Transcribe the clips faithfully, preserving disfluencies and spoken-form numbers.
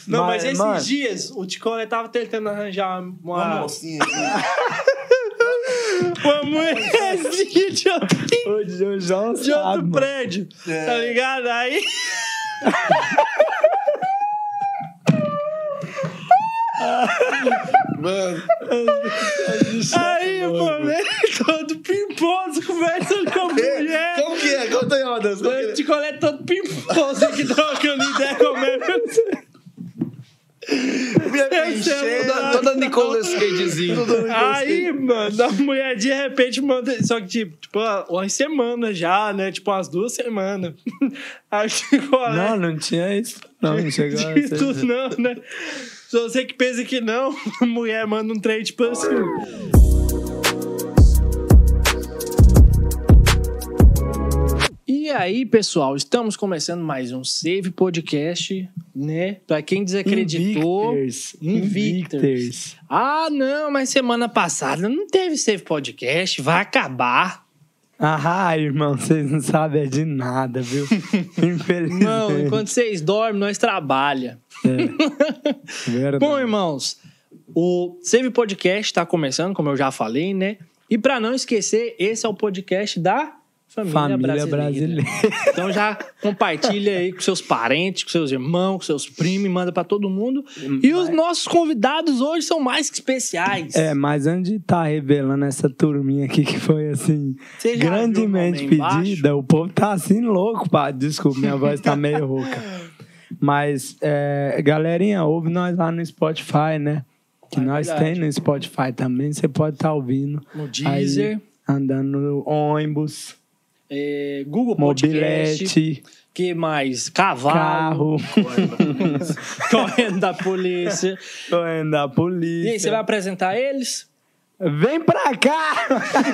Não, mas, mas esses mano... dias, o Ticolé tava tentando arranjar uma... Uma mocinha aqui. Uma mulherzinha de outro, o João de outro sabe, prédio, é. Tá ligado? Aí... Mano. Aí, mano, ele todo pimposo conversando com a mulher. Como que é? Conta aí, Matheus. O Ticolé todo pimposo aqui trocando ideia com a mulher. Toda, toda Nicolas Cagezinho. Aí, mano, a mulher de repente manda. Só que, tipo, tipo, umas semanas já, né? Tipo, umas duas semanas. Aí ficou. Não, não tinha isso. Não, não chegou a ser. Tudo não, né? Se você que pensa que não, a mulher manda um trem, tipo assim. E aí, pessoal, estamos começando mais um Save Podcast, né? Pra quem desacreditou... Invicters. Invicters. Invicters. Ah, não, mas semana passada não teve Save Podcast, vai acabar. Ah, irmão, vocês não sabem de nada, viu? Infelizmente. Não, enquanto vocês dormem, nós trabalhamos. É. Verdade. Bom, irmãos, o Save Podcast tá começando, como eu já falei, né? E pra não esquecer, esse é o podcast da... Família, Família brasileira. brasileira. Então já compartilha aí com seus parentes, com seus irmãos, com seus primos, manda pra todo mundo. E os nossos convidados hoje são mais que especiais. É, mas antes de estar tá revelando essa turminha aqui que foi assim, grandemente pedida, o povo tá assim louco, pá. Desculpa, minha voz tá meio rouca. Mas, é, galerinha, ouve nós lá no Spotify, né? Que é nós verdade. Tem no Spotify também, você pode estar tá ouvindo. No Deezer. Aí, andando no ônibus. É, Google Mobilete, Podcast, que mais? Cavalo, carro, correndo da polícia, correndo da polícia. E aí, você vai apresentar eles? Vem pra cá!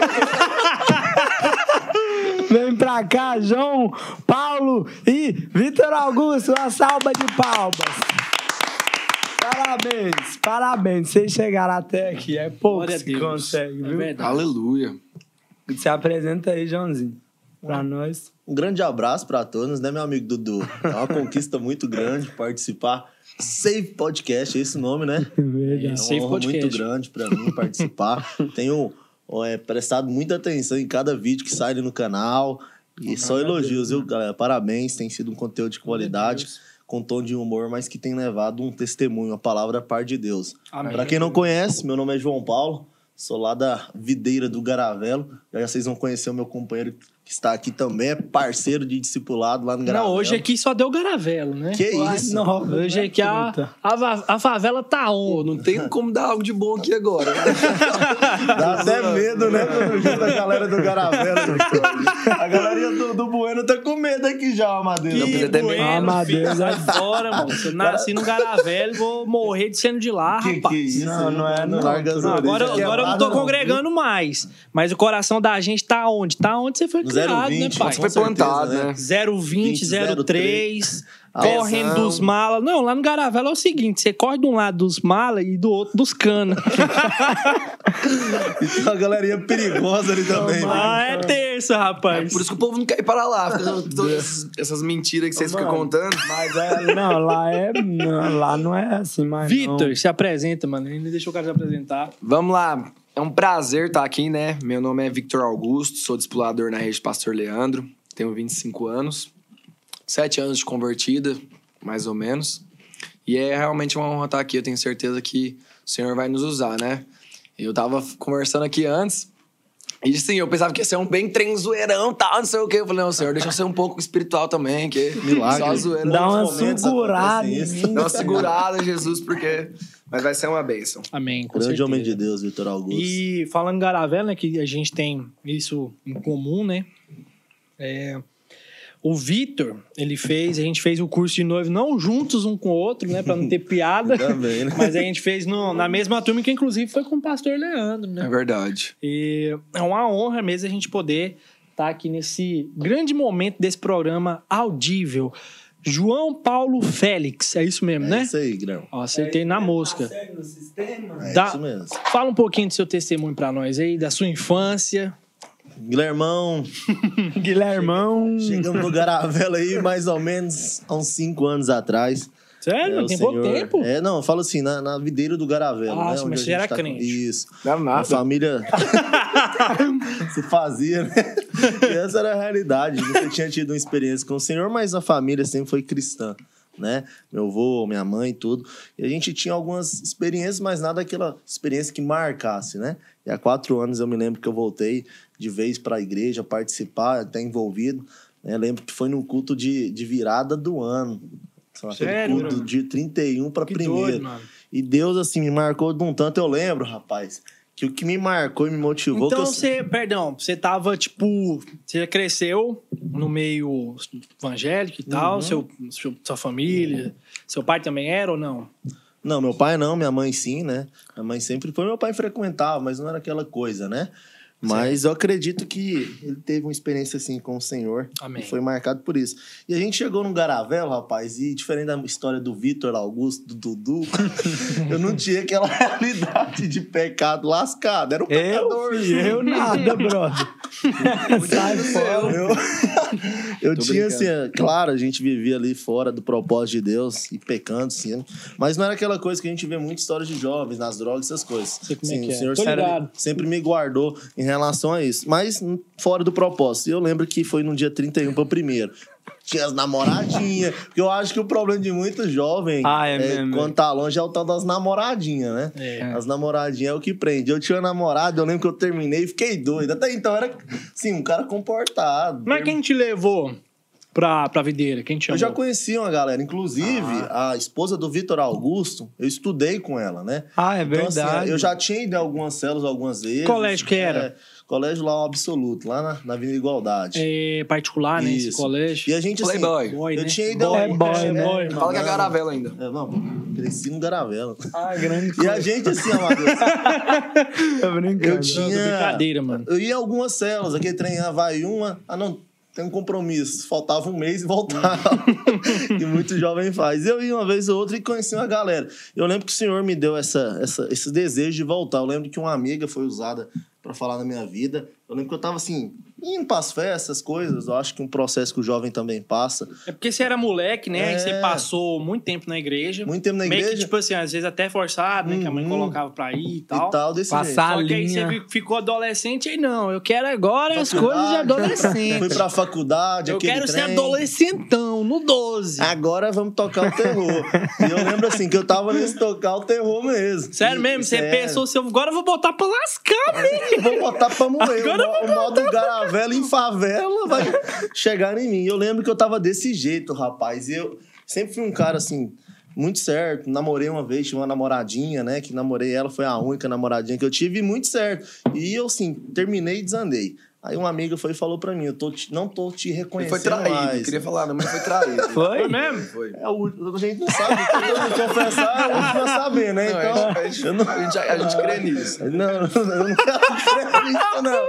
Vem pra cá, João, Paulo e Vitor Augusto, uma salva de palmas. Parabéns, parabéns. Vocês chegaram até aqui, é pouco que consegue, viu? É Aleluia. Se apresenta aí, Joãozinho. Pra nós. Um grande abraço pra todos, né, meu amigo Dudu? É uma conquista muito grande participar. Save Podcast, é esse o nome, né? Verdade. É uma Save honra Podcast. muito grande pra mim participar. Tenho é, prestado muita atenção em cada vídeo que sai ali no canal. E só elogios, viu, galera? Parabéns, tem sido um conteúdo de qualidade, com tom de humor, mas que tem levado um testemunho, a palavra par de Deus. Amém. Pra quem não conhece, meu nome é João Paulo, sou lá da Videira do Garavelo. Já vocês vão conhecer o meu companheiro que está aqui também, é parceiro de discipulado lá no Garavelo. Não, hoje aqui só deu Garavelo, né? Que isso? Não, hoje aqui a, a, a favela tá on. Não tem como dar algo de bom aqui agora. Né? Dá até medo, né? Da galera do Garavelo. A galerinha do, do Bueno tá com medo aqui já, Amadeus. Que precisa ter Bueno, Ah, Amadeus, filho, sai fora, mano. Se eu nasci no Garavelo, vou morrer de sendo de lá, Que, rapaz. que isso? Não, não é, não. Larga as Não, agora, orelhas. agora eu não tô congregando mais. Mas o coração da gente tá onde? Tá onde você foi criado, né, pai? Você foi plantado, né? zero vinte, zero três, correndo Atenção. dos malas. Não, lá no Garavelo é o seguinte, você corre de um lado dos malas e do outro dos canos. Então a galerinha perigosa ali também. Ah, é terça, rapaz. Por isso que o povo não quer ir para lá. Fica todas essas mentiras que vocês ficam contando. Mas é, não, lá é. Não, lá não é assim, mas. Vitor, não. se apresenta, mano. Ainda deixou o cara se apresentar. Vamos lá. É um prazer estar aqui, né? Meu nome é Victor Augusto, sou discipulador na rede Pastor Leandro, tenho vinte e cinco anos, sete anos de convertida, mais ou menos. E é realmente uma honra estar aqui, eu tenho certeza que o Senhor vai nos usar, né? Eu tava conversando aqui antes, e assim, eu pensava que ia ser um bem trem zoeirão, tal, não sei o quê. Eu falei, não, Senhor, deixa eu ser um pouco espiritual também, que Milagre. só zoeira. Dá uma momentos segurada. acontece isso. Dá uma segurada, Jesus, porque... Mas vai ser uma bênção. Amém, com Grande certeza. homem de Deus, Vitor Augusto. E falando em Garavelo, né, que a gente tem isso em comum, né? É, o Vitor, ele fez, a gente fez o curso de noivo, não juntos um com o outro, né? Pra não ter piada. Também, né? Mas a gente fez no, na mesma turma que, inclusive, foi com o pastor Leandro, né? É verdade. E é uma honra mesmo a gente poder estar aqui nesse grande momento desse programa audível. João Paulo Félix, é isso mesmo, É né? isso aí, Guilherme. Ó, acertei na mosca. No sistema? É Dá- isso mesmo. Fala um pouquinho do seu testemunho pra nós aí, da sua infância. Guilhermão, Guilhermão. chegamos no Garavelo aí mais ou menos há uns cinco anos atrás. Sério? É, Tem senhor, pouco tempo? É, não, eu falo assim, na, na videira do Garavelo, Ah, né? sim, onde mas a você gente era tá... crente. Isso. Não era nada. A família se fazia, né? E essa era a realidade. Nunca tinha tido uma experiência com o Senhor, mas a família sempre foi cristã, né? Meu avô, minha mãe, tudo. E a gente tinha algumas experiências, mas nada aquela experiência que marcasse, né? E há quatro anos eu me lembro que eu voltei de vez para a igreja participar, até envolvido. Né? Lembro que foi no culto de, de virada do ano. Sério? Culto Mano? de trinta e um para primeiro. Doido, mano. E Deus, assim, me marcou de um tanto. Eu lembro, rapaz, que o que me marcou e me motivou... Então que eu... você, perdão, você tava, tipo... Você cresceu no meio evangélico e tal, Uhum. seu, seu, sua família. Seu pai também era ou não? Não, meu pai não, minha mãe sim, né? Minha mãe sempre foi, meu pai frequentava, mas não era aquela coisa, né? Mas eu acredito que ele teve uma experiência assim com o Senhor. Amém. E foi marcado por isso. E a gente chegou no Garavelo, rapaz, e diferente da história do Vitor Augusto, do Dudu, eu não tinha aquela realidade de pecado lascado. Era um pecador. Eu, filho, eu nada, brother. Sai fora. Eu, eu Tô tinha, brincando. assim, é, claro, a gente vivia ali fora do propósito de Deus e pecando, sim. Mas não era aquela coisa que a gente vê muita história de jovens nas drogas, essas coisas. Sei como é Sim, que o é. Senhor Tô sempre, ligado. sempre me guardou em relação a isso. Mas hum, fora do propósito. E eu lembro que foi no dia trinta e um para o primeiro. Tinha as namoradinhas. Porque eu acho que o problema de muito jovem, Ah, é mesmo, quando é. tá longe, é o tal das namoradinhas, né? É. As namoradinhas é o que prende. Eu tinha uma namorada, eu lembro que eu terminei e fiquei doido. Até então era, assim, um cara comportado. Mas quem te levou pra, pra videira? Quem te chamou? Eu já conhecia uma galera, inclusive Ah. a esposa do Vitor Augusto, eu estudei com ela, né? Ah, é Então, assim, verdade. eu já tinha ido em algumas células algumas vezes. Colégio que era? É, colégio lá, o Absoluto, lá na, na Avenida Igualdade. É particular, né? Esse Isso. colégio. E a gente, assim... Playboy. Boy, eu né? tinha ido... Boy, É boy, é né? boy, Fala que é mano. Garavela ainda. É, não, cresci no Garavela. Ah, grande E coisa. a gente, assim, Amadeu, Tô brincando. eu Não, tinha... brincadeira, mano. Eu ia em algumas células, aquele trem, ah, vai uma... Ah, não, tem um compromisso. Faltava um mês e voltava. E muito jovem faz. Eu ia uma vez ou outra e conheci uma galera. Eu lembro que o Senhor me deu essa, essa, esse desejo de voltar. Eu lembro que uma amiga foi usada para falar na minha vida. Eu lembro que eu tava assim, indo pras festas, essas coisas. Eu acho que um processo que o jovem também passa. É porque você era moleque, né? É. E você passou muito tempo na igreja. Muito tempo na Meio igreja. que, tipo assim, às vezes até forçado, né? Que a mãe Uhum. colocava pra ir e tal. E tal, desse Passar jeito. Só que aí linha. você ficou adolescente e não, eu quero agora as Faculdade. coisas de adolescente. Fui pra faculdade, Eu aquele quero ser trem. adolescentão, no doze. Agora vamos tocar o terror. E eu lembro assim, que eu tava nesse tocar o terror mesmo. Sério E- mesmo? Você sério. pensou assim, agora eu vou botar pra lascar, velho. Vou botar pra morrer. Agora o, mo- o modo Garavela em favela vai chegar em mim. Eu lembro que eu tava desse jeito, rapaz. E eu sempre fui um cara, assim, muito certo. Namorei uma vez, tinha uma namoradinha, né? Que namorei ela, foi a única namoradinha que eu tive. E muito certo. E eu, assim, terminei e desandei. Aí uma amiga foi e falou pra mim, eu tô te- não tô te Ele reconhecendo foi traído. mais. Queria falar, não, mas foi traído. Foi? Foi mesmo? Foi. É, o- a gente não sabe. Eu vou confessar, eu não vou saber, né? Não, Então, a, gente, eu não... a, gente, a gente crê nisso. Não, eu não quero nisso, não.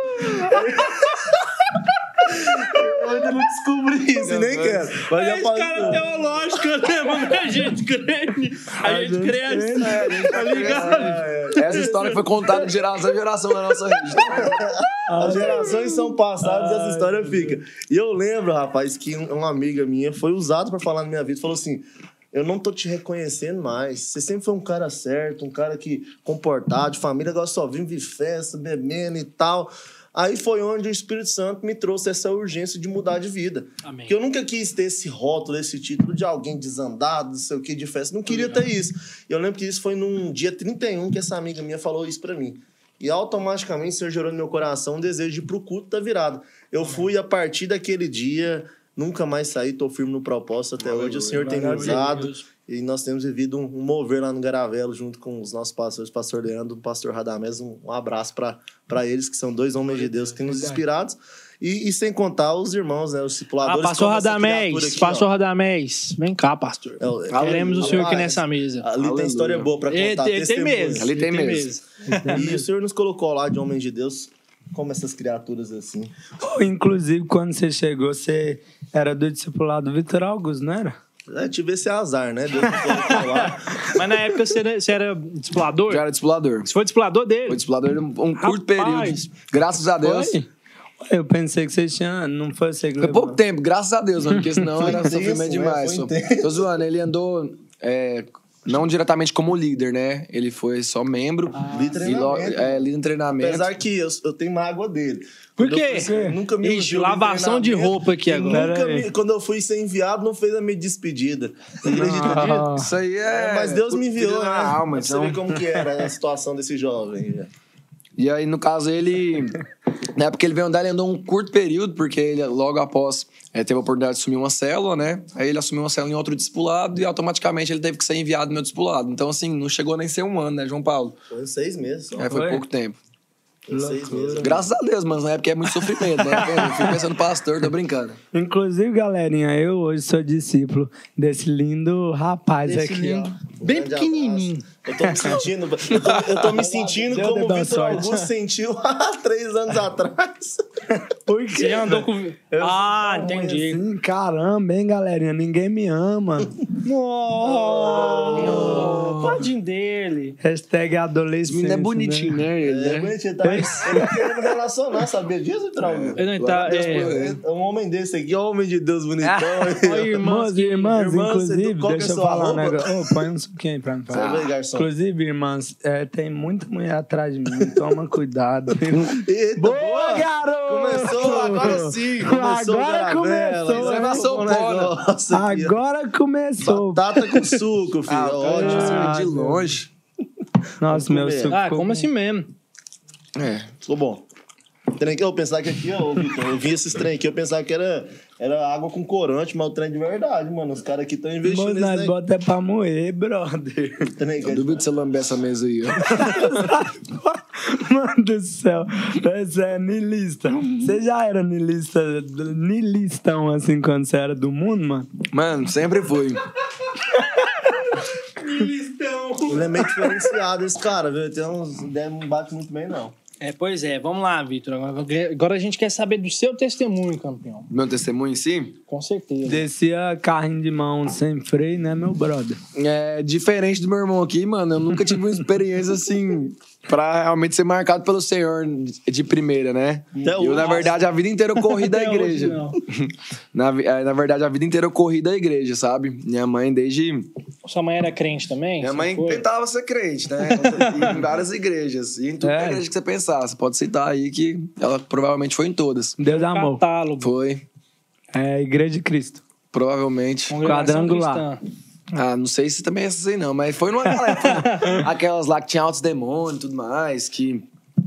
Eu ainda não descobri isso, e nem quero. Mas já Esse falei cara tudo. teológico, né? Mas a gente crê. A, A gente gente cresce. crê, É, a gente Tá ligado? Essa história foi contada de geração em geração na nossa rede. As gerações são passadas e essa história fica. E eu lembro, rapaz, que um- uma amiga minha foi usada pra falar na minha vida. Falou assim, eu não tô te reconhecendo mais. Você sempre foi um cara certo, um cara que comportado, de família, agora só vive festa, bebendo e tal. Aí foi onde o Espírito Santo me trouxe essa urgência de mudar de vida. Amém. Porque eu nunca quis ter esse rótulo, esse título de alguém desandado, não sei o que, de festa. Não queria ter isso. E eu lembro que isso foi num dia trinta e um que essa amiga minha falou isso pra mim. E automaticamente o Senhor gerou no meu coração um desejo de ir pro culto da virada. Eu fui, a partir daquele dia, nunca mais saí, tô firme no propósito até hoje. O Senhor tem me Glória a usado. Deus. E nós temos vivido um, um mover lá no Garavelo, junto com os nossos pastores, o pastor Leandro e o pastor Radamés. Um, um abraço para eles, que são dois homens de Deus que têm nos inspirado. E, e sem contar os irmãos, né? Os Ah, discipuladores. pastor como essa criatura Radamés, aqui, pastor ó. Radamés. Vem cá, pastor. É, o- Queremos o senhor aqui rapaz, nessa mesa. Ali Aleluia. tem história boa para Ele, contar. ele tem testemunhos. mesmo. Ali tem ele mesmo. E o Senhor nos colocou lá de homens de Deus, como essas criaturas assim. Inclusive, quando você chegou, você era do discipulado Vitor Augusto, não era? É, tive esse azar, né? Deus me colocou lá. Mas na época você era, você era discipulador? Já era discipulador. Você foi discipulador dele? Foi discipulador um, um curto Rapaz. período. Graças a Deus. Foi? Eu pensei que vocês tinham... Não foi você que Foi levou? pouco tempo, graças a Deus, mano, porque senão Foi era intenso, sofrimento né? demais. Foi só. intenso. Tô zoando, ele andou... é, não diretamente como líder, né? Ele foi só membro. Ah, líder e lo, é, líder em treinamento. Apesar que eu, eu tenho mágoa dele. Por quê? Eu nunca me Ixi, lavação de roupa aqui agora. Nunca me, quando eu fui ser enviado, não fez a minha despedida. Você acredita Ah. nisso? Isso aí é... É, mas Deus me enviou, né? na alma, Pra você então. ver como que era a situação desse jovem. né? E aí, no caso, ele... Na época ele veio andar, ele andou um curto período, porque ele, logo após, é, teve a oportunidade de assumir uma célula, né? Aí ele assumiu uma célula em outro discipulado e automaticamente ele teve que ser enviado no meu discipulado. Então, assim, não chegou nem a ser um ano, né, João Paulo? Foi seis meses só. É, foi Foi? pouco tempo. Foi seis meses. Graças a Deus, mano, na época é muito sofrimento, né? Eu fico pensando, pastor, tô brincando. Inclusive, galerinha, eu hoje sou discípulo desse lindo rapaz Desse aqui, lindo. ó. Um Bem grande pequenininho. abraço. Eu tô me sentindo, eu tô, eu tô me sentindo Deus como o dê boa Vitor sorte. Augusto sentiu há três anos atrás. Por Você quê? andou com... Ah, entendi. Assim, caramba, hein, galerinha? Ninguém me ama. Oh, tadinho dele. Hashtag Esse adolescente. menino é bonitinho, né? Ele, É, né? bonitinho, tá, ele tá querendo relacionar, sabia disso, Vitor? Ele não tá... Deus É, É um homem desse aqui, um homem de Deus bonitão. Olha, Irmãs e irmãs, Irmãs, inclusive, qual que é deixa eu sua falar um arroba? negócio. Ô, põe um suquinho aí pra mim falar. Serve aí, garçom. Inclusive, irmãs, é, tem muita mulher atrás de mim. Toma cuidado. Eita, Boa, garoto! Começou, agora sim. Começou Agora o caramelo. começou, Isso é hein? maçã Bom negócio aqui, ó. Agora começou. Batata com suco, filho. Ah, Ótimo. Ah, de longe. Nossa, meu comer. suco. ah, ficou como bom. assim mesmo? É. Ficou bom. Trem que eu pensava que aqui, ó, Vitor, eu vi esses trem aqui, eu pensava que era, era água com corante, mas o trem de verdade, mano. Os caras aqui estão investindo Moço, nesse nós trem. bota é pra moer, brother. Trem que Eu é duvido de- você lamber essa mesa aí, ó. Mano do céu, você é niilista. Você já era niilista, niilistão assim quando você era do mundo, mano? Mano, sempre fui. Ele é meio diferenciado, esse cara, viu? Tem uns ideias, não bate muito bem, não. É, pois é. Vamos lá, Vitor. Agora- Agora a gente quer saber do seu testemunho, campeão. Meu testemunho em si Com certeza. Descia carrinho de mão sem freio, né, meu brother? é diferente do meu irmão aqui, mano. Eu nunca tive uma experiência assim pra realmente ser marcado pelo Senhor de primeira, né? Até Eu, na hoje. verdade, a vida inteira eu corri da Até hoje, igreja. não. na, vi- é, na verdade, a vida inteira eu corri da igreja, sabe? Minha mãe, desde. Sua mãe era crente também? Minha Você mãe foi? tentava ser crente, né? em várias igrejas. E em tudo É. que é igreja que você pensar. Você pode citar aí que ela provavelmente foi em todas. Deus amor. Catálogo. Foi. É Igreja de Cristo. Provavelmente. Congregação Quadrangular. cristã. Ah, não sei se também é assim, não, mas foi numa galera. Foi aquelas lá que tinha altos demônios e tudo mais, que.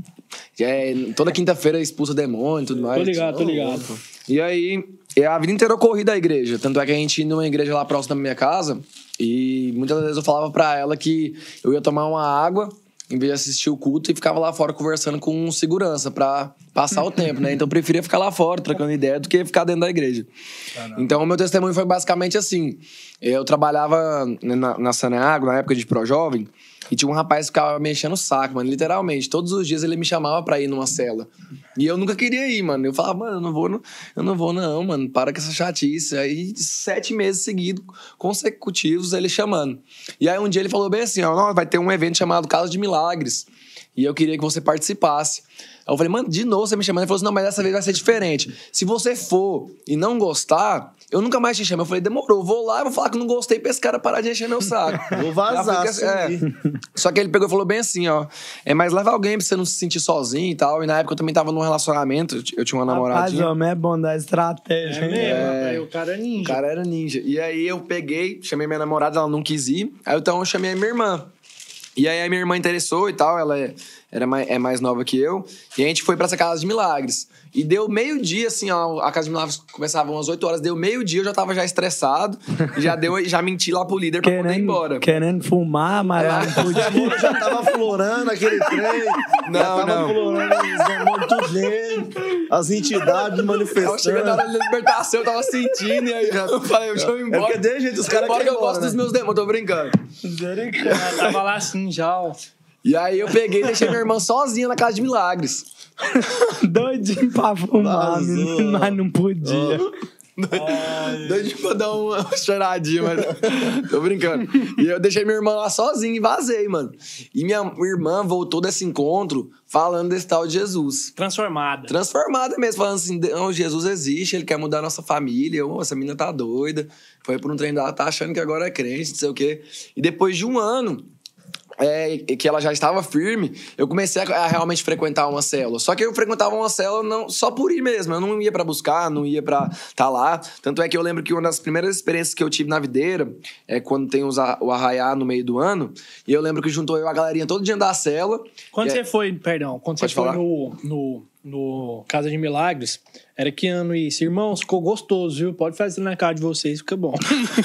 É, toda quinta-feira expulsa demônio e tudo mais. Tô ligado, tô ligado. E aí, é, a vida inteira eu corri da igreja. Tanto é que a gente ia numa igreja lá próxima da minha casa. E muitas vezes eu falava pra ela que eu ia tomar uma água em vez de assistir o culto e ficava lá fora conversando com um segurança pra passar o tempo, né? Então eu preferia ficar lá fora trocando ideia do que ficar dentro da igreja. Então o meu testemunho foi basicamente assim. Eu trabalhava na, na Saneago, na época de Projovem, e tinha um rapaz que ficava me enchendo o saco, mano, literalmente. Todos os dias ele me chamava pra ir numa cela. E eu nunca queria ir, mano. Eu falava, mano, eu não vou, não, eu não vou não, mano. Para com essa chatice. Aí, sete meses seguidos, consecutivos, ele chamando. E aí, um dia ele falou bem assim, ó, não, vai ter um evento chamado Casa de Milagres. E eu queria que você participasse. Aí eu falei, mano, de novo você me chamando? Ele falou assim, não, mas dessa vez vai ser diferente. Se você for e não gostar, eu nunca mais te chamo. Eu falei, demorou, vou lá e vou falar que não gostei pra esse cara parar de encher meu saco. Vou vazar, Já fica- é. sumir. Só que ele pegou e falou bem assim, ó. É, mas leva alguém pra você não se sentir sozinho e tal. E na época eu também tava num relacionamento, eu t- eu tinha uma Rapaz, namoradinha. homem é bom da estratégia. É hein? mesmo, rapaz, o cara é O ninja. cara era ninja. E aí eu peguei, chamei minha namorada, ela não quis ir. Aí então eu chamei a minha irmã. E aí a minha irmã interessou e tal, ela é, era mais, é mais nova que eu. E a gente foi pra essa Casa de Milagres. E deu meio-dia, assim, ó, a Casa de Milagres começava às oito horas, deu meio-dia, eu já tava já estressado. E já, deu, já menti lá pro líder pra poder ir Querendo, embora. querendo fumar, mas lá não podia. Eu já tava florando aquele trem. Não, já tava não. florando os demônios tudo dentro. As entidades Eu cheguei na manifestando. hora da libertação, eu tava sentindo, e aí eu falei, deixa eu ir É embora. porque de jeito os caras Embora que querem eu embora, gosto né? dos meus demônios, tô brincando. Ela tava lá assim já, ó. E aí eu peguei e deixei minha irmã sozinha na Casa de Milagres. Doidinho pra fumar, Vazou. menino, mas não podia. Doido, doido pra dar uma choradinha, mas tô brincando. E eu deixei minha irmã lá sozinha e vazei, mano. E minha irmã voltou desse encontro falando desse tal de Jesus. Transformada. Transformada mesmo, falando assim, não, Jesus existe, ele quer mudar a nossa família. Oh, essa menina tá doida. Foi por um trem dela, tá achando que agora é crente, não sei o quê. E depois de um ano... É, que ela já estava firme, eu comecei a, a realmente frequentar uma célula. Só que eu frequentava uma célula não, só por ir mesmo. Eu não ia pra buscar, não ia pra estar tá lá. Tanto é que eu lembro que uma das primeiras experiências que eu tive na videira é quando tem os, o arraiá no meio do ano. E eu lembro que juntou eu a galerinha todo dia da célula. Quando você é... foi, perdão, quando Pode você falar? foi no, no, no Casa de Milagres, era que ano isso? Irmãos, ficou gostoso, viu? Pode fazer na casa de vocês, fica bom.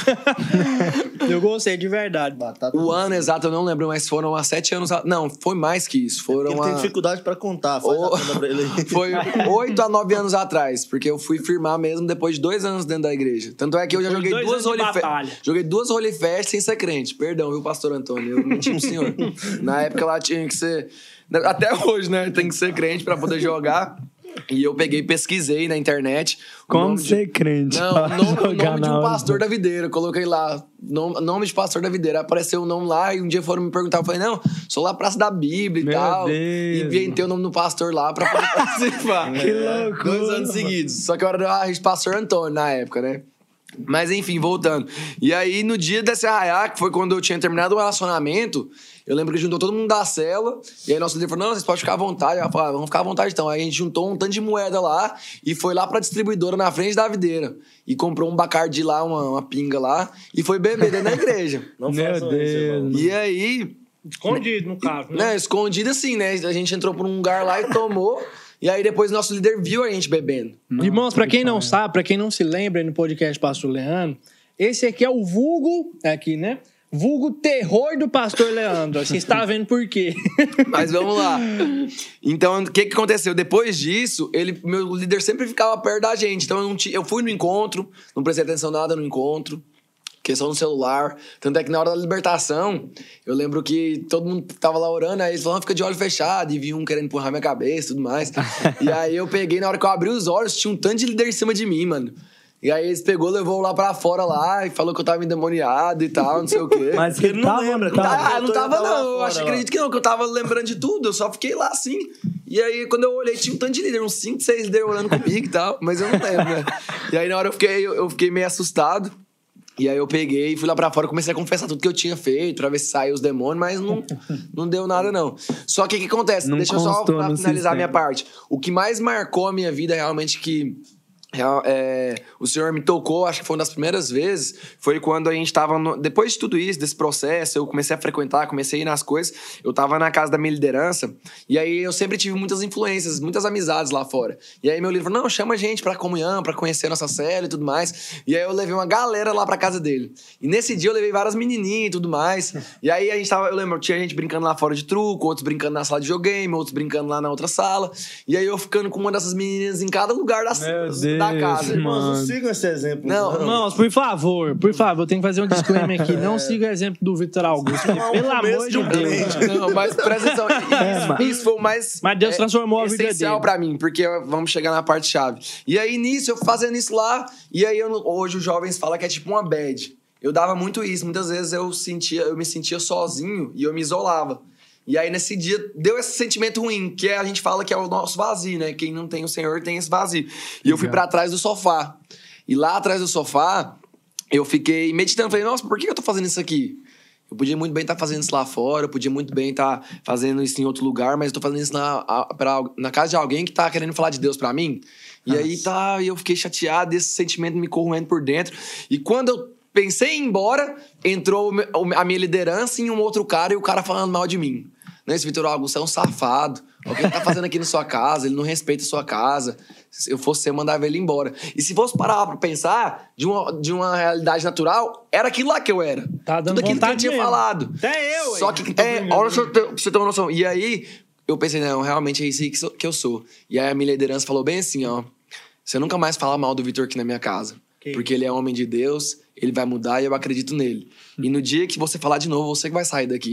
Eu gostei de verdade. Batata O ano exato eu não lembro, mas foram há sete anos... A... Não, foi mais que isso. Foram Ele a... tem dificuldade pra contar. Faz O- a conta pra ele aí. Foi oito a nove anos atrás, porque eu fui firmar mesmo depois de dois anos dentro da igreja. Tanto é que eu já Depois de joguei dois duas anos de Holy Fe- batalha. Joguei duas Holy Fest sem ser crente. Perdão, viu, pastor Antônio? Eu menti pro senhor. Na época lá tinha que ser... Até hoje, né? Tem que ser crente pra poder jogar. E eu peguei e pesquisei na internet. o Como nome de- ser crente? Não, pra o nome, o jogar nome de na um hora pastor do- da videira. Coloquei lá, nome, nome de pastor da videira. Apareceu o nome lá e um dia foram me perguntar. Eu falei, não, sou lá Praça da Bíblia e Meu tal. Deus. E inventei o nome do pastor lá pra poder participar. Que loucura, Dois anos mano. seguidos. Só que eu era o pastor Antônio na época, né? Mas enfim, voltando. E aí, no dia desse arraiá, que foi quando eu tinha terminado o relacionamento, eu lembro que juntou todo mundo da cela. E aí nosso líder falou, não, vocês podem ficar à vontade. Ela falou, ah, vamos ficar à vontade então. Aí a gente juntou um tanto de moeda lá e foi lá pra distribuidora na frente da videira. E comprou um Bacardi lá, uma, uma pinga lá, e foi beber dentro da igreja. Não Meu façam isso, irmão. Deus. E aí, Escondido, no caso, né? né, escondido assim, né? A gente entrou por um lugar lá e tomou. E aí depois nosso líder viu a gente bebendo. Irmãos, pra quem não sabe, pra quem não se lembra no podcast Pastor Leandro, esse aqui é o vulgo, aqui, né? Vulgo terror do Pastor Leandro. Você está vendo por quê? Mas vamos lá. Então, o que, que aconteceu? Depois disso, ele, meu líder sempre ficava perto da gente. Então, eu, não ti- eu fui no encontro, não prestei atenção nada no encontro. Questão no celular. Tanto é que na hora da libertação, eu lembro que todo mundo tava lá orando, aí eles falaram, fica de olho fechado, e vi um querendo empurrar minha cabeça e tudo mais. E aí eu peguei, na hora que eu abri os olhos, tinha um tanto de líder em cima de mim, mano. E aí eles pegou, levou lá pra fora lá e falou que eu tava endemoniado e tal, não sei o quê. Mas você Ele não tava, lembra, não cara. tava? Ah, não Eu tava tava lá não, eu fora, acho, lá. acredito que não, que eu tava lembrando de tudo, eu só fiquei lá assim. E aí, quando eu olhei, tinha um tanto de líder, uns cinco, seis líderes olhando comigo e tal, mas eu não lembro, né? E aí, na hora, eu fiquei, eu, eu fiquei meio assustado. E aí, eu peguei, fui lá pra fora, comecei a confessar tudo que eu tinha feito, pra ver se saiu os demônios, mas não, não deu nada, não. Só que o que acontece? Não Deixa eu só constou pra no finalizar a minha sistema. parte. O que mais marcou a minha vida, realmente, que... Real- é, o senhor me tocou, acho que foi uma das primeiras vezes, foi quando a gente tava, no- depois de tudo isso, desse processo, eu comecei a frequentar, comecei a ir nas coisas, eu tava na casa da minha liderança, e aí eu sempre tive muitas influências, muitas amizades lá fora. E aí meu líder falou, não, chama a gente pra comunhão, pra conhecer a nossa célula e tudo mais. E aí eu levei uma galera lá pra casa dele. E nesse dia eu levei várias menininhas e tudo mais. E aí a gente tava, eu lembro, tinha gente brincando lá fora de truco, outros brincando na sala de videogame, outros brincando lá na outra sala. E aí eu ficando com uma dessas menininhas em cada lugar da, Meu da Deus, casa. mano. Irmãos, não sigam esse exemplo. Não, Irmãos, por favor, por favor, eu tenho que fazer um disclaimer aqui. Não siga o exemplo do Vitor Augusto. Não, Pelo o amor começo de de um Deus. crente. Não, mas presta atenção. É, mas- Isso, isso foi o mais. Mas Deus transformou a vida essencial dele. pra mim, porque vamos chegar na parte chave. E aí, nisso, eu fazendo isso lá, e aí eu, hoje os jovens falam que é tipo uma bad. Eu dava muito isso. Muitas vezes eu sentia, eu me sentia sozinho e eu me isolava. E aí, nesse dia, deu esse sentimento ruim, que é, a gente fala que é o nosso vazio, né? Quem não tem o Senhor tem esse vazio. E eu fui pra trás do sofá. E lá atrás do sofá, eu fiquei meditando. Falei, nossa, por que eu tô fazendo isso aqui? Eu podia muito bem estar fazendo isso lá fora, eu podia muito bem estar fazendo isso em outro lugar, mas eu tô fazendo isso na, a- pra, na casa de alguém que tá querendo falar de Deus pra mim. E aí tá, e eu fiquei chateado, esse sentimento me corroendo por dentro. E quando eu pensei em ir embora, entrou o meu- a minha liderança em um outro cara e o cara falando mal de mim. Não, esse Vitor Augusto é um safado. O que ele tá fazendo aqui na sua casa? Ele não respeita a sua casa. Se eu fosse você, eu mandava ele embora. E se fosse parar pra pensar, de uma, de uma realidade natural, era aquilo lá que eu era. Tá dando Tudo aquilo que eu vontade tinha mesmo. pra Até eu, Só hein? que, Tô é, brincando. olha só pra você ter uma noção. E aí, eu pensei, não, realmente é isso aí que, sou- que eu sou. E aí a minha liderança falou bem assim, ó. Você nunca mais fala mal do Vitor aqui na minha casa. Que Porque ele é homem de Deus, ele vai mudar e eu acredito nele. E no dia que você falar de novo, você que vai sair daqui.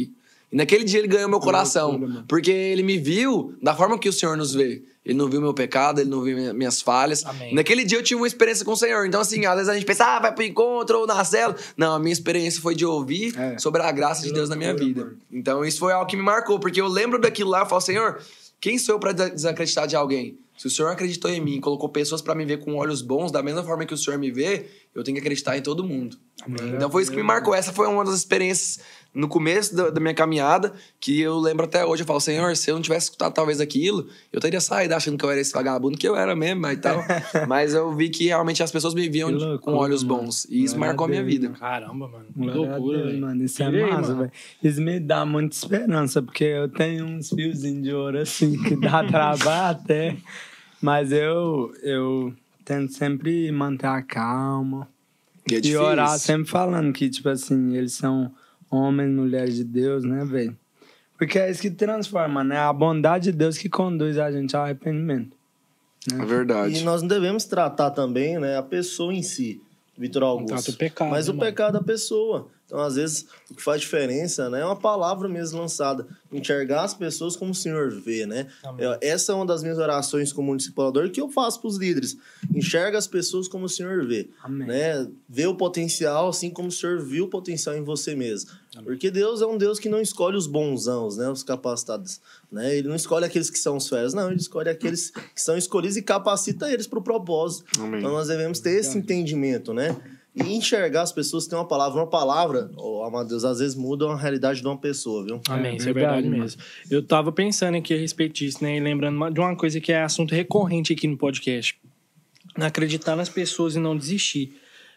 E naquele dia ele ganhou meu coração. Porque ele me viu da forma que o Senhor nos vê. Ele não viu meu pecado, ele não viu minhas falhas. Amém. Naquele dia eu tive uma experiência com o Senhor. Então, assim, às vezes a gente pensa, ah, vai pro encontro ou na cela. Não, a minha experiência foi de ouvir é. sobre a graça de Deus na minha vida. Então, isso foi algo que me marcou. Porque eu lembro daquilo lá, eu falo, Senhor, quem sou eu pra desacreditar de alguém? Se o Senhor acreditou em mim, colocou pessoas pra me ver com olhos bons, da mesma forma que o Senhor me vê, eu tenho que acreditar em todo mundo. Amém. Então foi isso que me marcou. Essa foi uma das experiências no começo da, da minha caminhada, que eu lembro até hoje. Eu falo, Senhor, se eu não tivesse escutado talvez aquilo, eu teria saído achando que eu era esse vagabundo, que eu era mesmo e tal. Mas eu vi que realmente as pessoas me viam loucura, com olhos bons. E isso marcou a minha vida. Caramba, mano. Que Glória loucura, Deus, velho. mano. Isso é massa, velho. Isso me dá muita esperança, porque eu tenho uns fiozinhos de ouro assim, que dá trabalho até... Mas eu, eu tento sempre manter a calma. E, é e orar sempre falando que, tipo assim, eles são homens, mulheres de Deus, né, velho? Porque é isso que transforma, né? A bondade de Deus que conduz a gente ao arrependimento. Né? É verdade. E nós não devemos tratar também, né, a pessoa em si, Vitor Augusto. Trata o pecado, mas né, o mano? pecado da pessoa. Então, às vezes, o que faz diferença, né, é uma palavra mesmo lançada. Enxergar as pessoas como o Senhor vê, né? Eu, essa é uma das minhas orações como discipulador que eu faço para os líderes. Enxerga as pessoas como o Senhor vê. Amém. Né? Vê o potencial assim como o Senhor viu o potencial em você mesmo. Amém. Porque Deus é um Deus que não escolhe os bonzãos, né, os capacitados. Né? Ele não escolhe aqueles que são os férias, não. Ele escolhe aqueles que são escolhidos e capacita eles para o propósito. Amém. Então, nós devemos ter esse entendimento, né? E enxergar as pessoas tem uma palavra. Uma palavra, oh, amado Deus, às vezes muda a realidade de uma pessoa, viu? Amém, é, isso é verdade, verdade mesmo. Eu tava pensando aqui a respeito disso, né? E lembrando de uma coisa que é assunto recorrente aqui no podcast. Acreditar nas pessoas e não desistir.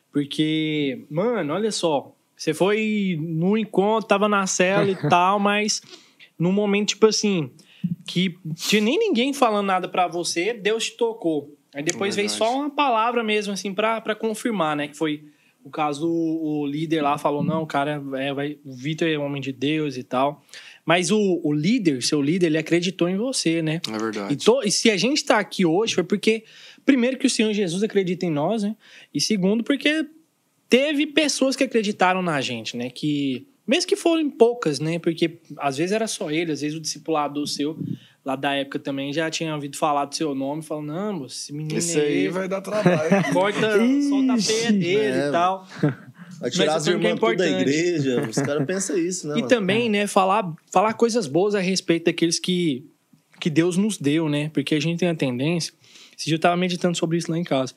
Porque, mano, olha só. Você foi no encontro, tava na cela e tal, mas num momento, tipo assim, que tinha nem ninguém falando nada pra você, Deus te tocou. Aí depois veio só uma palavra mesmo, assim, pra, pra confirmar, né? Que foi o caso, o, o líder lá falou, não, o cara, é, vai, o Vitor é homem de Deus e tal. Mas o, o líder, seu líder, ele acreditou em você, né? É verdade. E, to, e se a gente tá aqui hoje foi porque, primeiro, que o Senhor Jesus acredita em nós, né? E segundo, porque teve pessoas que acreditaram na gente, né? Que, mesmo que forem poucas, né? Porque às vezes era só ele, às vezes o discipulado seu... Lá da época também já tinha ouvido falar do seu nome, falando, não, esse menino esse aí, aí vai dar trabalho. Corta, solta a peia dele é, e tal. Vai tirar as irmãs é da igreja. Os caras pensam isso, né? E mano? também, né, falar, falar coisas boas a respeito daqueles que, que Deus nos deu, né? Porque a gente tem a tendência, esse dia eu tava meditando sobre isso lá em casa,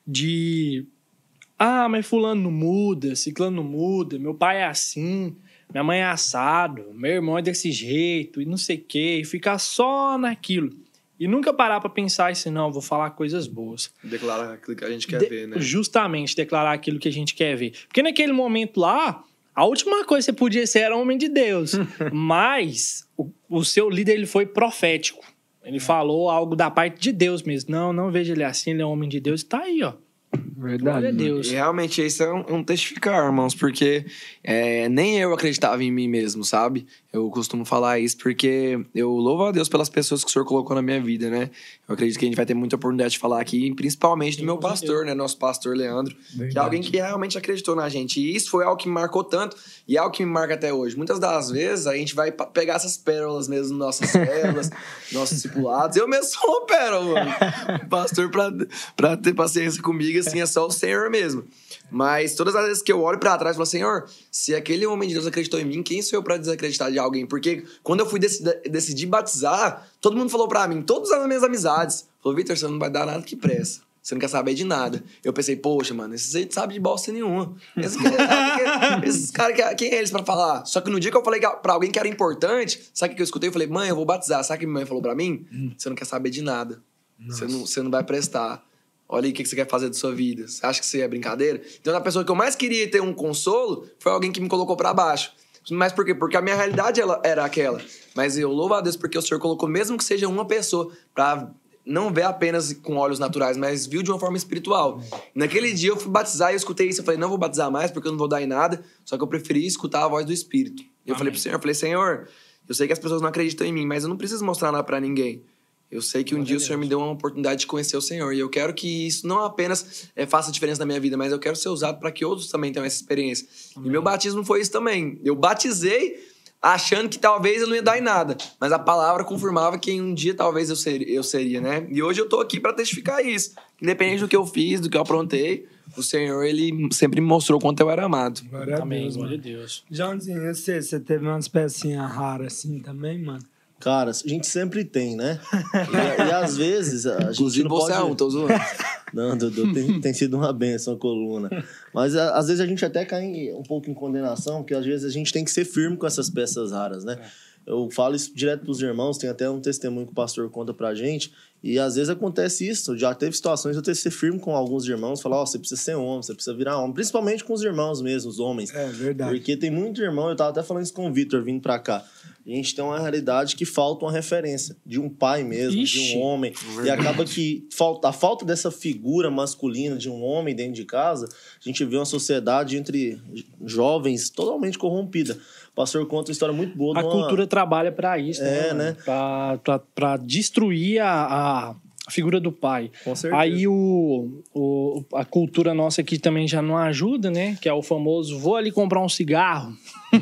de, ah, mas fulano não muda, ciclano não muda, meu pai é assim... Minha mãe é assado, meu irmão é desse jeito, e não sei o quê, e ficar só naquilo. E nunca parar pra pensar assim, não, vou falar coisas boas. Declarar aquilo que a gente quer De- ver, né? Justamente, declarar aquilo que a gente quer ver. Porque naquele momento lá, a última coisa que você podia ser era homem de Deus. Mas o, o seu líder, ele foi profético. Ele falou algo da parte de Deus mesmo. Não, não veja ele assim, ele é homem de Deus. E tá aí, ó. Verdade. Glória a Deus. E realmente isso é um, um testificar, irmãos, porque é, nem eu acreditava em mim mesmo, sabe? Eu costumo falar isso porque eu louvo a Deus pelas pessoas que o Senhor colocou na minha vida, né? Eu acredito que a gente vai ter muita oportunidade de falar aqui, principalmente do meu pastor, né? Nosso pastor Leandro, Verdade. Que é alguém que realmente acreditou na gente. E isso foi algo que me marcou tanto e é algo que me marca até hoje. Muitas das vezes a gente vai pegar essas pérolas mesmo, nossas células, nossos discipulados. Eu mesmo sou uma pérola, mano. O pastor, pra, pra ter paciência comigo, assim, é só o Senhor mesmo. Mas todas as vezes que eu olho pra trás, eu falo, Senhor, se aquele homem de Deus acreditou em mim, quem sou eu pra desacreditar de alguém? Porque quando eu fui decidir, decidir batizar, todo mundo falou pra mim, todas as minhas amizades, falou, Vitor, você não vai dar nada que presta. Você não quer saber de nada. Eu pensei, poxa, mano, esses aí não sabem de bosta nenhuma. Esses caras, esses cara, quem é eles pra falar? Só que no dia que eu falei pra alguém que era importante, sabe o que eu escutei? Eu falei, mãe, eu vou batizar. Sabe o que minha mãe falou pra mim? Hum. Você não quer saber de nada. Você não, você não vai prestar. Olha aí o que você quer fazer da sua vida. Você acha que isso é brincadeira? Então, a pessoa que eu mais queria ter um consolo foi alguém que me colocou pra baixo. Mas por quê? Porque a minha realidade ela era aquela. Mas eu louvo a Deus porque o Senhor colocou, mesmo que seja uma pessoa, pra não ver apenas com olhos naturais, mas viu de uma forma espiritual. Naquele dia eu fui batizar e eu escutei isso. Eu falei, não vou batizar mais porque eu não vou dar em nada. Só que eu preferi escutar a voz do Espírito. E eu Amém. falei pro Senhor, eu falei, Senhor, eu sei que as pessoas não acreditam em mim, mas eu não preciso mostrar nada pra ninguém. Eu sei que um dia o Senhor me deu uma oportunidade de conhecer o Senhor. E eu quero que isso não apenas é, faça diferença na minha vida, mas eu quero ser usado para que outros também tenham essa experiência. Amém. E meu batismo foi isso também. Eu batizei achando que talvez eu não ia dar em nada. Mas a palavra confirmava que um dia talvez eu seria, eu seria, né? E hoje eu tô aqui pra testificar isso. Independente do que eu fiz, do que eu aprontei, o Senhor, ele sempre me mostrou quanto eu era amado. Glória a Amém, Deus, glória a mano. Deus. Joãozinho, eu sei, você teve umas pecinhas raras assim também, mano? Cara, a gente sempre tem, né? E, e às vezes a gente Inclusive não você pode... é um, tô zoando. Não, Dudu, tem, tem sido uma benção a coluna. Mas a, às vezes a gente até cai em, um pouco em condenação, porque às vezes a gente tem que ser firme com essas peças raras, né? Eu falo isso direto pros irmãos, tem até um testemunho que o pastor conta pra gente, e às vezes acontece isso, já teve situações de eu ter que ser firme com alguns irmãos, falar, ó, oh, você precisa ser homem, você precisa virar homem, principalmente com os irmãos mesmo, os homens. É verdade. Porque tem muito irmão, eu tava até falando isso com o Vitor vindo pra cá, a gente tem uma realidade que falta uma referência de um pai mesmo, Ixi, de um homem, verdade. E acaba que falta, a falta dessa figura masculina de um homem dentro de casa, a gente vê uma sociedade entre jovens totalmente corrompida. O pastor conta uma história muito boa. A de uma... cultura trabalha pra isso, É, né? né? Pra, pra, pra destruir a, a figura do pai. Com certeza. Aí o, o, a cultura nossa aqui também já não ajuda, né? Que é o famoso, vou ali comprar um cigarro.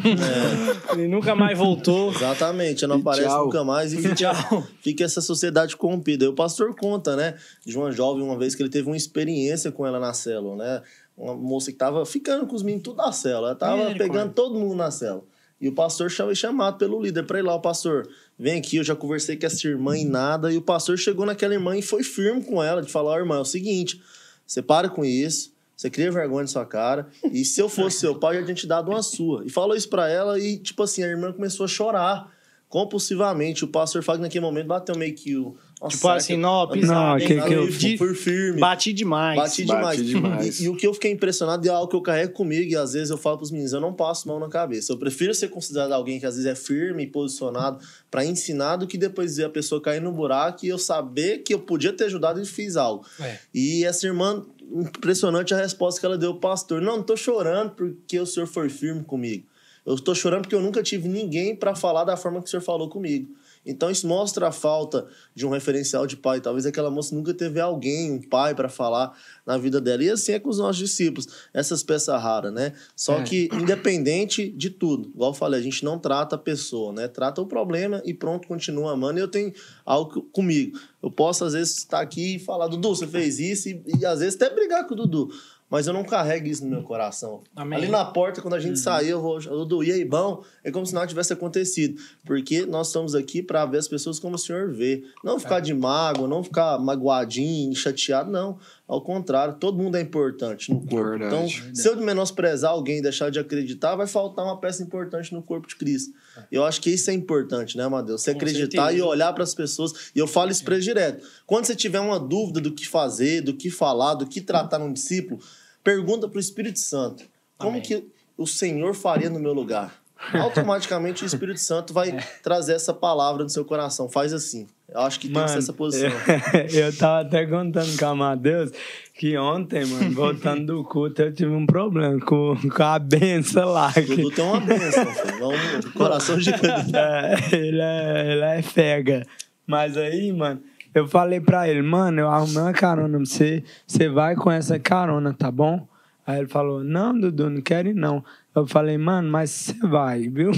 É. Ele nunca mais voltou. Exatamente, não E aparece tchau. nunca mais e fica, fica essa sociedade corrompida. E o pastor conta, né? De uma jovem, uma vez que ele teve uma experiência com ela na célula, né? Uma moça que tava ficando com os meninos tudo na célula. Ela tava É, pegando todo mundo na célula. E o pastor foi chamado pelo líder para ir lá. O pastor, vem aqui, eu já conversei com essa irmã e nada. E o pastor chegou naquela irmã e foi firme com ela, de falar, ó, irmã, é o seguinte, você para com isso, você cria vergonha na sua cara, e se eu fosse seu pai, eu já tinha te dado uma sua. E falou isso pra ela e, tipo assim, a irmã começou a chorar compulsivamente. O pastor fala que naquele momento bateu meio que o... Nossa, Tipo assim, não, pisar, Não, hein? que- que eu- Di- fui firme. Bati demais. Bati demais. Bati demais. E, e o que eu fiquei impressionado é algo que eu carrego comigo, e às vezes eu falo pros meninos, eu não passo mão na cabeça. Eu prefiro ser considerado alguém que às vezes é firme e posicionado pra ensinar, do que depois ver a pessoa cair no buraco e eu saber que eu podia ter ajudado e fiz algo. É. E essa irmã, impressionante a resposta que ela deu ao pastor. Não, não tô chorando porque o senhor foi firme comigo. Eu tô chorando porque eu nunca tive ninguém pra falar da forma que o senhor falou comigo. Então isso mostra a falta de um referencial de pai. Talvez aquela moça nunca teve alguém, um pai para falar na vida dela. E assim é com os nossos discípulos, essas peças raras, né? Só É. que independente de tudo, igual eu falei, a gente não trata a pessoa, né? Trata o problema e pronto, continua amando. E eu tenho algo comigo. Eu posso às vezes estar aqui e falar, Dudu, você fez isso, e, e às vezes até brigar com o Dudu. Mas eu não carrego isso no meu coração. Amém. Ali na porta, quando a gente sair, eu vou... Dudu, e aí, bom? É como se nada tivesse acontecido. Porque nós estamos aqui para ver as pessoas como o Senhor vê. Não ficar de mágoa, não ficar magoadinho, chateado, não. Ao contrário, todo mundo é importante no corpo. Verdade. Então, Verdade. se eu menosprezar alguém e deixar de acreditar, vai faltar uma peça importante no corpo de Cristo. Eu acho que isso é importante, né, Amadeus? Você Com acreditar certeza. e olhar para as pessoas. E eu falo isso para eles direto. Quando você tiver uma dúvida do que fazer, do que falar, do que tratar num discípulo, pergunta para o Espírito Santo. Como Amém. que o Senhor faria no meu lugar? Automaticamente o Espírito Santo vai trazer essa palavra no seu coração. Faz assim. Eu acho que tem que ser essa posição. Eu, eu tava até contando com a Amadeus que ontem, mano, voltando do culto, eu tive um problema com, com a benção lá. O Dudu tem uma bênção, filho. Um coração gigante. É, ele, é, ele é fega. Mas aí, mano, eu falei pra ele, mano, eu arrumei uma carona pra você, você vai com essa carona, tá bom? Aí ele falou, não, Dudu, não quero ir não. Eu falei, mano, mas você vai, viu?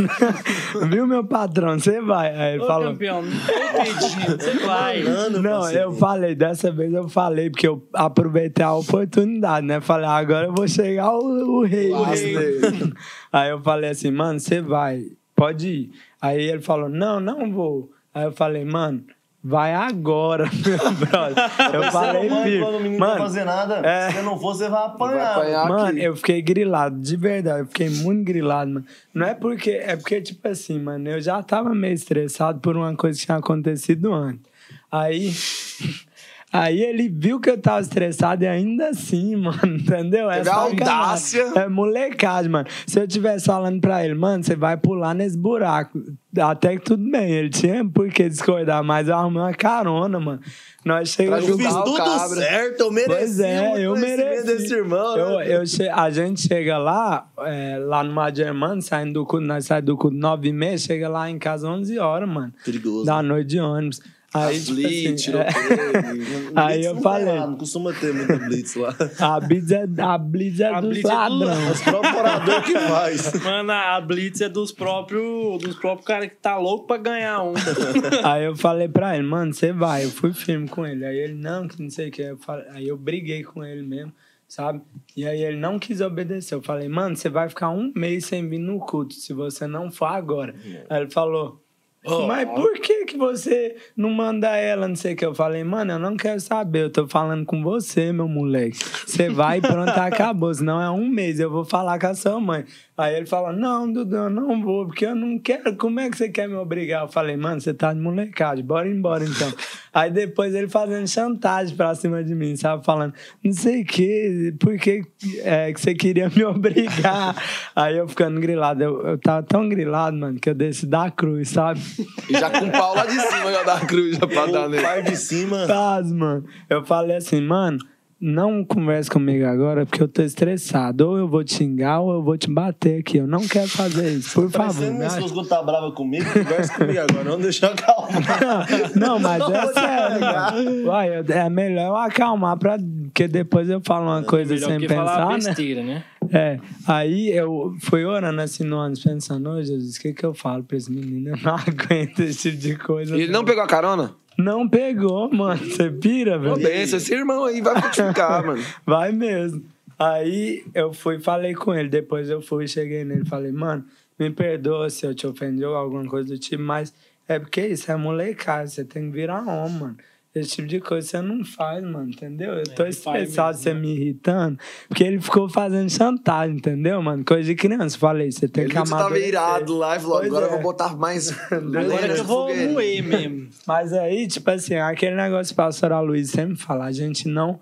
Viu, meu patrão, você vai. Aí ele Ô, falou... campeão, não tô pedindo, você vai. Mano, Não, parceiro. eu falei, dessa vez eu falei, porque eu aproveitei a oportunidade, né? Falei, agora eu vou chegar o, o rei. O rei. Aí eu falei assim, mano, você vai, pode ir. Aí ele falou, não, não vou. Aí eu falei, mano, vai agora, meu brother. Eu Você falei, não vai filho, quando o menino não vai mano, fazer nada. é. Se não for, você vai apanhar. Vai apanhar. Mano, aqui. eu fiquei grilado, de verdade, eu fiquei muito grilado, mano. Não é porque, é porque, tipo assim, mano, eu já tava meio estressado por uma coisa que tinha acontecido antes. Aí, aí ele viu que eu tava estressado e ainda assim, mano, entendeu? Teve a sacanagem. audácia. É molecagem, mano. Se eu tivesse falando pra ele, mano, você vai pular nesse buraco. Até que tudo bem, ele tinha por que discordar, mas eu arrumei uma carona, mano. Nós chegamos... Pra Eu fiz julgar o tudo cabra. certo, eu mereci. Pois é, o eu conhecimento mereci. desse irmão. Eu, né? eu che- a gente chega lá, é, lá no Mar Germano, saindo do culto, nós saímos do culto nove e meia, chega lá em casa onze horas, mano. Perigoso. Da noite de ônibus. Aí, As tipo blitz, assim, tiroteio. é. Aí eu não falei. tem lá, não costuma ter muita blitz lá. A Blitz é, a Blitz é A dos Blitz é do- ladrões. Os próprios moradores que faz. Mano, a Blitz é dos próprios dos próprios caras que tá louco pra ganhar um. Aí eu falei pra ele, mano, você vai. Eu fui firme com ele. Aí ele, não, que não sei o que. Eu falei, aí eu briguei com ele mesmo, sabe? E aí ele não quis obedecer. Eu falei, mano, você vai ficar um mês sem vir no culto, se você não for agora. Aí ele falou, mas por que que você não manda ela, não sei o que? Eu falei, mano, eu não quero saber, eu tô falando com você, meu moleque. Você vai e pronto, acabou. Senão é um mês, eu vou falar com a sua mãe. Aí ele falou, não, Dudu, eu não vou, porque eu não quero. Como é que você quer me obrigar? Eu falei, mano, você tá de molecagem, bora embora então. Aí depois ele fazendo chantagem pra cima de mim, sabe? Falando, não sei o que, por que, é, que você queria me obrigar? Aí eu ficando grilado, eu, eu tava tão grilado, mano, que eu desci da cruz, sabe? E já com o pau lá de cima, já da cruz, já pra dar O nele. par de cima. Tá, mano. Eu falei assim, mano, não converse comigo agora porque eu tô estressado. Ou eu vou te xingar ou eu vou te bater aqui. Eu não quero fazer isso, por favor. Parecendo me se ajuda. você não tá brava comigo, conversa comigo agora. Não deixa eu acalmar. Não, mas Não é vou te sério, pegar. mano. Uai, eu- é melhor eu acalmar, pra, porque depois eu falo uma coisa Melhor sem que falar pensar, né? besteira, né? É, aí eu fui orando assim no ônibus, pensando, ô Jesus, o que que eu falo pra esse menino? Eu não aguento esse tipo de coisa. E ele não pegou a carona? Não pegou, mano. Você pira, Ô, velho? benção, esse irmão aí vai frutificar, mano. Vai mesmo. Aí eu fui, falei com ele. Depois eu fui, cheguei nele, falei, mano, me perdoa se eu te ofendi ou alguma coisa do tipo, mas é porque isso é molecada, você tem que virar homem, mano. Esse tipo de coisa você não faz, mano, entendeu? Eu tô ele faz estressado, mesmo, você né? me irritando, porque ele ficou fazendo chantagem, entendeu, mano? Coisa de criança. Falei, você tem Ele que viu que você tava amadurecer. irado lá e falou, Pois agora é. eu vou botar mais Agora lenha que eu no vou fogueiro. moer mesmo. Mas aí, tipo assim, aquele negócio que o pastor Aloysio sempre fala, a gente não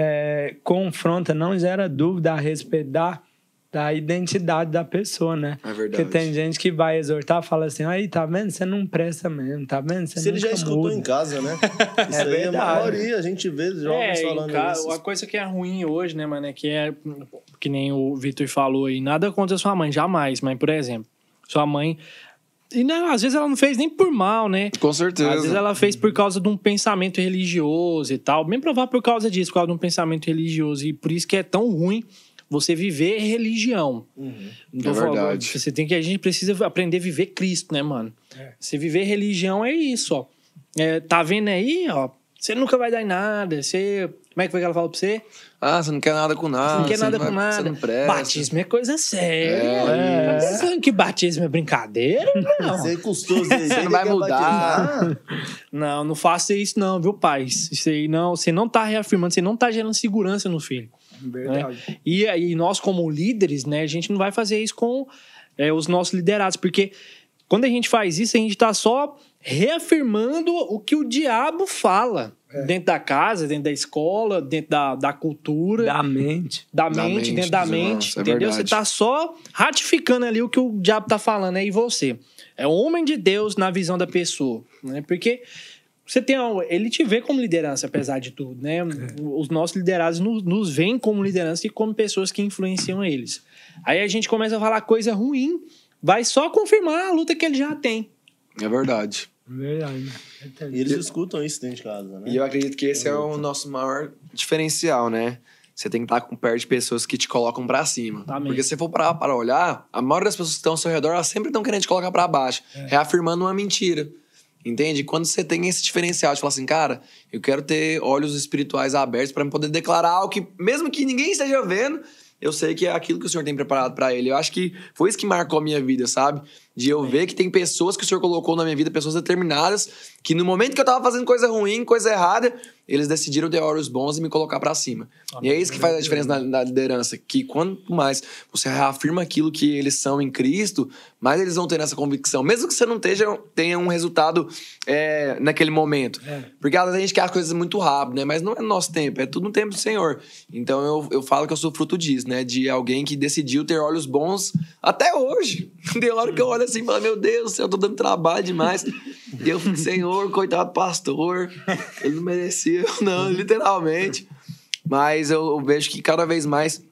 é, confronta, não gera dúvida a respeito da, da identidade da pessoa, né? É verdade. Porque tem gente que vai exortar, fala assim, aí, tá vendo? Você não presta mesmo, tá vendo? Você Se ele já nunca escutou muda. em casa, né? Isso aí é a verdade. maioria. A gente vê jovens É, falando e, cara, isso. uma coisa que é ruim hoje, né, mano, é que é, que nem o Vitor falou aí, nada contra sua mãe, jamais, mas, por exemplo, sua mãe, e não, às vezes ela não fez nem por mal, né? Com certeza. Às vezes ela fez por causa de um pensamento religioso e tal, bem provável por causa disso, por causa de um pensamento religioso, e por isso que é tão ruim você viver religião. Uhum. Não tô É falando- verdade. Você tem que, a gente precisa aprender a viver Cristo, né, mano? Você viver religião é isso, ó. É, tá vendo aí, ó? Você nunca vai dar em nada. Você. Como é que foi que ela falou pra você? Ah, você não quer nada com nada. Você não quer nada vai- com nada. Você não presta. Batismo é coisa séria. É. Tá pensando que batismo é brincadeira? Não. Você é custoso. Você não vai mudar. Não, não faça isso não, viu, pai? Isso aí não, você não tá reafirmando, você não tá gerando segurança no filho. Verdade. E aí nós, como líderes, né, a gente não vai fazer isso com é, os nossos liderados, porque quando a gente faz isso, a gente tá só reafirmando o que o diabo fala dentro da casa, dentro da escola, dentro da, da cultura, da, Da mente. mente, mente dentro da dos mente, irmãos, é entendeu? Você verdade. tá só ratificando ali o que o diabo tá falando aí, você. É o homem de Deus na visão da pessoa, né? Porque você tem, um- ele te vê como liderança, apesar de tudo, né? Os nossos liderados nos, nos veem como liderança e como pessoas que influenciam eles. Aí a gente começa a falar coisa ruim, vai só confirmar a luta que ele já tem. É verdade. Verdade. E eles escutam isso dentro de casa, né? E eu acredito que esse é o nosso maior diferencial, né? Você tem que estar com perto de pessoas que te colocam pra cima. Exatamente. Porque se você for parar para olhar, a maioria das pessoas que estão ao seu redor, elas sempre estão querendo te colocar pra baixo, reafirmando uma mentira. Entende? Quando você tem esse diferencial de falar assim, cara, eu quero ter olhos espirituais abertos pra poder declarar algo que, mesmo que ninguém esteja vendo, eu sei que é aquilo que o Senhor tem preparado pra ele. Eu acho que foi isso que marcou a minha vida, sabe? De eu ver que tem pessoas que o Senhor colocou na minha vida, pessoas determinadas, que no momento que eu tava fazendo coisa ruim, coisa errada, eles decidiram ter olhos bons e me colocar pra cima. E é isso que faz a diferença na, na liderança, que quanto mais você reafirma aquilo que eles são em Cristo, mais eles vão ter essa convicção. Mesmo que você não esteja, tenha um resultado é, naquele momento. Porque às vezes a gente quer as coisas muito rápido, né? Mas não é no nosso tempo, é tudo no tempo do Senhor. Então eu, eu falo que eu sou fruto disso, né? De alguém que decidiu ter olhos bons até hoje. Tem hora que eu olho assim e falo, meu Deus do céu, eu tô dando trabalho demais. E eu fico, Senhor, coitado do pastor, ele não merecia, não, literalmente. Mas eu, eu vejo que cada vez mais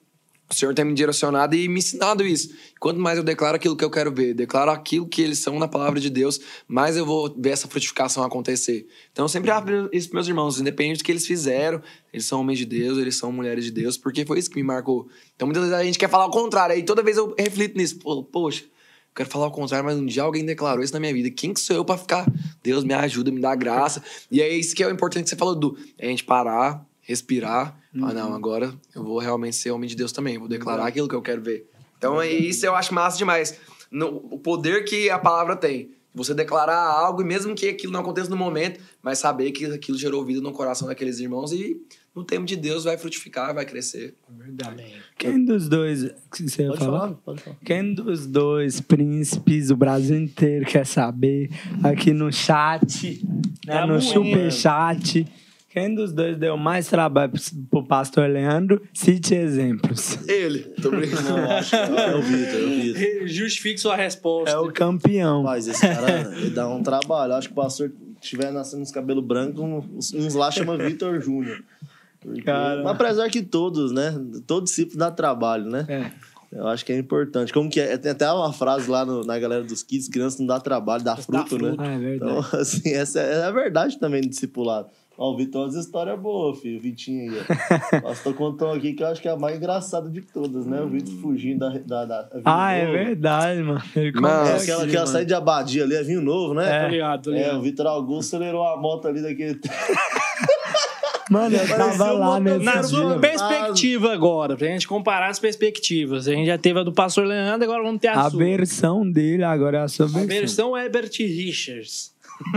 o Senhor tem me direcionado e me ensinado isso. Quanto mais eu declaro aquilo que eu quero ver, declaro aquilo que eles são na palavra de Deus, mais eu vou ver essa frutificação acontecer. Então eu sempre abro isso para meus irmãos, independente do que eles fizeram, eles são homens de Deus, eles são mulheres de Deus, porque foi isso que me marcou. Então muitas vezes a gente quer falar o contrário, aí toda vez eu reflito nisso. Pô, poxa, eu quero falar o contrário, mas um dia alguém declarou isso na minha vida. Quem que sou eu para ficar? Deus me ajuda, me dá graça. E é isso que é o importante que você falou, Du. É a gente parar, respirar. Uhum. Ah, não, agora eu vou realmente ser homem de Deus também. Vou declarar uhum. aquilo que eu quero ver. Então, isso eu acho massa demais. No, o poder que a palavra tem. Você declarar algo, e mesmo que aquilo não aconteça no momento, mas saber que aquilo gerou vida no coração daqueles irmãos e no tempo de Deus vai frutificar, vai crescer. É verdade. Quem dos dois... Que você pode falar? falar? Pode falar. Quem dos dois príncipes, o Brasil inteiro quer saber, aqui no chat, né, é no superchat... Quem dos dois deu mais trabalho pro pastor Leandro? Cite exemplos. Ele. Tô brincando. Não, acho que é o Vitor, é o Vitor. Justifique sua resposta. É o campeão. Mas esse cara, ele dá um trabalho. Acho que o pastor estiver nascendo uns cabelos brancos, uns lá chama Vitor Júnior. Mas apesar que todos, né? Todo discípulo dá trabalho, né? É. Eu acho que é importante. Como que é? Tem até uma frase lá no, na galera dos kids, criança não dá trabalho, dá fruto, dá fruto, né? Ah, é verdade. Então, assim, essa é a verdade também do discipulado. Ó, o Vitor, umas histórias boas, filho. O Vitinho aí, ó. O pastor contou aqui que eu acho que é a mais engraçada de todas, né? O Vitor fugindo da... da, da ah, é verdade, mano. Ele mano, aquela, aqui, aquela saída de Abadia ali, é vinho novo, né? É, tô ligado, tô ligado. É, o Vitor Augusto acelerou a moto ali daquele... Mano, eu tava lá nesse Na sua perspectiva agora, pra gente comparar as perspectivas. A gente já teve a do pastor Leandro, agora vamos ter a, a sua. A versão dele agora é a sua versão. A versão Herbert Richards.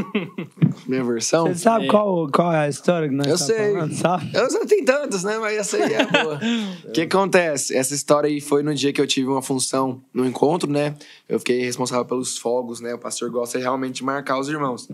Minha versão? Você sabe é. qual, qual é a história que nós eu tá sei. falando, sabe? Eu sei, tem tantas, né? Mas essa aí é boa. O que acontece? Essa história aí foi no dia que eu tive uma função no encontro, né? Eu fiquei responsável pelos fogos, né? O pastor gosta realmente de marcar os irmãos.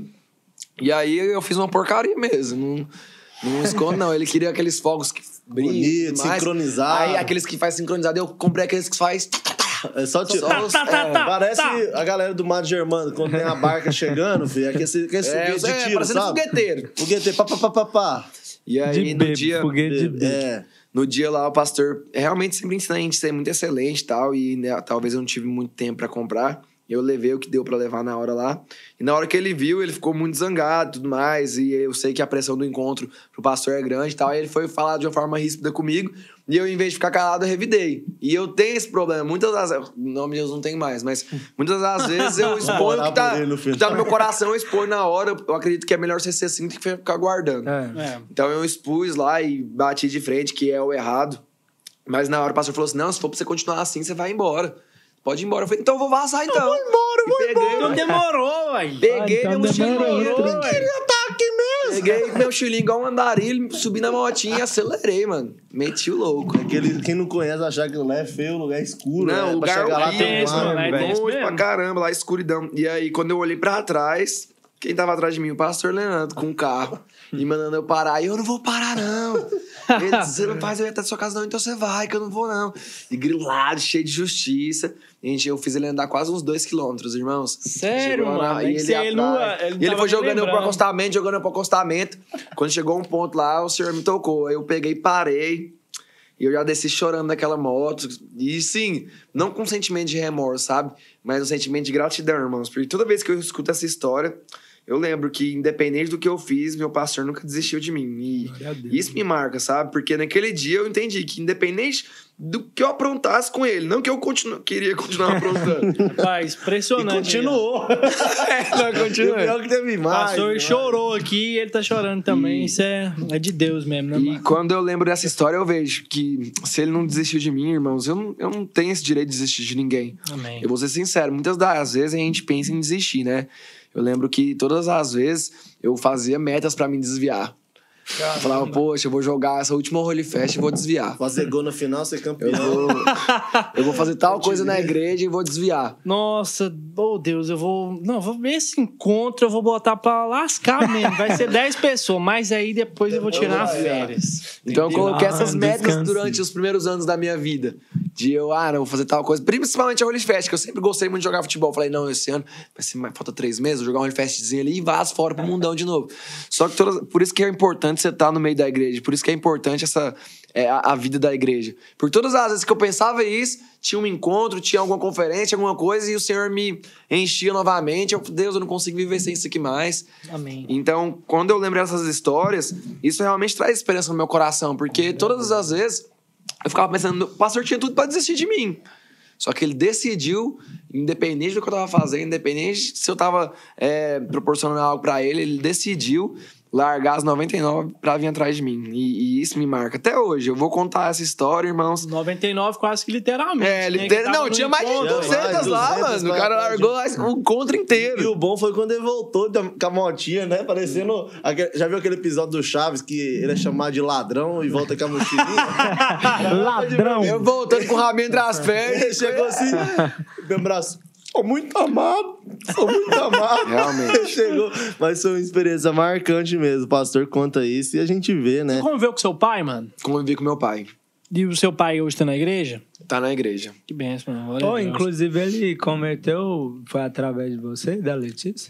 E aí eu fiz uma porcaria mesmo. Não, não escondo, não. Ele queria aqueles fogos que brilham. Bonito, sincronizado. Aí aqueles que faz sincronizado, eu comprei aqueles que faz... É só tipo. Tá, tá, tá, é, tá, parece tá. a galera do Mar Germano, quando tem a barca chegando, filho. Aquele, aquele é, foguete de tiro, é, sabe? Fogueteiro. Fogueteiro, pá, pá, pá, pá, pá. E aí, de no bebo, dia. Foguete de bebo. É. No dia lá, o pastor realmente sempre ensina a gente a ser muito excelente e tal. E né, talvez eu não tive muito tempo pra comprar. Eu levei o que deu pra levar na hora lá. E na hora que ele viu, ele ficou muito zangado e tudo mais. E eu sei que a pressão do encontro pro pastor é grande e tal. E ele foi falar de uma forma ríspida comigo. E eu, em vez de ficar calado, eu revidei. E eu tenho esse problema. Muitas das vezes... O nome de Deus não tem mais. Mas muitas das vezes eu exponho o que tá, no que tá no meu coração. Eu exponho na hora. Eu acredito que é melhor você ser assim do que ficar guardando. É. É. Então eu expus lá e bati de frente, que é o errado. Mas na hora o pastor falou assim, não, se for pra você continuar assim, você vai embora. Pode ir embora. Eu falei, então eu vou vazar, então. Eu vou embora, eu vou peguei, embora. Então demorou, ué. Peguei ah, então meu mochilinho. Eu queria estar aqui mesmo. Peguei meu mochilinho igual um andarilho, subi na motinha e acelerei, mano. Meti o louco. Aquele, quem não conhece achar que lá é feio, o lugar é escuro. Não, né? o lugar chegar lá é tem um mar, velho. Longe pra caramba, lá escuridão. E aí, quando eu olhei pra trás, quem tava atrás de mim? O pastor Leandro, com um carro. E mandando eu parar. E eu não vou parar, não. Ele disse, você não faz eu ir até a sua casa, não. Então você vai, que eu não vou, não. E grilado, cheio de justiça. Gente, eu fiz ele andar quase uns dois quilômetros, irmãos. Sério, mano? Lá, e ele, ele, não, ele, e ele foi jogando eu pro acostamento, jogando eu pro acostamento. Quando chegou um ponto lá, o senhor me tocou. Aí eu peguei e parei. E eu já desci chorando daquela moto. E sim, não com sentimento de remorso, sabe? Mas um sentimento de gratidão, irmãos. Porque toda vez que eu escuto essa história, eu lembro que, independente do que eu fiz, meu pastor nunca desistiu de mim. E isso me marca, sabe? Porque naquele dia eu entendi que, independente do que eu aprontasse com ele, não que eu continu... queria continuar aprontando. Rapaz, impressionante. E continuou. É, não, continuou. Pior que teve mais. O pastor mais. chorou aqui e ele tá chorando também. E... Isso é, é de Deus mesmo, né? E Marcos? quando eu lembro dessa história, eu vejo que se ele não desistiu de mim, irmãos, eu não, eu não tenho esse direito de desistir de ninguém. Amém. Eu vou ser sincero, muitas das vezes a gente pensa em desistir, né? Eu lembro que todas as vezes eu fazia metas pra me desviar. Eu falava, poxa, eu vou jogar essa última Holy Fest e vou desviar. Fazer gol na final, ser campeão. Eu vou, eu vou fazer tal coisa na igreja e vou desviar. Nossa, oh Deus, eu vou... Não, vou ver esse encontro, eu vou botar pra lascar mesmo. Vai ser dez pessoas, mas aí depois eu vou tirar férias. Então eu coloquei ah, essas metas descanse. durante os primeiros anos da minha vida. De eu, ah, não, vou fazer tal coisa. Principalmente a Holy Fest, que eu sempre gostei muito de jogar futebol. Falei, não, esse ano, vai ser, falta três meses, vou jogar um Holy Festzinho ali e vaso fora pro mundão de novo. Só que todas, por isso que é importante você estar no meio da igreja. Por isso que é importante essa, é, a, a vida da igreja. Por todas as vezes que eu pensava isso, tinha um encontro, tinha alguma conferência, alguma coisa, e o Senhor me enchia novamente. Eu, Deus, eu não consigo viver sem isso aqui mais. Amém. Então, quando eu lembro dessas histórias, isso realmente traz esperança no meu coração. Porque todas as vezes... eu ficava pensando, o pastor tinha tudo pra desistir de mim. Só que ele decidiu, independente do que eu tava fazendo, independente se eu tava é, proporcionando algo pra ele, ele decidiu largar as noventa e nove pra vir atrás de mim. E, e isso me marca até hoje. Eu vou contar essa história, irmãos. noventa e nove quase que literalmente. É, liter... Não, tinha mais de duzentas lá, mano. O cara largou o encontro inteiro. E o bom foi quando ele voltou com a motinha, né? Parecendo... Já viu aquele episódio do Chaves que ele é chamado de ladrão e volta com a mochilinha? Ladrão! Eu voltando com o rabinho entre as pernas. Ele chegou assim, meu braço... Sou muito amado, sou muito amado. Realmente. Chegou, mas foi uma experiência marcante mesmo. O pastor conta isso e a gente vê, né? Você conviveu com seu pai, mano? Convivi com meu pai. E o seu pai hoje tá na igreja? Tá na igreja. Que benção, mano. Glória Oh, a Deus. inclusive, ele converteu, foi através de você, da Letícia?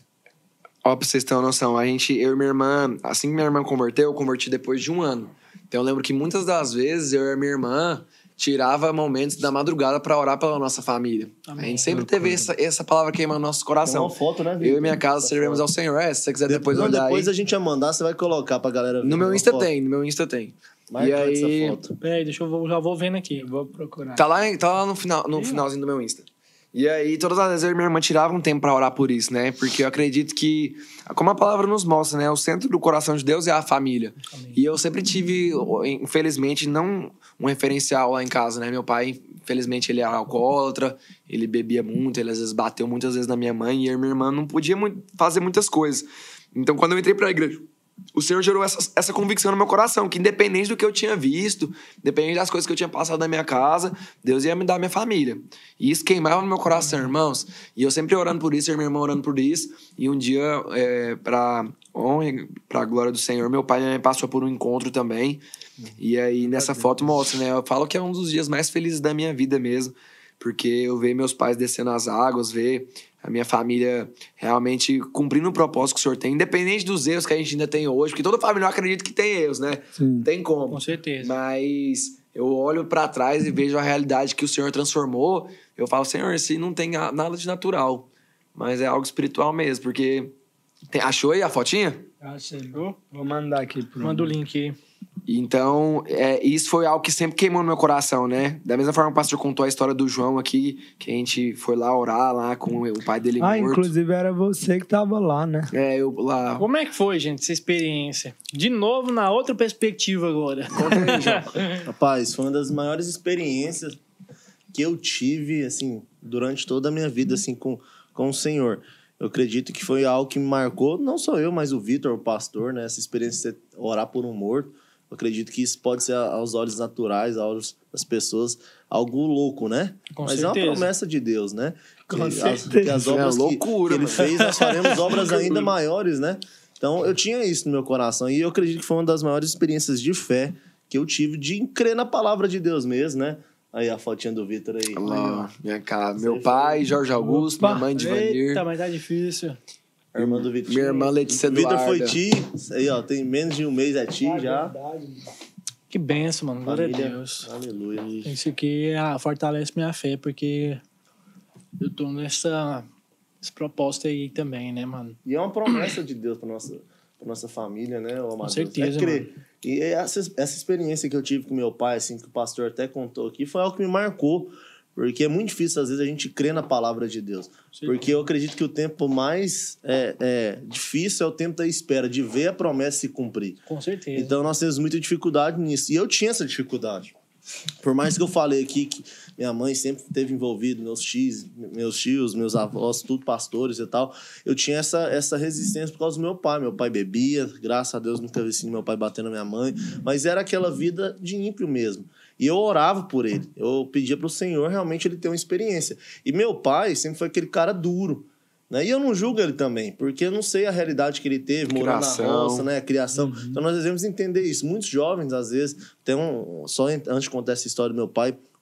Ó, pra vocês terem uma noção, a gente, eu e minha irmã, assim que minha irmã converteu, eu converti depois de um ano. Então eu lembro que muitas das vezes eu e a minha irmã tirava momentos da madrugada pra orar pela nossa família. Amém. A gente sempre teve essa, essa palavra queimando no nosso Tem coração. uma foto, né, Vitor? Eu e minha casa servemos ao Senhor. É, se você quiser depois Não, olhar depois aí. a gente vai mandar, você vai colocar pra galera ver. No meu uma Insta foto. tem, no meu Insta tem. Marca e aí, essa foto. Peraí, deixa eu vou, já vou vendo aqui. Eu vou procurar. tá lá, tá lá no, final, no finalzinho do meu Insta. E aí, todas as vezes eu e minha irmã tiravam um tempo pra orar por isso, né? Porque eu acredito que, como a palavra nos mostra, né? O centro do coração de Deus é a família. Amém. E eu sempre tive, infelizmente, não um referencial lá em casa, né? Meu pai, infelizmente, ele era alcoólatra, ele bebia muito, ele às vezes bateu muitas vezes na minha mãe, e eu e minha irmã não podia muito, fazer muitas coisas. Então, quando eu entrei pra igreja, o Senhor gerou essa, essa convicção no meu coração, que independente do que eu tinha visto, independente das coisas que eu tinha passado na minha casa, Deus ia me dar minha família. E isso queimava no meu coração, irmãos. E eu sempre orando por isso, eu e minha irmã orando por isso. E um dia, é, pra honra, pra glória do Senhor, meu pai me passou por um encontro também. E aí, nessa foto mostra, né? Eu falo que é um dos dias mais felizes da minha vida mesmo. Porque eu ver meus pais descendo as águas, ver a minha família realmente cumprindo o propósito que o Senhor tem, independente dos erros que a gente ainda tem hoje, porque toda família eu acredito que tem erros, né? Sim. Tem como. Com certeza. Mas eu olho pra trás e vejo a realidade que o Senhor transformou. Eu falo, Senhor, isso não tem nada de natural, mas é algo espiritual mesmo, porque... Tem... Achou aí a fotinha? Achei. Vou mandar aqui pro... Manda o link aí. Então, é, isso foi algo que sempre queimou no meu coração, né? Da mesma forma que o pastor contou a história do João aqui, que a gente foi lá orar lá com o pai dele Ah, morto. inclusive era você que tava lá, né? É, eu lá... Como é que foi, gente, essa experiência? De novo, na outra perspectiva agora. Conta aí, João. Rapaz, foi uma das maiores experiências que eu tive, assim, durante toda a minha vida, assim, com, com o Senhor. Eu acredito que foi algo que me marcou, não só eu, mas o Vitor, o pastor, né? Essa experiência de orar por um morto. Eu acredito que isso pode ser, aos olhos naturais, aos olhos das pessoas, algo louco, né? Com Mas certeza. é uma promessa de Deus, né? Com que, as, certeza. que as obras É loucura, que, que ele mano. fez, nós faremos obras ainda maiores, né? Então, eu tinha isso no meu coração. E eu acredito que foi uma das maiores experiências de fé que eu tive de crer na palavra de Deus mesmo, né? Aí a fotinha do Vitor aí. Lá, minha casa. Meu pai, Jorge Augusto, minha mãe, Divanir. Eita, mas tá difícil. A irmã do Vitor. Minha irmã, Letícia Vitor Eduarda. foi ti. Aí, ó, tem menos de um mês é ti já. Que benção, mano. Glória a Família. Deus. Aleluia. Isso aqui ah, fortalece minha fé, porque eu tô nessa, nesse propósito aí também, né, mano? E é uma promessa de Deus para nossa, pra nossa família, né, ô Amadeus? certeza, É crer. E essa, essa experiência que eu tive com meu pai, assim, que o pastor até contou aqui, foi algo que me marcou. Porque é muito difícil, às vezes, a gente crer na palavra de Deus. Sim. Porque eu acredito que o tempo mais é, é, difícil é o tempo da espera, de ver a promessa se cumprir. Com certeza. Então, nós temos muita dificuldade nisso. E eu tinha essa dificuldade. Por mais que eu falei aqui que minha mãe sempre esteve envolvida, meus tios, meus tios, meus avós, tudo pastores e tal, eu tinha essa, essa resistência por causa do meu pai. Meu pai bebia, graças a Deus nunca vi assim meu pai batendo na minha mãe, mas era aquela vida de ímpio mesmo. E eu orava por ele, eu pedia para o Senhor realmente ele ter uma experiência. E meu pai sempre foi aquele cara duro. Né? E eu não julgo ele também, porque eu não sei a realidade que ele teve, morando Criação. na roça, né? A criação. Uhum. Então nós devemos entender isso. Muitos jovens, às vezes, tem um. Só antes de contar essa história do meu pai,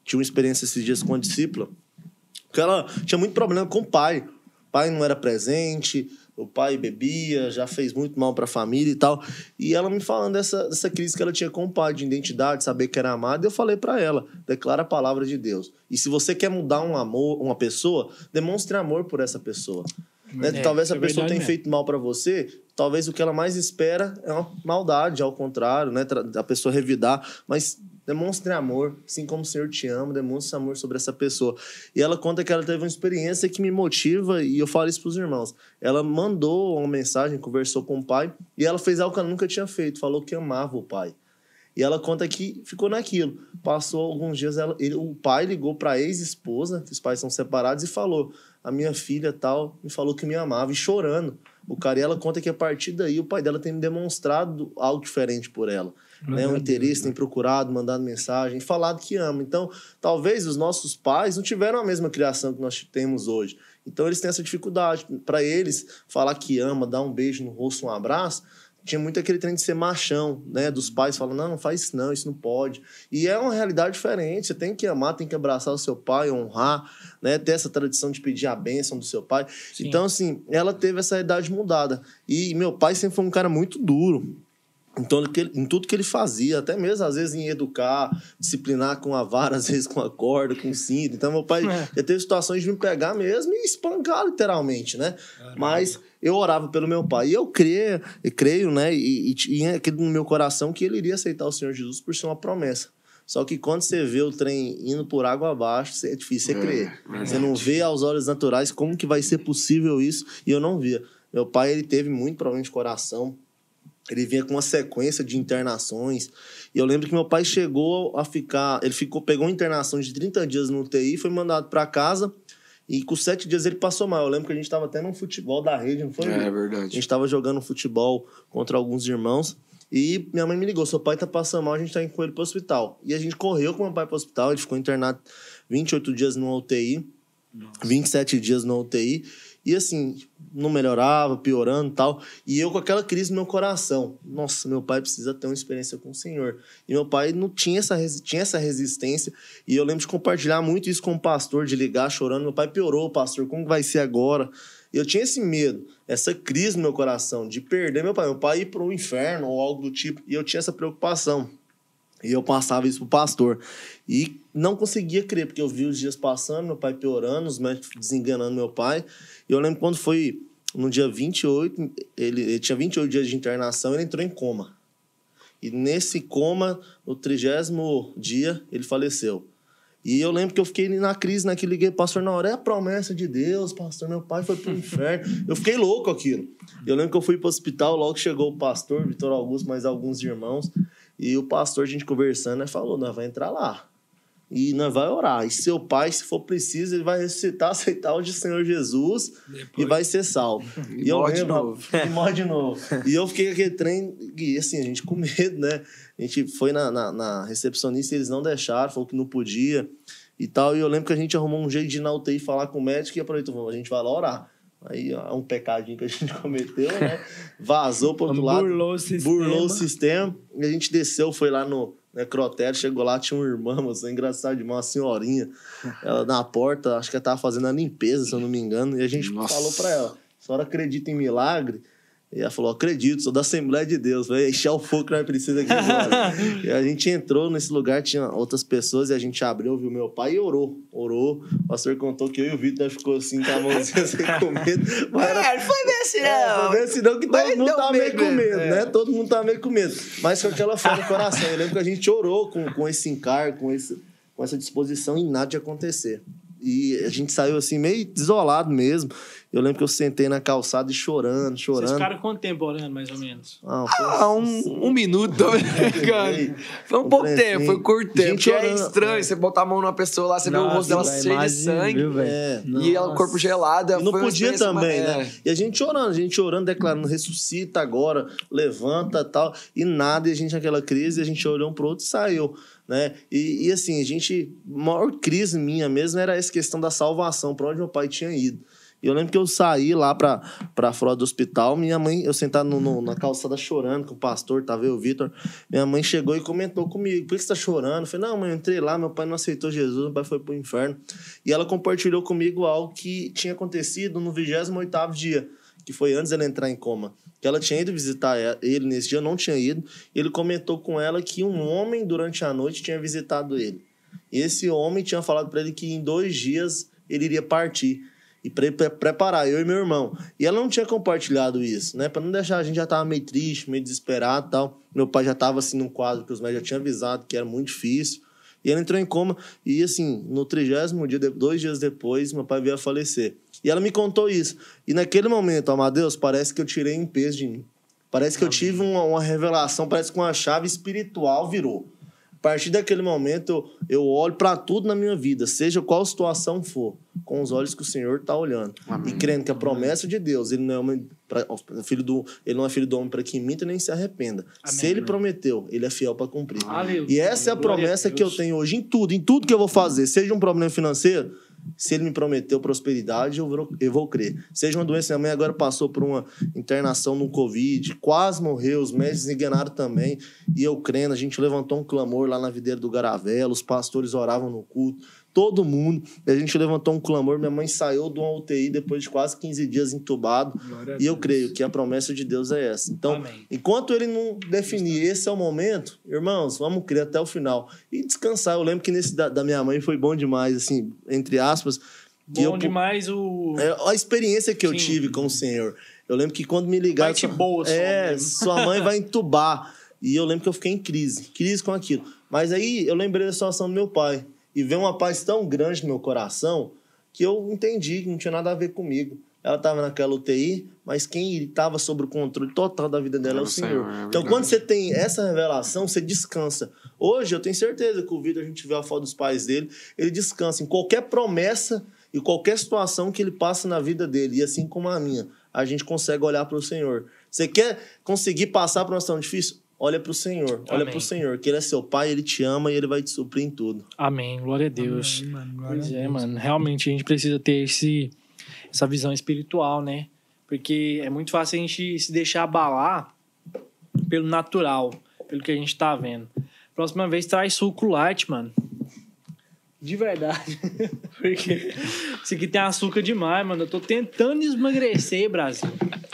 Tinha uma experiência esses dias com a discípula, porque ela tinha muito problema com o pai. O pai não era presente, o pai bebia, já fez muito mal para a família e tal. E ela me falando dessa, dessa crise que ela tinha com o pai, de identidade, saber que era amada. Eu falei para ela, declara a palavra de Deus. E se você quer mudar um amor, uma pessoa, demonstre amor por essa pessoa. Né? É, talvez essa pessoa tenha feito mal para você, talvez o que ela mais espera é uma maldade, ao contrário, né? A pessoa revidar, mas demonstre amor, assim como o Senhor te ama, demonstre amor sobre essa pessoa. E ela conta que ela teve uma experiência que me motiva, e eu falo isso para os irmãos. Ela mandou uma mensagem, conversou com o pai, e ela fez algo que ela nunca tinha feito, falou que amava o pai. E ela conta que ficou naquilo. Passou alguns dias, ela, ele, o pai ligou para a ex-esposa, que os pais são separados, e falou, a minha filha tal me falou que me amava, e chorando. O cara, e ela conta que a partir daí o pai dela tem demonstrado algo diferente por ela. Né? Um interesse, tem procurado, mandado mensagem, falado que ama. Então, talvez os nossos pais não tiveram a mesma criação que nós temos hoje. Então, eles têm essa dificuldade. Para eles, falar que ama, dar um beijo no rosto, um abraço, tinha muito aquele trem de ser machão, né? Dos pais falando, não, não faz isso não, isso não pode. E é uma realidade diferente, você tem que amar, tem que abraçar o seu pai, honrar, né? Ter essa tradição de pedir a bênção do seu pai. Sim. Então, assim, ela teve essa idade mudada. E meu pai sempre foi um cara muito duro. Então, em tudo que ele fazia, até mesmo, às vezes, em educar, disciplinar com a vara, às vezes com a corda, com o cinto. Então, meu pai é. já teve situações de me pegar mesmo e espancar, literalmente, né? Caramba. Mas eu orava pelo meu pai. E eu creio, eu creio né? E, e tinha aqui no meu coração que ele iria aceitar o Senhor Jesus por ser uma promessa. Só que quando você vê o trem indo por água abaixo, é difícil você é, crer. É você não vê aos olhos naturais como que vai ser possível isso. E eu não via. Meu pai, ele teve muito problema de coração. Ele vinha com uma sequência de internações. E eu lembro que meu pai chegou a ficar... Ele ficou, pegou uma internação de trinta dias no U T I, foi mandado para casa. E com sete dias ele passou mal. Eu lembro que a gente estava até num futebol da rede, não foi? É, é verdade. A gente estava jogando futebol contra alguns irmãos. E minha mãe me ligou, seu pai tá passando mal, a gente tá indo com ele pro hospital. E a gente correu com meu pai pro hospital, ele ficou internado vinte e oito dias no U T I. Nossa. vinte e sete dias no U T I. E assim, não melhorava, piorando e tal. E eu com aquela crise no meu coração. Nossa, meu pai precisa ter uma experiência com o Senhor. E meu pai não tinha essa, tinha essa resistência. E eu lembro de compartilhar muito isso com o pastor, de ligar chorando. Meu pai piorou, pastor, como vai ser agora? E eu tinha esse medo, essa crise no meu coração, de perder meu pai. Meu pai ir para o inferno ou algo do tipo. E eu tinha essa preocupação. E eu passava isso pro pastor. E não conseguia crer, porque eu vi os dias passando, meu pai piorando, os médicos desenganando meu pai. E eu lembro quando foi no dia vinte e oito, ele, ele tinha vinte e oito dias de internação, ele entrou em coma. E nesse coma, no trigésimo dia, ele faleceu. E eu lembro que eu fiquei na crise, né? Que liguei, pastor, na hora, é a promessa de Deus, pastor, meu pai foi pro inferno. Eu fiquei louco aquilo. Eu lembro que eu fui pro hospital, logo chegou o pastor, Vitor Augusto, mais alguns irmãos. E o pastor, a gente conversando, né, falou, nós vamos entrar lá. E nós vamos orar. E seu pai, se for preciso, ele vai ressuscitar, aceitar o de Senhor Jesus. Depois. E vai ser salvo. E, e eu morre lembro, de novo. E morre de novo. E eu fiquei com aquele trem, e assim, a gente com medo, né? A gente foi na, na, na recepcionista e eles não deixaram, falou que não podia e tal. E eu lembro que a gente arrumou um jeito de ir na U T I falar com o médico e aproveitou, a gente vai lá orar. Aí é um pecadinho que a gente cometeu, né? Vazou pro outro lado. Burlou o sistema. Burlou o sistema. E a gente desceu, foi lá no necrotério, chegou lá, tinha uma irmã, moça, engraçado demais, uma senhorinha. Ela na porta, acho que ela tava fazendo a limpeza, se eu não me engano. E a gente Nossa. falou pra ela, a senhora acredita em milagre? E ela falou, acredito, sou da Assembleia de Deus. Vai encher o fogo que nós precisamos aqui agora. E a gente entrou nesse lugar, tinha outras pessoas, e a gente abriu, viu meu pai e orou. Orou. O pastor contou que eu e o Vitor ficou assim, com a mãozinha assim, com medo. Mas era... É, não foi bem assim, não. É, foi bem assim, não, que todo mundo tava meio com medo, é. né? Todo mundo tava meio com medo. Mas com aquela fé no coração. Eu lembro que a gente orou com, com esse encargo, com, esse, com essa disposição e nada de acontecer. E a gente saiu assim, meio desolado mesmo. Eu lembro que eu sentei na calçada e chorando, chorando. Vocês ficaram quanto tempo orando, mais ou menos? Ah, foi... ah um, um minuto. Foi um, um pouco tempo, assim. Foi curto tempo. Porque é estranho, é. você botar a mão numa pessoa lá, você Nossa, vê o rosto dela cheio de sangue. Viu, é. E ela, o corpo gelado. E não podia também, uma... né? É. E a gente orando, a gente orando, declarando, ressuscita agora, levanta e tal. E nada, e a gente naquela crise, a gente olhou um pro outro e saiu. Né? E, e assim, a gente, a maior crise minha mesmo era essa questão da salvação, para onde meu pai tinha ido. E eu lembro que eu saí lá pra, pra fora do hospital, minha mãe, eu sentado no, no, na calçada chorando com o pastor, tava eu, o Vitor. Minha mãe chegou e comentou comigo: por que você tá chorando? Eu falei: não, mãe, eu entrei lá, meu pai não aceitou Jesus, meu pai foi pro inferno. E ela compartilhou comigo algo que tinha acontecido no vigésimo oitavo dia, que foi antes dela entrar em coma. Que ela tinha ido visitar ele nesse dia, eu não tinha ido. E ele comentou com ela que um homem, durante a noite, tinha visitado ele. E esse homem tinha falado para ele que em dois dias ele iria partir. E para pre preparar, eu e meu irmão. E ela não tinha compartilhado isso, né? Para não deixar, a gente já tava meio triste, meio desesperado e tal. Meu pai já tava assim num quadro que os médicos já tinham avisado que era muito difícil. E ele entrou em coma. E assim, no trigésimo dia, dois dias depois, meu pai veio a falecer. E ela me contou isso. E naquele momento, Amadeus, parece que eu tirei um peso de mim. Parece que eu tive uma, uma revelação, parece que uma chave espiritual virou. A partir daquele momento, eu olho para tudo na minha vida, seja qual situação for, com os olhos que o Senhor está olhando. Amém. E crendo que a promessa de Deus, ele não é, uma, pra, filho do, ele não é filho do homem para que minta nem se arrependa. Amém. Se ele prometeu, ele é fiel para cumprir. Aleluia. E essa é a promessa que eu tenho hoje em tudo, em tudo que eu vou fazer. Seja um problema financeiro, se ele me prometeu prosperidade, eu vou, eu vou crer. Seja uma doença, minha mãe agora passou por uma internação no Covid, quase morreu, os médicos enganaram também, e eu crendo, a gente levantou um clamor lá na videira do Garavela, os pastores oravam no culto, todo mundo, e a gente levantou um clamor, minha mãe saiu de uma U T I depois de quase quinze dias entubado, e eu creio que a promessa de Deus é essa. Então, amém. Enquanto ele não definir esse é o momento, irmãos, vamos crer até o final e descansar. Eu lembro que nesse da, da minha mãe foi bom demais, assim, entre aspas. Bom eu, demais o... A experiência que eu Sim. tive com o Senhor. Eu lembro que quando me ligaram... Sua... boa, é, sua mãe vai entubar. E eu lembro que eu fiquei em crise, crise com aquilo. Mas aí eu lembrei da situação do meu pai. E veio uma paz tão grande no meu coração que eu entendi que não tinha nada a ver comigo. Ela estava naquela U T I, mas quem estava sob o controle total da vida dela é o Senhor. É então, quando você tem essa revelação, você descansa. Hoje, eu tenho certeza que o Vitor, a gente vê a foto dos pais dele, ele descansa em qualquer promessa e qualquer situação que ele passa na vida dele. E assim como a minha, a gente consegue olhar para o Senhor. Você quer conseguir passar por uma situação difícil? Olha para o Senhor, olha Amém. Para o Senhor, que Ele é seu Pai, Ele te ama e Ele vai te suprir em tudo. Amém, glória a Deus. Amém, mano, glória pois a Deus. É, mano, realmente a gente precisa ter esse, essa visão espiritual, né? Porque é muito fácil a gente se deixar abalar pelo natural, pelo que a gente tá vendo. Próxima vez traz suco light, mano. De verdade. Porque isso aqui tem açúcar demais, mano. Eu tô tentando emagrecer, Brasil.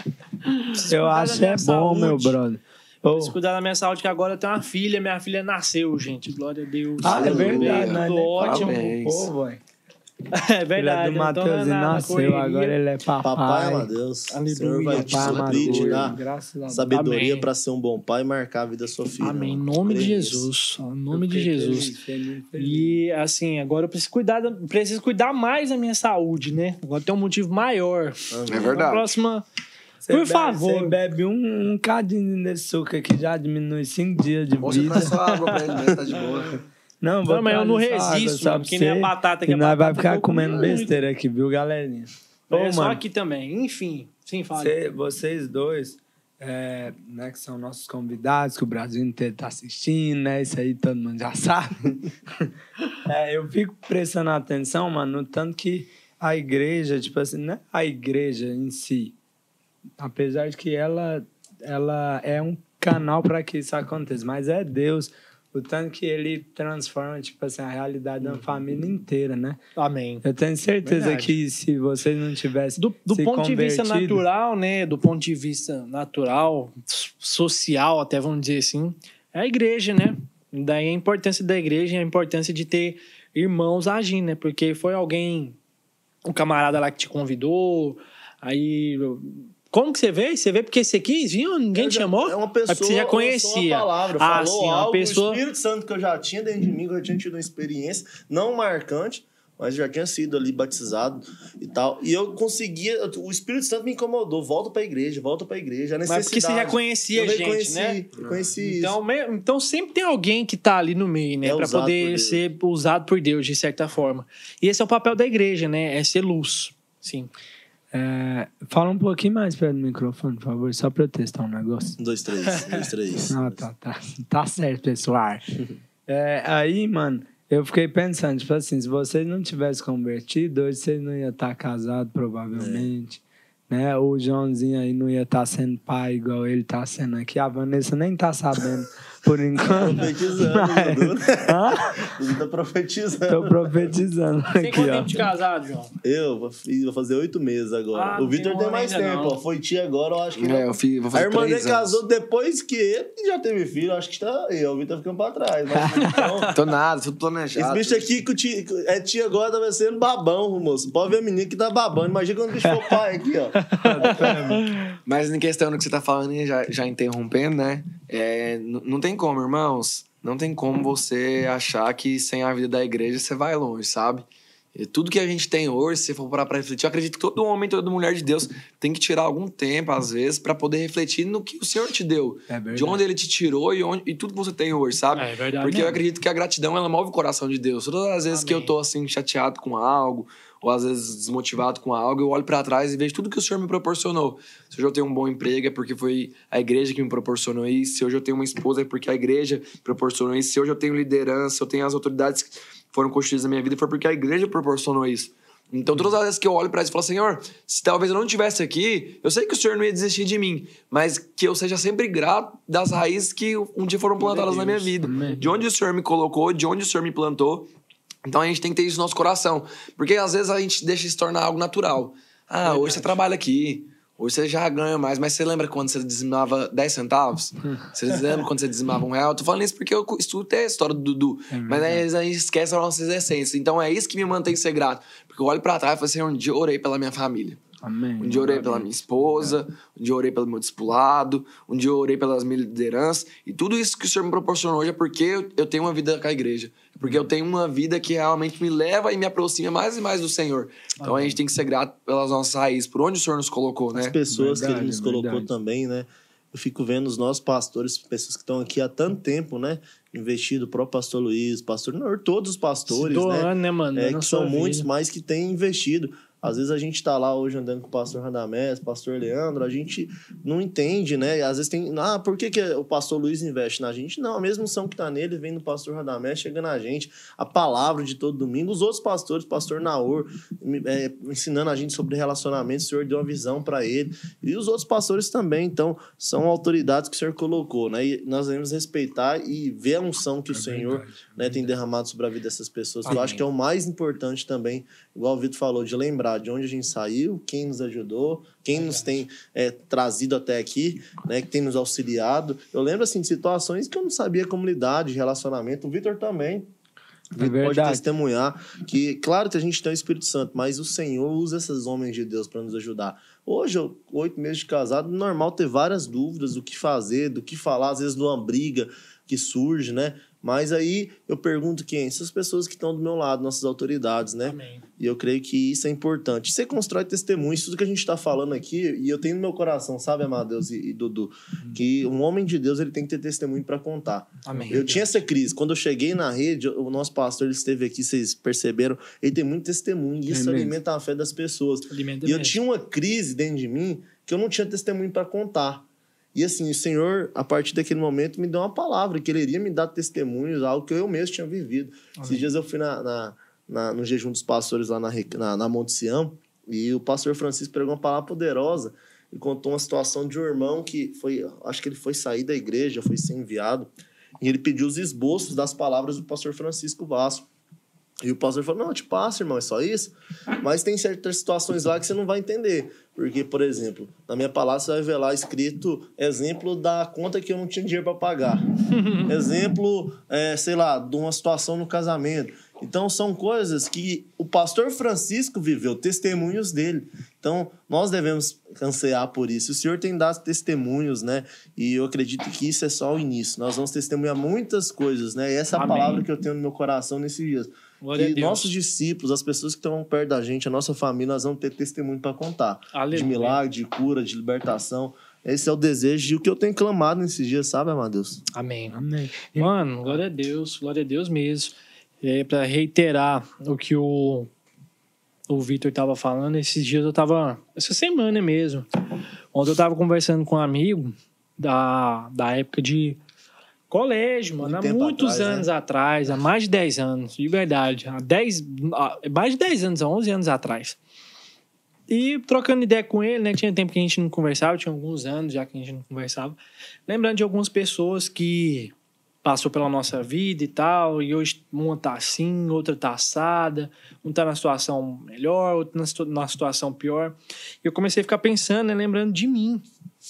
Eu acho é bom, saúde. Meu brother. Oh. Preciso cuidar da minha saúde, que agora eu tenho uma filha. Minha filha nasceu, gente. Glória a Deus. Ah, é verdade. Eu tô ótimo. Pô, é verdade. O Matheus nasceu, agora ele é papai. Papai, Amadeus. O Senhor vai te suprir, te dar sabedoria para ser um bom pai e marcar a vida da sua filha. Amém. Em nome de Jesus. Em nome de Jesus. E, assim, agora eu preciso cuidar, preciso cuidar mais da minha saúde, né? Agora tem um motivo maior. É verdade. Na próxima... Cê Por bebe, favor. Você bebe um, um cadinho desse suco aqui, já diminui cinco dias de Você vida. Você só água pra ele mesmo, tá de boa. Não, não mas eu não resisto, água, que nem a batata. Que e a nós batata vai ficar comendo muito. Besteira aqui, viu, galerinha? É Ô, só mano, aqui também. Enfim, sim, fala. Cê, vocês dois, é, né, que são nossos convidados, que o Brasil inteiro tá assistindo, né? Isso aí todo mundo já sabe. é, eu fico prestando atenção, mano, no tanto que a igreja, tipo assim, não é a igreja em si, apesar de que ela, ela é um canal para que isso aconteça, mas é Deus, o tanto que ele transforma, tipo assim, a realidade da família inteira, né? Amém. Eu tenho certeza Verdade. Que se vocês não tivessem do, do se ponto de vista convertido... natural, né? Do ponto de vista natural, social, até vamos dizer assim, é a igreja, né? Daí a importância da igreja e a importância de ter irmãos agindo, né? Porque foi alguém, um camarada lá que te convidou, aí... Como que você veio? Você veio porque você quis? Viu? Ninguém eu te já, chamou? É uma pessoa, é você já conhecia. Uma palavra, ah, falou sim, uma algo, pessoa... o Espírito Santo que eu já tinha dentro de mim, que eu já tinha tido uma experiência, não marcante, mas já tinha sido ali batizado e tal. E eu conseguia... O Espírito Santo me incomodou. Volta pra igreja, volta pra igreja. A necessidade. Mas porque você já conhecia a gente, conheci, né? Eu conheci então, isso. Então sempre tem alguém que tá ali no meio, né? É pra poder ser usado por Deus, de certa forma. E esse é o papel da igreja, né? É ser luz. Sim. É, fala um pouquinho mais perto do microfone, por favor, só pra eu testar um negócio. Um, dois, três. Um, dois, três. Ah, tá, tá. Tá certo, pessoal. É, aí, mano, Eu fiquei pensando, tipo assim, se vocês não tivessem convertido, hoje vocês não iam estar casados, provavelmente. É. Né? O Joãozinho aí não ia estar sendo pai igual ele está sendo aqui. A Vanessa nem está sabendo, por enquanto. Profetizando, mas... Dudu. Dudu tá profetizando. Tô profetizando aqui, tem quanto ó. tempo de casado, João? Eu vou fazer oito meses agora. Ah, o Vitor tem mais tempo, ó. Foi tia agora, eu acho que... É, eu fiz, vou fazer a irmã dele anos. casou depois que ele já teve filho, acho que tá aí. O Vitor ficando pra trás. Mas, então, Tô nada, tudo planejado. esse bicho aqui que tia, é tia agora, tá sendo babão, moço. Pode ver a menina que tá babando. Imagina quando o bicho for pai aqui, ó. Mas em questão do que você tá falando, já, já interrompendo, né? É, n- não tem como, irmãos. Não tem como você achar que sem a vida da igreja você vai longe, sabe? E tudo que a gente tem hoje, se você for parar pra refletir, eu acredito que todo homem, toda mulher de Deus tem que tirar algum tempo, às vezes, pra poder refletir no que o Senhor te deu. É verdade. De onde Ele te tirou e, onde, e tudo que você tem hoje, sabe? É verdade Porque mesmo. eu acredito que a gratidão, ela move o coração de Deus. Todas as vezes Amém. que eu tô, assim, chateado com algo, ou às vezes desmotivado com algo, eu olho pra trás e vejo tudo que o Senhor me proporcionou. Se hoje eu tenho um bom emprego, é porque foi a igreja que me proporcionou isso. Se hoje eu tenho uma esposa, é porque a igreja proporcionou isso. Se hoje eu tenho liderança, eu tenho as autoridades que foram construídas na minha vida, foi porque a igreja proporcionou isso. Então, todas as vezes que eu olho pra isso e falo, Senhor, se talvez eu não estivesse aqui, eu sei que o Senhor não ia desistir de mim, mas que eu seja sempre grato das raízes que um dia foram plantadas na minha vida. De onde o Senhor me colocou, de onde o Senhor me plantou. Então, a gente tem que ter isso no nosso coração. Porque, às vezes, a gente deixa isso tornar algo natural. Ah, hoje você trabalha aqui, hoje você já ganha mais, mas você lembra quando você dizimava dez centavos? Você lembra quando você dizimava um real? Eu tô falando isso porque eu estudo até a história do Dudu. É mas aí a gente esquece as nossas essências. Então é isso que me mantém ser grato. Porque eu olho pra trás e falo assim, um dia eu orei pela minha família. Amém. Um dia eu orei pela minha esposa, um dia eu orei pelo meu discipulado, um dia eu orei pelas minhas lideranças. E tudo isso que o Senhor me proporcionou hoje é porque eu- eu tenho uma vida com a igreja. Porque eu tenho uma vida que realmente me leva e me aproxima mais e mais do Senhor. Então a gente tem que ser grato pelas nossas raízes, por onde o Senhor nos colocou, né? As pessoas Verdade, que ele nos verdade. colocou também, né? Eu fico vendo os nossos pastores, pessoas que estão aqui há tanto tempo, né? Investido, o próprio pastor Luiz, pastor Nor, todos os pastores, Se né? doando, né, mano? É, Na que sua são muitos, vida. mas que têm investido. Às vezes a gente tá lá hoje andando com o pastor Radamés, pastor Leandro, a gente não entende, né? E às vezes tem, ah, por que, que o pastor Luiz investe na gente? Não, a mesma unção que tá nele vem do pastor Radamés, chega na gente, a palavra de todo domingo, os outros pastores, pastor Naor, é, ensinando a gente sobre relacionamento, o Senhor deu uma visão para ele, e os outros pastores também, então, são autoridades que o Senhor colocou, né? E nós devemos respeitar e ver a unção que o Senhor, né, tem derramado sobre a vida dessas pessoas, que eu Amém. acho que é o mais importante também, igual o Vitor falou, de lembrar de onde a gente saiu, quem nos ajudou, quem nos tem é, trazido até aqui, né, que tem nos auxiliado. Eu lembro assim de situações que eu não sabia como lidar, de relacionamento. O Vitor também. É Ele pode verdade. testemunhar que, claro que a gente tem o Espírito Santo, mas o Senhor usa esses homens de Deus para nos ajudar. Hoje, eu, oito meses de casado, normal ter várias dúvidas do que fazer, do que falar, às vezes de uma briga que surge, né? Mas aí eu pergunto quem? Essas pessoas que estão do meu lado, nossas autoridades, né? Amém. E eu creio que isso é importante. Você constrói testemunhos, tudo que a gente está falando aqui, e eu tenho no meu coração, sabe, Amadeus e, e Dudu, que um homem de Deus ele tem que ter testemunho para contar. Amém. Eu tinha essa crise. Quando eu cheguei na rede, o nosso pastor ele esteve aqui, vocês perceberam, ele tem muito testemunho, e isso É mesmo. alimenta a fé das pessoas. Alimenta E eu mesmo. tinha uma crise dentro de mim que eu não tinha testemunho para contar. E assim, o Senhor, a partir daquele momento, me deu uma palavra, que ele iria me dar testemunhos, algo que eu mesmo tinha vivido. Amém. Esses dias eu fui na, na, na- no jejum dos pastores lá na, Re- na, na Monte Sião, e o pastor Francisco pregou uma palavra poderosa e contou uma situação de um irmão que foi, acho que ele foi sair da igreja, foi ser enviado, e ele pediu os esboços das palavras do pastor Francisco Vasco. E o pastor falou, não, eu te passo, irmão, é só isso. Mas tem certas situações lá que você não vai entender. Porque, por exemplo, na minha palavra você vai ver lá escrito exemplo da conta que eu não tinha dinheiro para pagar. Exemplo, é, sei lá, de uma situação no casamento. Então, são coisas que o pastor Francisco viveu, testemunhos dele. Então, nós devemos ansiar por isso. O Senhor tem dado testemunhos, né? E eu acredito que isso é só o início. Nós vamos testemunhar muitas coisas, né? E essa é a Amém. palavra que eu tenho no meu coração nesses dias. Glória a E Deus. nossos discípulos, as pessoas que estão perto da gente, a nossa família, nós vamos ter testemunho para contar. Aleluia. De milagre, de cura, de libertação. Esse é o desejo e o que eu tenho clamado nesses dias, sabe, Amadeus? Amém. Amém. E- Mano, glória a Deus, glória a Deus mesmo. E aí, pra reiterar o que o, o Vitor tava falando, esses dias eu tava. Essa semana mesmo. Ontem eu tava conversando com um amigo da, da época de Colégio, mano, Muito há tempo muitos atrás, anos né? atrás, há mais de dez anos, de verdade. Há dez, há mais de dez anos, há onze anos atrás. E trocando ideia com ele, né? Tinha tempo que a gente não conversava, tinha alguns anos já que a gente não conversava. Lembrando de algumas pessoas que passou pela nossa vida e tal, e hoje uma tá assim, outra tá assada, um tá na situação melhor, outro na, situ- na situação pior. E eu comecei a ficar pensando, né? Lembrando de mim.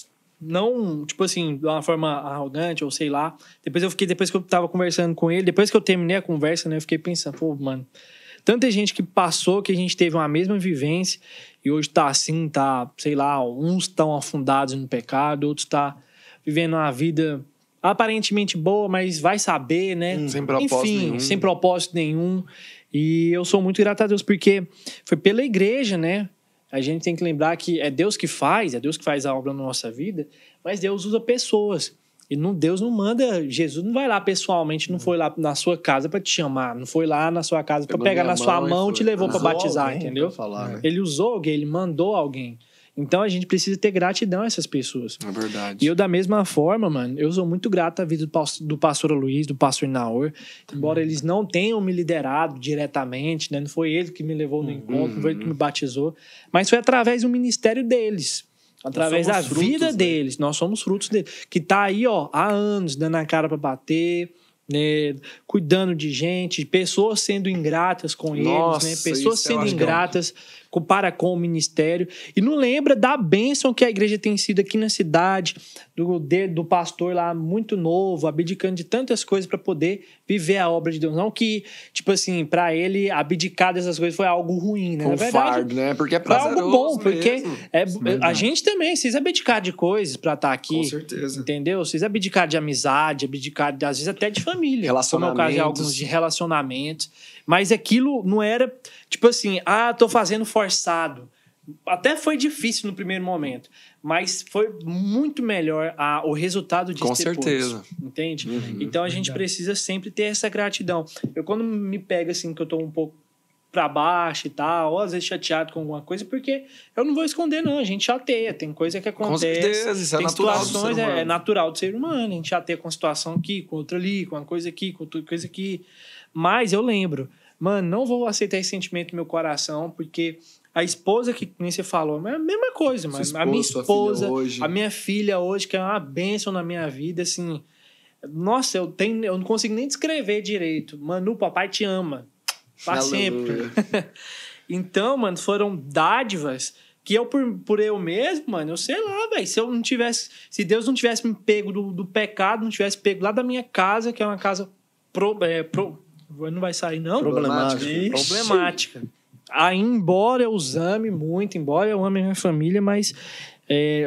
Não, tipo assim, de uma forma arrogante, ou sei lá. Depois eu fiquei, depois que eu tava conversando com ele, depois que eu terminei a conversa, né, eu fiquei pensando, pô, mano, tanta gente que passou, que a gente teve uma mesma vivência, e hoje tá assim, tá, sei lá, uns estão afundados no pecado, outros tá vivendo uma vida aparentemente boa, mas vai saber, né? Sem propósito Enfim, nenhum. sem propósito nenhum. E eu sou muito grato a Deus, porque foi pela igreja, né? A gente tem que lembrar que é Deus que faz, é Deus que faz a obra na nossa vida, mas Deus usa pessoas. E não, Deus não manda, Jesus não vai lá pessoalmente, não foi lá na sua casa para te chamar, não foi lá na sua casa para Pegou pegar minha na sua mão e mão e te foi. levou para Usou batizar, alguém entendeu? pra falar, né? Ele usou alguém, ele mandou alguém. Então a gente precisa ter gratidão a essas pessoas. É verdade. E eu, da mesma forma, mano, eu sou muito grato à vida do pastor, do pastor Luiz, do pastor Naor. Embora eles não tenham me liderado diretamente, né? Não foi ele que me levou no encontro, não foi ele que me batizou. Mas foi através do ministério deles. Através da somos frutos, vida né? deles. Nós somos frutos deles. Que tá aí, ó, há anos, dando a cara pra bater, né? Cuidando de gente, pessoas sendo ingratas com Nossa, eles, né? Pessoas isso eu sendo acho que é um- ingratas com- para com o ministério. E não lembra da bênção que a igreja tem sido aqui na cidade, do, de- do pastor lá muito novo, abdicando de tantas coisas para poder viver a obra de Deus. Não que, tipo assim, para ele abdicar dessas coisas foi algo ruim, né? Com Na verdade, fardo, né? Porque é foi prazeroso algo bom, porque mesmo. é, a gente também precisa abdicar de coisas para estar aqui. Com certeza. Entendeu? Precisa abdicar de amizade, abdicar, de, às vezes, até de família. Como é o caso de alguns de relacionamentos. Mas aquilo não era, tipo assim, ah, tô fazendo forçado. Até foi difícil no primeiro momento, mas foi muito melhor a, o resultado disso Com depois, certeza. entende? Uhum. Então a gente precisa sempre ter essa gratidão. Eu quando me pego assim, que eu tô um pouco pra baixo e tal, ou às vezes chateado com alguma coisa, porque eu não vou esconder não, a gente chateia, tem coisa que acontece. Com certeza, isso é tem natural do situações, ser humano. é, é natural do ser humano, a gente chateia com uma situação aqui, com outra ali, com uma coisa aqui, com outra coisa aqui. Mas eu lembro, mano, não vou aceitar esse sentimento no meu coração, porque a esposa que nem você falou, é a mesma coisa, mano. Sua A minha esposa, sua esposa, filha hoje. a minha filha hoje, que é uma bênção na minha vida, assim. Nossa, eu, tenho, eu não consigo nem descrever direito. Manu, papai te ama. Pra Aleluia. sempre. Então, mano, foram dádivas que eu, por, por eu mesmo, mano, eu sei lá, velho. Se eu não tivesse. Se Deus não tivesse me pego do, do pecado, não tivesse pego lá da minha casa, que é uma casa. Pro, é, pro, não vai sair, não? Problemática. Problemática. Aí, embora eu os ame muito, embora eu ame a minha família, mas é,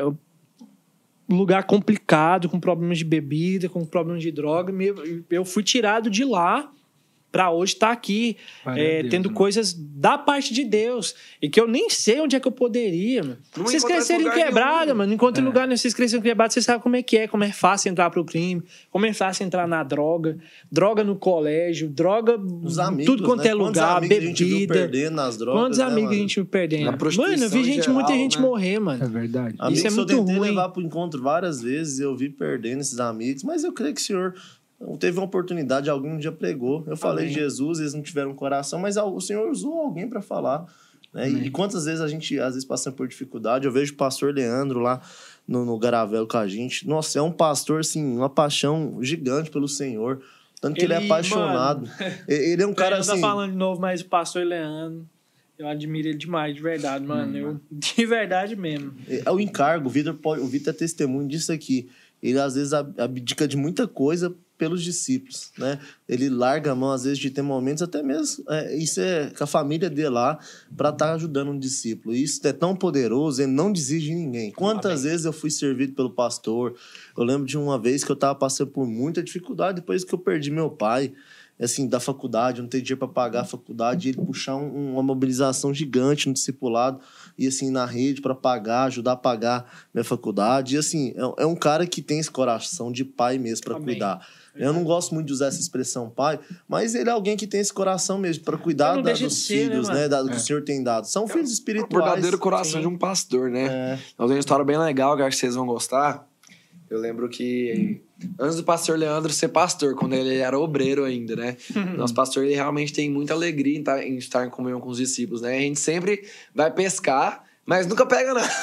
lugar complicado, com problemas de bebida, com problemas de droga, me- eu fui tirado de lá para hoje estar aqui, Glória é, a Deus, tendo né? coisas da parte de Deus, e que eu nem sei onde é que eu poderia, mano. Não Vocês encontrar cresceram em lugar quebrada, nenhum. mano. Não encontra lugar nenhum. Vocês cresceram em quebrada, vocês sabem como é que é, como é fácil entrar pro crime, como é fácil entrar na droga, droga no colégio, droga Os amigos, tudo quanto né? é Quantos lugar, amigos a gente viu bebida. perdendo nas drogas, Quantos né, amigos mano? a gente viu perdendo? Na prostituição Mano, eu vi gente, em geral, muita gente né? morrer, mano. É verdade. Amigos Isso é que muito eu tentei ruim. levar pro encontro várias vezes, eu vi perdendo esses amigos, mas eu creio que o senhor teve uma oportunidade, alguém um dia pregou. Eu falei Amém. de Jesus, eles não tiveram coração, mas o senhor usou alguém para falar. Né? E quantas vezes a gente, às vezes, passando por dificuldade, eu vejo o pastor Leandro lá no, no Garavelo com a gente. Nossa, é um pastor, assim, uma paixão gigante pelo Senhor. Tanto que ele, Ele, é apaixonado. Ele é um cara, Eu não assim... tá falando de novo, mas o pastor Leandro, eu admiro ele demais, de verdade, mano. Eu, de verdade mesmo. É o encargo, o Vitor, pode, o Vitor é testemunho disso aqui. Ele, às vezes, ab- abdica de muita coisa pelos discípulos, né? Ele larga a mão, às vezes, de ter momentos, até mesmo, é, isso é com a família dele lá, para estar ajudando um discípulo. E isso é tão poderoso, ele não desiste de ninguém. Quantas Amém. vezes eu fui servido pelo pastor? Eu lembro de uma vez que eu estava passando por muita dificuldade, depois que eu perdi meu pai, assim, da faculdade, eu não tenho dinheiro para pagar a faculdade, e ele puxar um- uma mobilização gigante no discipulado, e assim, na rede para pagar, ajudar a pagar minha faculdade. E assim, é, é um cara que tem esse coração de pai mesmo para Amém. cuidar. Eu não gosto muito de usar essa expressão pai, mas ele é alguém que tem esse coração mesmo para cuidar Não da, deixa de dos ser, né, filhos, mano? né, da- do que o Senhor tem dado. São filhos O espirituais. verdadeiro coração de um pastor, né? É. Eu tenho uma história bem legal que eu acho que vocês vão gostar. Eu lembro que antes do pastor Leandro ser pastor, quando ele era obreiro ainda, né? Nosso pastor, ele realmente tem muita alegria em estar, em estar em comunhão com os discípulos, né? A gente sempre vai pescar, mas nunca pega nada.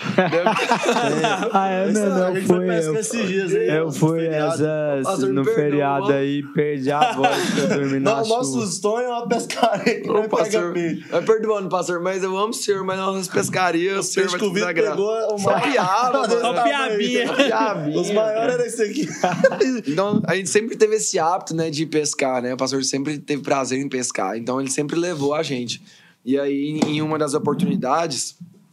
Ah, é, não, não, a gente foi foi pescar eu. esses dias aí. Eu fui essa, Pastor, no me feriado perdoa. aí, perdi a voz pra dormir na Não, o chuva. nosso sonho é uma pescaria que Ô, não pega pastor, peixe. vai perdoando, pastor, mas eu amo o senhor, mas nossas pescarias, o senhor Peixe vai que o te Vitor desagradar. pegou, o Só maior- piaba, desse mano. Só tamanho. piabinha. Piabinha. Os maiores eram esse aqui. Então, a gente sempre teve esse hábito, né, de pescar, né? O pastor sempre teve prazer em pescar. Então, ele sempre levou a gente. E aí, em uma das oportunidades,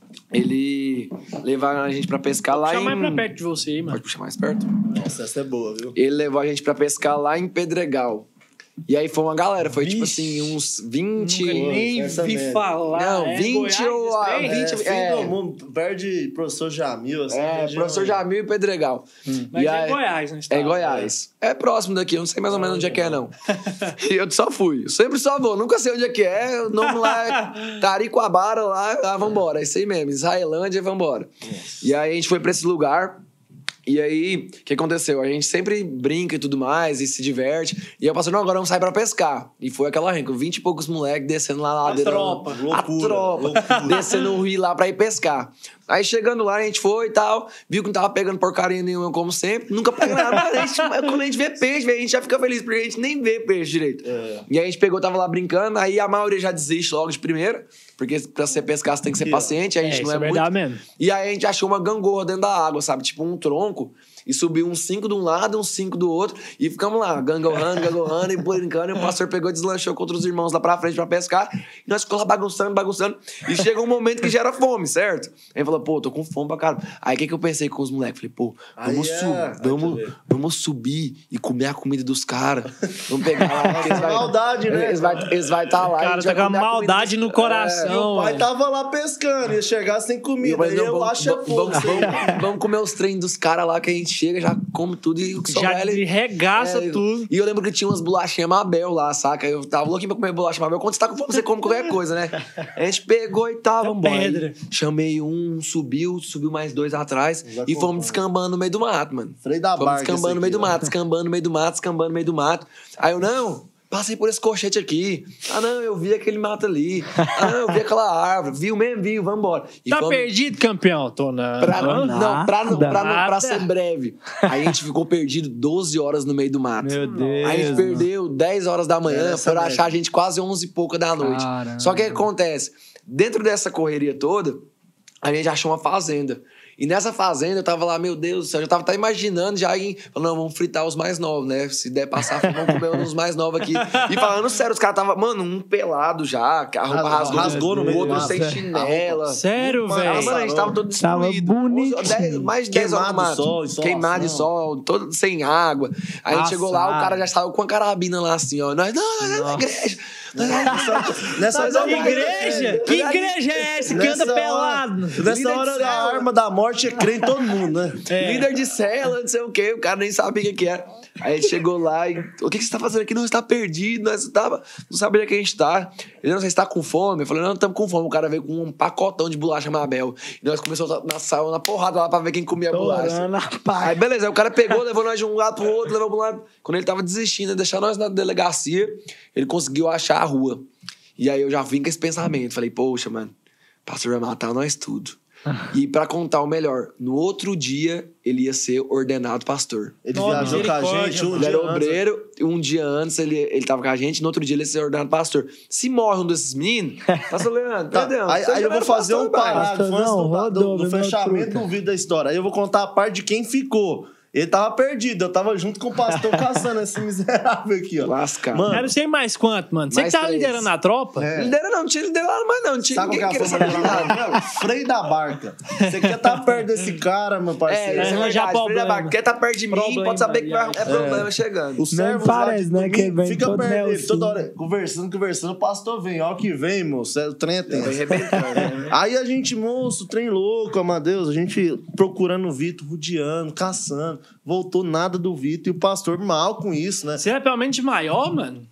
ele levava a gente pra pescar lá Chama em... mais pra perto de você aí, mano. Pode puxar mais perto? Nossa, essa é boa, viu? Ele levou a gente pra pescar lá em Pedregal. E aí foi uma galera, foi tipo Vixe. assim, uns vinte... Nunca nem essa vi merda. falar. Não, é vinte Goiás, ou- esse trem? vinte É, fim é. do mundo, perde professor Jamil. Assim, É, região professor aí. Jamil e Pedregal. Mas E é aí- Goiás, né? É Goiás. É próximo daqui, eu não sei mais ou menos onde é que é, não. E eu só fui. Eu sempre só vou, nunca sei onde é que é. O nome lá é Cariquabara, lá, ah, vambora. É isso aí mesmo, Israelândia, vambora. E aí a gente foi pra esse lugar. E aí, o que aconteceu? A gente sempre brinca e tudo mais, e se diverte. E aí o pastor, não, agora vamos sair pra pescar. E foi aquela renca, vinte e poucos moleques descendo lá na ladeira. tropa. A Loucura, tropa. loucura. Descendo o rio lá pra ir pescar. Aí chegando lá, a gente foi e tal, viu que não tava pegando porcaria nenhuma, como sempre. Nunca pega nada. Mas a gente, quando a gente vê peixe, a gente já fica feliz, porque a gente nem vê peixe direito. É. E aí a gente pegou, tava lá brincando, aí a maioria já desiste logo de primeira, porque pra você pescar você tem que ser Aqui, ó. paciente, a gente É, não isso é, é muito. verdade mesmo. E aí a gente achou uma gangorra dentro da água, sabe? Tipo um tronco. E subiu uns cinco de um lado, uns cinco do outro. E ficamos lá, gangorrando, gangorrando e brincando. E o pastor pegou e deslanchou contra os irmãos lá pra frente pra pescar. E nós ficamos lá bagunçando, bagunçando. E chegou um momento que gera fome, certo? Aí falou, pô, tô com fome pra caramba. Aí o que, que eu pensei com os moleques? Falei, pô, vamos, Aí é, su- vai vamos, te ver. vamos subir e comer a comida dos caras. Vamos pegar lá. porque eles vai- Maldade, né? Eles vai eles vai estar lá. O e a cara gente tá vai com a comer a comida maldade dos- no coração. E o pai velho. tava lá pescando, ia chegar sem comida. Mas Aí não, eu vamos, acho é vamos, pouco. vamos, vamos- vamos comer os treinos dos caras lá que a gente chega, já come tudo e o que Já sobrar, ele- regaça É, tudo. E eu lembro que tinha umas bolachinhas Mabel lá, saca? Eu tava louquinho pra comer bolacha Mabel. Quando você tá com fome, você come qualquer coisa, né? A gente pegou e tal, É vambora. pedra. Aí chamei um, subiu, subiu mais dois atrás Já e acompanha. fomos descambando no meio do mato, mano. Freio da Fomos barca descambando esse no meio do aqui, ó. mato, descambando no meio do mato, descambando no meio do mato. Aí eu, não... Passei por esse colchete aqui. Ah, não, eu vi aquele mato ali. Ah, não, eu vi aquela árvore. Viu mesmo? Viu, vambora. E Tá fomos- perdido, campeão? Tô na... Pra, não, nada. pra, não, pra, não, pra Nada. ser breve. Aí a gente ficou perdido doze horas no meio do mato. Meu Deus. Aí a gente perdeu dez horas da manhã, É, essa foram média. achar a gente quase onze e pouca da noite. Caramba. Só que o que acontece? Dentro dessa correria toda, a gente achou uma fazenda. E nessa fazenda eu tava lá, meu Deus do céu, eu já tava até imaginando já em. Falando, não, vamos fritar os mais novos, né? Se der passar, vamos comer uns mais novos aqui. E falando sério, os caras tava, mano, um pelado já, que a roupa Rasgou, rasgou, rasgou no o meio do outro mato, sem é. chinela. Sério, Mano, Ah, velho? mano, a gente tava todo Tava destruído. bonitinho. onze, dez, mais de dez horas no Queimado mato. sol, insolação. Queimado de sol, todo sem água. Aí a gente chegou lá, o Assado. cara já estava com a carabina lá assim, ó. Nós, não, nós é da igreja. Nós é da igreja. Nessa Nós hora é Que da igreja? Que igreja é essa que Nessa anda hora- pelado? Nessa Líder de hora a célula. arma da morte é crer em todo mundo, né? É. Líder de cela, não sei o quê, o cara nem sabia o que, que era. Aí a gente chegou lá e. O que, que você tá fazendo aqui? Não, você tá perdido, nós tava, não sabia onde é que a gente tá. Ele não sei se tá com fome. Eu falei, não, estamos com fome. O cara veio com um pacotão de bolacha Mabel. E nós começamos a na sala, na porrada lá pra ver quem comia a bolacha. Torando a Aí, paz. beleza, aí o cara pegou, levou nós de um lado pro outro, levou pro lado. Quando ele tava desistindo de deixar nós na delegacia, ele conseguiu achar a rua. E aí eu já vim com esse pensamento. Falei, poxa, mano, o pastor vai matar nós tudo. E pra contar o melhor, no outro dia ele ia ser ordenado pastor. Ele Nossa, viajou com a misericórdia, gente um mano. Ele dia era antes. obreiro, um dia antes ele, ele tava com a gente, no outro dia ele ia ser ordenado pastor. Se morre um desses meninos, pastor Leandro, Tá, perdão. aí, você aí já eu vou era fazer pastor, um pai. parágrafo Pastor, antes não, do, rodou, do, do meu fechamento truta. do vídeo da história. Aí eu vou contar a parte de quem ficou. Ele tava perdido, eu tava junto com o pastor caçando esse miserável aqui, ó. Lascado. Mano, Era sei mais quanto, mano? Você que Mais tava três. liderando a tropa? É. Lidera não, não tinha liderado mais não, não tinha sabe qual ninguém que é a queria forma saber de de nada. nada? Freio da barca. Você quer estar perto desse cara, meu É, parceiro? isso é arranjar verdade. problema. Filho da barca, quer tá perto de mim, Problema, pode saber que vai, aliás. é problema chegando. O servo parece, lá de né, que domingo vem fica todo perto dele, Nelson. toda hora conversando, conversando, o pastor vem, ó que vem, moço, é, o trem é tenso. Vai arrebentando, né? Aí a gente, moço, trem louco, Amadeus, a gente procurando o Vitor, rodeando, caçando, voltou nada do Vitor e o pastor mal com isso, né? Você é realmente maior, mano?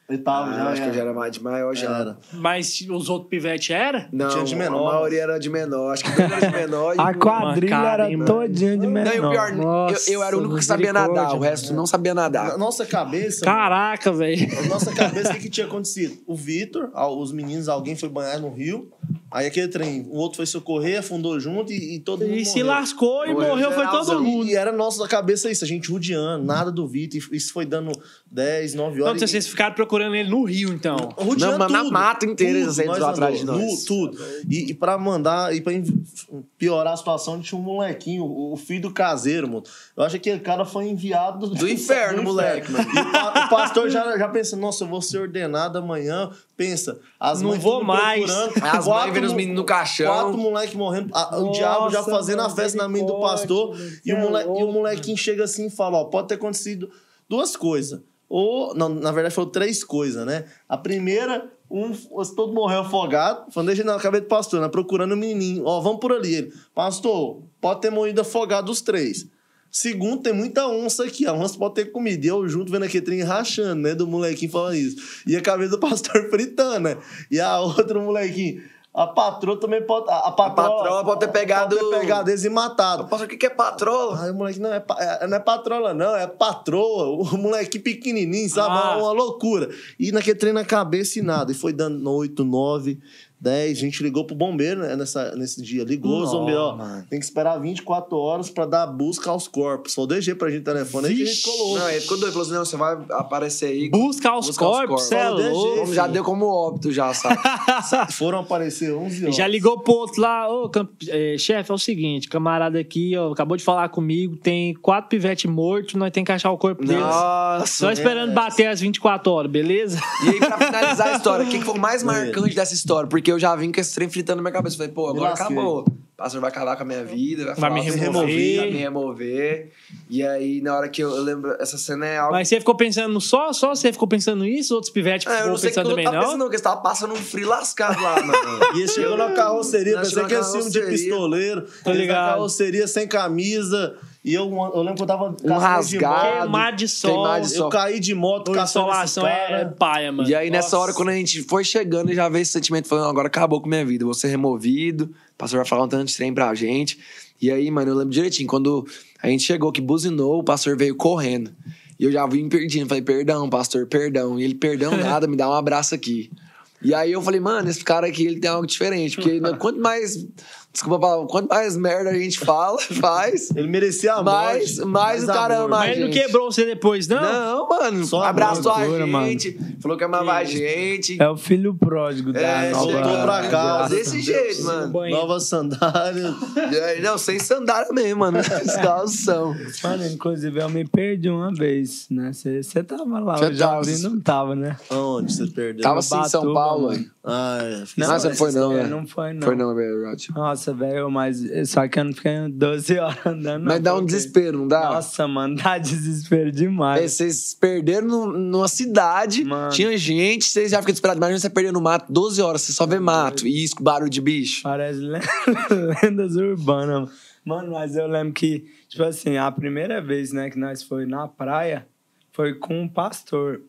Ele tava, Ah, já acho que eu já era. era mais de maior já. Era. Mas os outros pivetes era? Não, Tinha de menor. a maioria era de menor. Acho que dois era de menor e A um- quadrilha Mancada, era hein, mano? todinha de menor. Não, e o pior, Nossa, eu, eu era o único que sabia nadar, o misericórdia, resto não sabia nadar. Na nossa cabeça... Caraca, velho. Na nossa cabeça, o que, que tinha acontecido? O Vitor, a- os meninos, alguém foi banhar no rio. Aí aquele trem, o outro foi socorrer, afundou junto e, e todo mundo E se morreu. lascou e Morreu morreu, foi todo geralzão. mundo. E era nossa cabeça isso, a gente rodeando, nada do Vitor. e Isso foi dando dez, nove horas. Então, vocês ficaram procurando ele no rio, então. Rodeando Não, mas na tudo, mata inteira tudo, eles iam nós atrás de andou, nós. nu, tudo. E, e pra mandar, e pra in- piorar a situação, tinha um molequinho, o, o filho do caseiro, mano. Eu acho que aquele cara foi enviado do, Do inferno, moleque, mano. E o, pa- o pastor já, já pensa, nossa, eu vou ser ordenado amanhã. Pensa, as Não mães vou tudo mais. procurando, As quatro mães vendo os mo- meninos no caixão. Quatro moleques morrendo, a- o Nossa, diabo já fazendo a mano, festa na mente do pastor. misericórdia, E o, cê é moleque, e o louco, molequinho chega assim e fala, ó, pode ter acontecido duas coisas. Ou, não, na verdade, foram três coisas, né? A primeira, um, todo morreu afogado. Falando, deixa na cabeça do pastor, né? Procurando o menininho. Ó, vamos por ali. Ele, pastor, pode ter morrido afogado os três. Segundo, tem muita onça aqui. A onça pode ter comida. E eu junto vendo aquele trem rachando, né? Do molequinho falando isso. E a cabeça do pastor fritando, né? E a outra molequinho... A patroa também pode... A, a patroa, patroa pode ter pegado- Pode ter pegado eles e matado. Pastor, o que que é patroa? Aí o moleque, não é, pa- é- não é patrola, não, é patroa. O moleque pequenininho, sabe? Ah. Uma, uma loucura. E naquele trem na cabeça e nada. E foi dando oito, nove, dez. A gente ligou pro bombeiro, né, nessa, nesse dia. Ligou, Nossa, o bombeiro, ó. mano. Tem que esperar vinte e quatro horas pra dar busca aos corpos. Só o D G pra gente no telefone. Aí que a gente Vixe. colou. Não, ele ficou doido. Falou assim, não, você vai aparecer aí. Busca os Busca os corpos, corpos. cê é Fala, louco. Como já deu como óbito já, sabe? Foram aparecer onze horas. Já ligou pro outro lá, ô, camp- é, chefe, é o seguinte, camarada aqui, ó, acabou de falar comigo, tem quatro pivetes mortos, nós temos que achar o corpo deles. Nossa. Só esperando é. bater as vinte e quatro horas, beleza? E aí, pra finalizar a história, o que, que foi o mais É. marcante dessa história? Porque eu já vim com esse trem fritando na minha cabeça. Falei, pô, agora lasquei. acabou. O pastor vai acabar com a minha vida, vai, Vai falar me assim, remover. vai me remover. E aí, na hora que eu, eu lembro, essa cena é algo... Mas você ficou pensando só, só você ficou pensando nisso? Outros pivetes Ah, eu ficou não sei o que pensando eu também, tava não? pensando, não, porque você tava passando um frio lascado lá, mano. E ele chegou na carroceria, Nós pensei chegou que na era filme de carroceria. pistoleiro. Tô Eles na ligado. carroceria sem camisa. E eu, eu lembro que eu tava... Um rasgado. Queimar de sol. Queimar de Eu sol. caí de moto, A caçando insolação esses é, é caras. paia, mano. E aí, nessa Nossa. hora, quando a gente foi chegando, já veio esse sentimento falando, agora acabou com minha vida, vou ser removido, o pastor vai falar um tanto de trem pra gente. E aí, mano, eu lembro direitinho, quando a gente chegou, que buzinou, o pastor veio correndo. E eu já vim perdendo, falei, perdão, pastor, perdão. E ele, perdão nada, me dá um abraço aqui. E aí eu falei, mano, esse cara aqui, ele tem algo diferente, porque né, quanto mais... Desculpa a palavra, quanto mais merda a gente fala, faz... Ele merecia a Mais- morte. mais o cara amor. ama a Mas ele não gente. quebrou você depois, não? Não, mano, Só abraçou a loucura, mano. gente, falou que amava a gente. É o filho pródigo da É, nova... voltou pra casa. geração. Desse jeito, mano. Banheiro. Novas sandálias. E aí, não, sem sandália mesmo, mano. Descalção. Mano, inclusive eu me perdi uma vez, né? Você tava lá, Cê o tava. Jovem não tava, né? Onde você perdeu? Tava assim em São Ubatuba, Paulo, mano. velho. Ah, é. Fiquei Não, você não foi não, é, né? Não foi, não. Foi não, é verdade. Nossa, velho, mas só que eu não fiquei doze horas andando. Mas não, dá um porque- desespero, não dá? Nossa, mano, dá desespero demais. É, vocês perderam no- numa cidade, Mano. tinha gente, vocês já ficam desesperados. Imagina você perder no mato doze horas, você só vê mato e isso, barulho de bicho. Parece len- lendas urbanas. mano. Mano, mas eu lembro que, tipo assim, a primeira vez, né, que nós foi na praia foi com um pastor.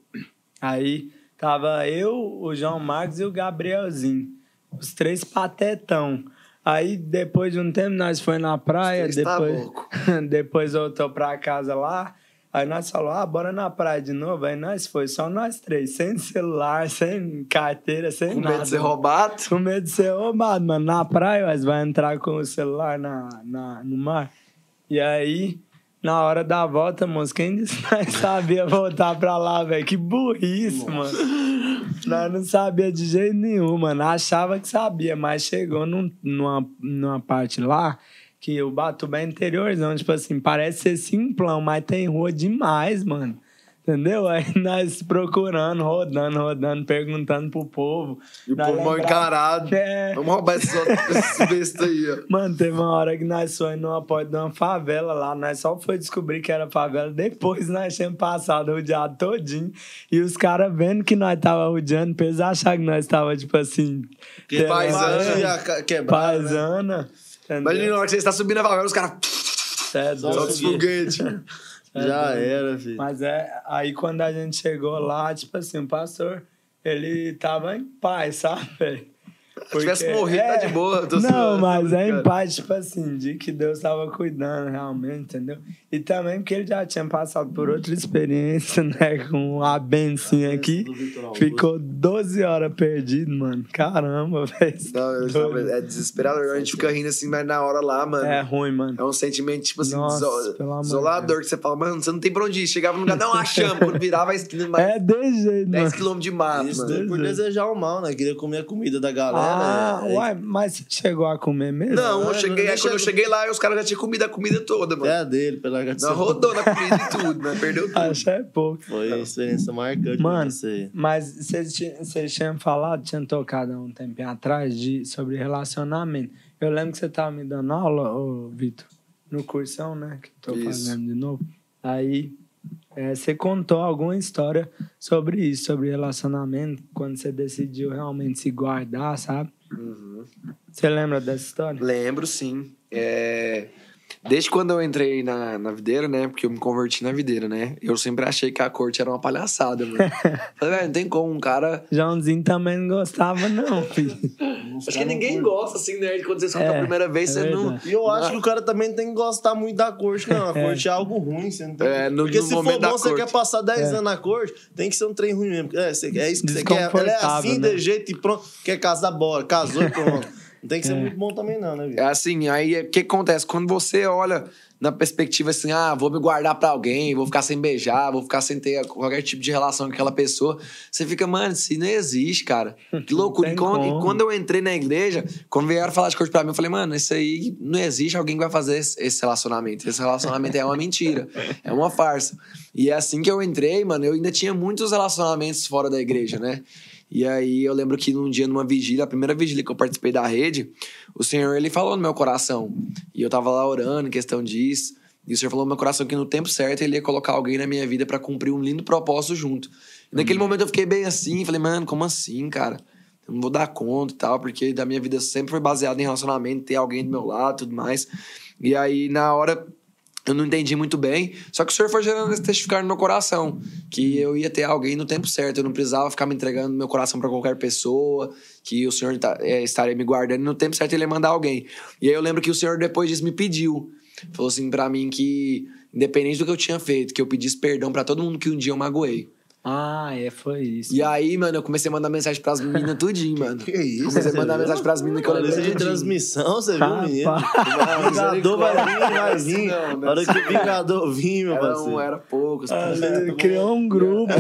Aí tava eu, o João Marcos e o Gabrielzinho. Os três patetão. Aí, depois de um tempo, nós foi na praia, Os três tá depois, louco. depois voltou pra casa lá. Aí nós falou, ah, bora na praia de novo. Aí nós foi, só nós três, sem celular, sem carteira, sem Com nada. medo de ser roubado. Com medo de ser roubado, mano. Na praia, nós vai entrar com o celular na, na, no mar. E aí, na hora da volta, moço, quem disse que nós sabia voltar pra lá, velho? Que burrice, mano. Nós não sabia de jeito nenhum, mano. Achava que sabia, mas chegou num, numa, numa parte lá que o Ubatuba é interiorzão, tipo assim, parece ser simplão, mas tem rua demais, mano. Entendeu? Aí nós procurando, rodando, rodando, perguntando pro povo. E o Nós povo mal lembrava- encarado. É. Vamos roubar esses esses bestas aí, ó. Mano, teve uma hora que nós fomos numa porta de uma favela lá. Nós só foi descobrir que era favela. Depois nós tínhamos passado o dia todinho. E os caras vendo que nós tava rodeando, pra eles acharem que nós tava, tipo assim... Que paisana. paisana. Quebrada, né? Paisana. Imagina Entendeu? na hora que você está subindo a favela, os caras... É Só doido. os foguetes. Já era, filho. Mas é, aí quando a gente chegou lá, tipo assim, o pastor, ele tava em paz, sabe, velho? Se tivesse morrido, é, tá de boa. Tô não, suando, mas é em cara. paz, tipo assim, de que Deus tava cuidando realmente, entendeu? E também porque ele já tinha passado por outra experiência, né? Com a bencinha aqui. Ficou doze horas perdido, mano. Caramba, velho. Não, eu tava- é desesperador. A gente fica rindo assim, mas na hora lá, mano. É ruim, mano. É um sentimento, tipo assim, Nossa, deso- pelo amor de desolador, que você fala, mano, você não tem pra onde ir. Chegava no lugar, não achamos. Quando virava a esquina, mais É desse jeito, dez mano. quilômetros de mato, Isso mano. tudo por desejar o mal, né? Queria comer a comida da galera. Ah, é, uai, mas você chegou a comer mesmo? Não, eu Ah, cheguei, não aí quando chegou. eu cheguei lá, os caras já tinham comido a comida toda, mano. É a dele, pela gato. Não, rodou na comida e tudo, né? Perdeu tudo. Acho é pouco. Foi uma experiência marcante Mano, pra você. mas vocês tinham- vocês tinham falado, tinham tocado há um tempinho atrás de, sobre relacionamento. Eu lembro que você tava me dando aula, ô, Vitor, no cursão, né? Que eu tô Isso. fazendo de novo. Aí é, você contou alguma história sobre isso, sobre relacionamento, quando você decidiu realmente se guardar, sabe? Uhum. Você lembra dessa história? Lembro, sim. É... Desde quando eu entrei na, na videira, né? Porque eu me converti na videira, né? Eu sempre achei que a corte era uma palhaçada, mano. Falei, velho, não tem como um cara... Joãozinho também não gostava, não, filho. Acho que ninguém gosta, assim, né? Quando você escuta É, a primeira vez, é você não... verdade. E eu acho que o cara também tem que gostar muito da corte, não. A corte é algo ruim, você não tem É, no- Porque no se for momento da bom, você corte. quer passar dez É. anos na corte, tem que ser um trem ruim mesmo. É, você- é isso que você quer. Ela é Desconfortável, assim, né? de jeito e pronto. Quer casar, bora. Casou e pronto. Não tem que ser muito bom também, não, né, É viu? assim, aí o que acontece? Quando você olha na perspectiva assim, ah, vou me guardar pra alguém, vou ficar sem beijar, vou ficar sem ter qualquer tipo de relação com aquela pessoa, você fica, mano, isso não existe, cara. Que loucura. Não E tem quando, como. e quando eu entrei na igreja, quando vieram falar de corte pra mim, eu falei, mano, isso aí não existe alguém que vai fazer esse, esse relacionamento. Esse relacionamento é uma mentira, é uma farsa. E é assim que eu entrei, mano, eu ainda tinha muitos relacionamentos fora da igreja, né? E aí eu lembro que num dia, numa vigília, a primeira vigília que eu participei da rede, o Senhor, ele falou no meu coração. E eu tava lá orando em questão disso. E o Senhor falou no meu coração que no tempo certo ele ia colocar alguém na minha vida pra cumprir um lindo propósito junto. E naquele momento eu fiquei bem assim, falei, mano, como assim, cara? Eu não vou dar conta e tal, porque da minha vida sempre foi baseada em relacionamento, ter alguém do meu lado e tudo mais. E aí, na hora... eu não entendi muito bem, só que o Senhor foi gerando esse testificar no meu coração, que eu ia ter alguém no tempo certo, eu não precisava ficar me entregando meu coração pra qualquer pessoa, que o Senhor tá, é, estaria me guardando, e no tempo certo ele ia mandar alguém. E aí eu lembro que o Senhor depois disso me pediu, falou assim pra mim que, independente do que eu tinha feito, que eu pedisse perdão pra todo mundo que um dia eu magoei. Ah, é, foi isso. E aí, mano, eu comecei a mandar mensagem pras meninas tudinho, mano. Que isso, Comecei a mandar você mensagem viu? pras meninas que eu Olha, lembrei essa de tudinho. transmissão, você viu, Rapaz. menino? O Vingador vai vir, vai vir. Não, não. Na hora que o Vingador vir, meu Era, parceiro. um, era poucos. Ah, ele criou um grupo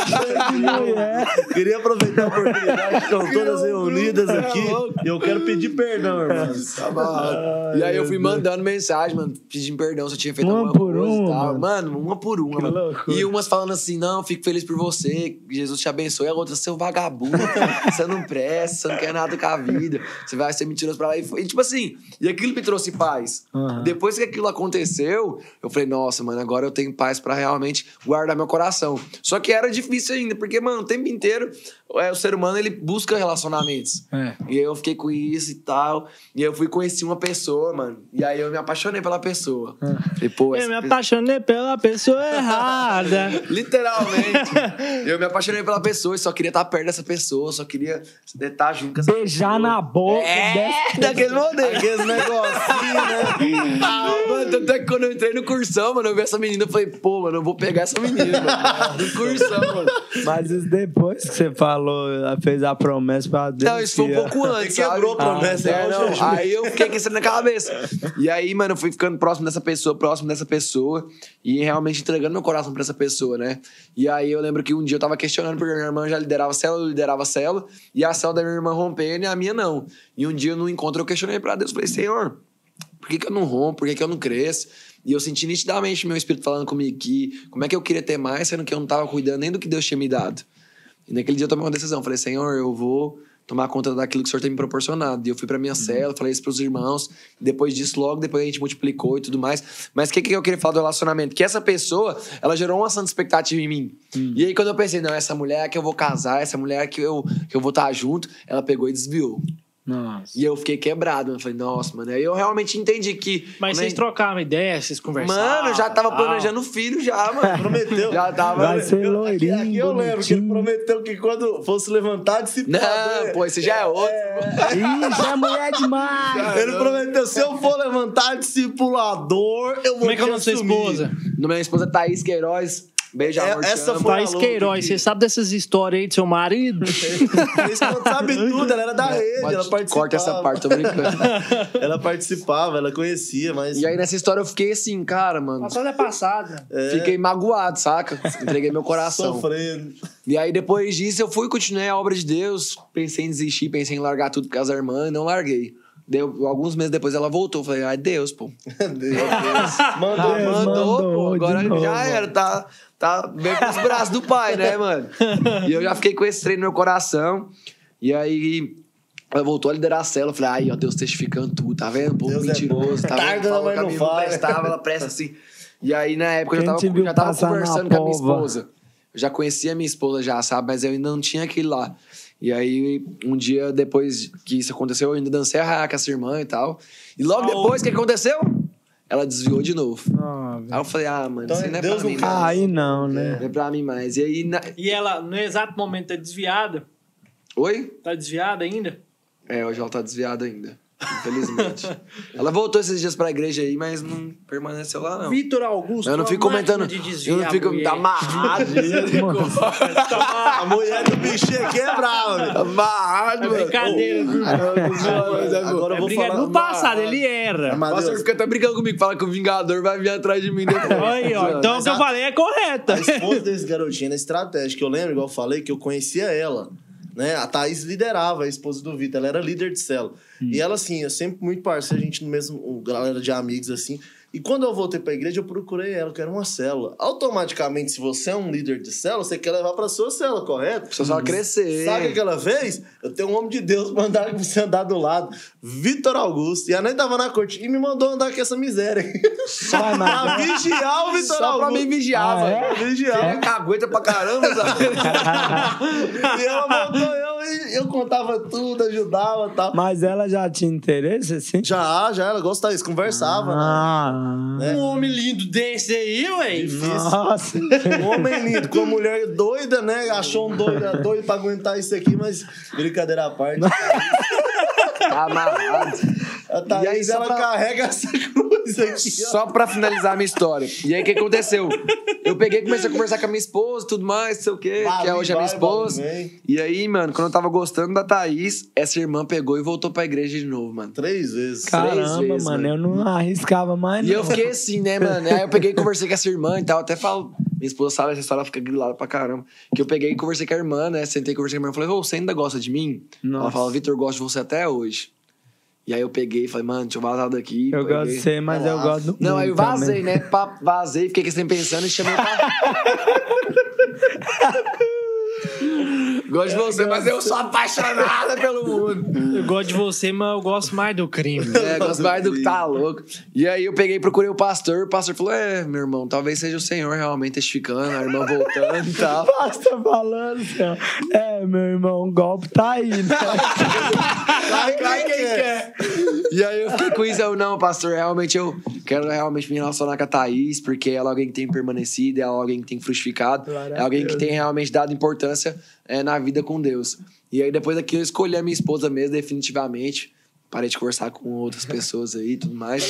de mulher. Queria aproveitar a oportunidade que estão todas reunidas É aqui. E eu quero pedir perdão, irmão. Tá bom. E aí eu fui mandando mensagem, mano, pedindo perdão se eu tinha feito Uma alguma por coisa e uma, tal. mano. Mano, uma por uma, Que mano. loucura. E umas falando assim, não, fico feliz por você, Jesus te abençoe. E a outra, seu vagabundo, você não presta, você não quer nada com a vida, você vai ser mentiroso pra lá. E, foi- e tipo assim, e aquilo me trouxe paz. Uhum. Depois que aquilo aconteceu, eu falei, nossa, mano, agora eu tenho paz pra realmente guardar meu coração. Só que era difícil ainda, porque, mano, o tempo inteiro é, o ser humano, ele busca relacionamentos. É. E aí eu fiquei com isso e tal. E aí eu fui conhecer uma pessoa, mano. E aí eu me apaixonei pela pessoa. Falei, pô, Eu essa me pessoa- apaixonei pela pessoa errada. Literalmente. eu me apaixonei pela pessoa e só queria estar perto dessa pessoa, só queria estar junto com essa Beijar pessoa. na boca. É, dessa- daquele modelo. Aqueles negocinhos, né? Ah, mano, tanto é que quando eu entrei no cursão, mano, eu vi essa menina, eu falei, pô, mano, eu vou pegar essa menina, mano. No cursão, mano. Mas isso depois que você falou, ela fez a promessa pra Deus. Não, isso foi um que ia- pouco antes, Você quebrou sabe? a promessa, É, é, não, hoje. aí eu fiquei com isso na cabeça. E aí, mano, eu fui ficando próximo dessa pessoa, próximo dessa pessoa, e realmente entregando meu coração pra essa pessoa, né? E aí eu lembro que um dia eu tava questionando, porque minha irmã já liderava a célula, eu liderava a célula, e a célula da minha irmã rompendo e a minha não. E um dia no encontro eu questionei pra Deus, falei, Senhor, por que que eu não rompo? Por que que eu não cresço? E eu senti nitidamente meu espírito falando comigo que como é que eu queria ter mais, sendo que eu não tava cuidando nem do que Deus tinha me dado. E naquele dia eu tomei uma decisão, falei, Senhor, eu vou tomar conta daquilo que o Senhor tem me proporcionado. E eu fui pra minha cela, falei isso pros irmãos. Depois disso, logo depois a gente multiplicou e tudo mais. Mas o que, que eu queria falar do relacionamento? Que essa pessoa, ela gerou uma santa expectativa em mim. E aí quando eu pensei, não, essa mulher que eu vou casar, essa mulher que eu, que eu vou estar junto, ela pegou e desviou. Nossa. E eu fiquei quebrado. Eu falei, nossa, mano. Aí eu realmente entendi que... Mas vocês nem... trocavam ideia, vocês conversavam? Mano, eu já tava tal. planejando o filho já, mano. Prometeu. Já tava... Vai ser Eu- loirinho, aqui, aqui eu lembro que ele bonitinho. prometeu que quando fosse levantar, discipulador... Não, pô, esse já é outro. Ixi, é mulher demais. Ele prometeu, se eu for levantar discipulador, eu vou Como é que é o te nome da sua assumir. esposa? No minha esposa Thaís Queiroz. Beijo, É, amor. te essa amo. foi- Thaís louca Queiroz, aqui. você sabe dessas histórias aí do seu marido? Esse não sabe tudo, ela era da rede, Pode- ela participava. Corta essa parte, tô brincando. Ela participava, ela conhecia, mas... E aí nessa história eu fiquei assim, cara, mano. Passada é passada. Fiquei magoado, saca? Entreguei meu coração. Sofrendo. E aí depois disso eu fui, continuei a obra de Deus. Pensei em desistir, pensei em largar tudo por causa da irmã e não larguei. Deu, alguns meses depois ela voltou. Falei, ai, Deus, pô. Deus. Mandou, Deus mandou, mandou pô. de Agora novo. já era, tá, tá bem com os braços do pai, né, mano? E eu já fiquei com esse trem no meu coração. E aí ela voltou a liderar a célula. Eu falei, ai, ó, Deus testificando tudo, tá vendo? Pô, Deus é mentiroso, bom. tá vendo? Tarda, Falou mas que a não minha não fala. prestava, ela presta assim. E aí, na época, eu Quem já te tava, viu já tava passar na conversando com a minha pova? esposa. Eu já conhecia a minha esposa já, sabe? Mas eu ainda não tinha aquele lá. E aí, um dia depois que isso aconteceu, eu ainda dancei a raia com essa irmã e tal. E logo depois, o que aconteceu? Ela desviou de novo. Ah, Aí eu falei, ah, mano, Então, isso aí não é Deus pra mim, não não. quer. aí não, né? Não é pra mim mais. E aí... Na... E ela, no exato momento, tá desviada? Oi? Tá desviada ainda? É, hoje ela tá desviada ainda. Infelizmente. Ela voltou esses dias pra igreja aí, mas não permaneceu lá, não. Vitor Augusto. Eu não uma fico máquina comentando. de Eu desviar não fico a mulher. amarrado. A mulher do bichinho aqui é brava, velho. Amarrado, É mano. brincadeira, viu? Agora É eu vou brincadeira. falar... No passado, ele era. O Mas pastor Deus, fica até brigando comigo, fala que o Vingador vai vir atrás de mim depois. Aí, ó. Então o que eu a- falei é correta. a esposa desse garotinho era estratégica. Eu lembro, igual eu falei, que eu conhecia ela. Né? A Thaís liderava, a esposa do Vitor. Ela era líder de célula. Hum. E ela, assim, é sempre muito parceira, a gente no mesmo... Galera de amigos, assim. E quando eu voltei pra igreja, eu procurei ela, que era uma célula. Automaticamente, se você é um líder de célula, você quer levar pra sua célula, correto? Precisa só crescer. Sabe o que que ela fez? Eu tenho um homem de Deus pra andar, você andar do lado. Vitor Augusto. E a nem tava na corte. E me mandou andar com essa miséria. Só pra vigiar o Vitor Só Augusto. pra mim vigiar, Ah, mano. é? Pra vigiar. É cagueta pra caramba, sabe? E ela mandou eu e eu contava tudo, ajudava e tal. Mas ela já tinha interesse, assim? Já, já, ela gostava disso, conversava. Ah, né? Um homem lindo desse aí, ué. Difícil. nossa. Um homem lindo, com uma mulher doida, né? Achou um doido, doido pra aguentar isso aqui, mas brincadeira à parte. Tá amarrado. A Thaís, E aí, só ela pra- carrega essa cruz aqui, ó. Só pra finalizar a minha história. E aí, o que aconteceu? Eu peguei e comecei a conversar com a minha esposa e tudo mais, não sei o quê, Vai, que é hoje a minha vai, esposa. vai, vem. E aí, mano, quando eu tava gostando da Thaís, essa irmã pegou e voltou pra igreja de novo, mano. Três vezes. Caramba, vezes, mano, mano. eu não arriscava mais, E não. eu fiquei assim, né, mano? Aí eu peguei e conversei com essa irmã e tal. Até falo, minha esposa sabe essa história, ela fica grilada pra caramba. Que eu peguei e conversei com a irmã, né? Sentei e conversei com a irmã. Falei, ô, você ainda gosta de mim? Nossa. Ela fala, Vitor, eu gosto de você até hoje. E aí eu peguei e falei, mano, deixa eu vazar daqui. Eu peguei. gosto de você, mas eu gosto do Não, aí eu mundo vazei, também. né? Pá, vazei, fiquei assim pensando e chamei pra... Gosto de você, mas eu sou apaixonada pelo mundo. Eu gosto de você, mas eu gosto mais do crime. É, gosto mais do que tá louco. E aí eu peguei e procurei o pastor. O pastor falou: é, meu irmão, talvez seja o Senhor realmente testificando, a irmã voltando e tal. Basta falando, senhor. É, meu irmão, o golpe tá aí, né? Vai, vai quem quer. E aí eu fiquei com isso, eu, não, pastor, realmente eu quero realmente me relacionar com a Thaís, porque ela é alguém que tem permanecido, ela é alguém que tem frutificado, Glória é a alguém Deus. que tem realmente dado importância é, na vida com Deus. E aí depois daquilo eu escolhi a minha esposa mesmo, definitivamente. Parei de conversar com outras pessoas aí e tudo mais.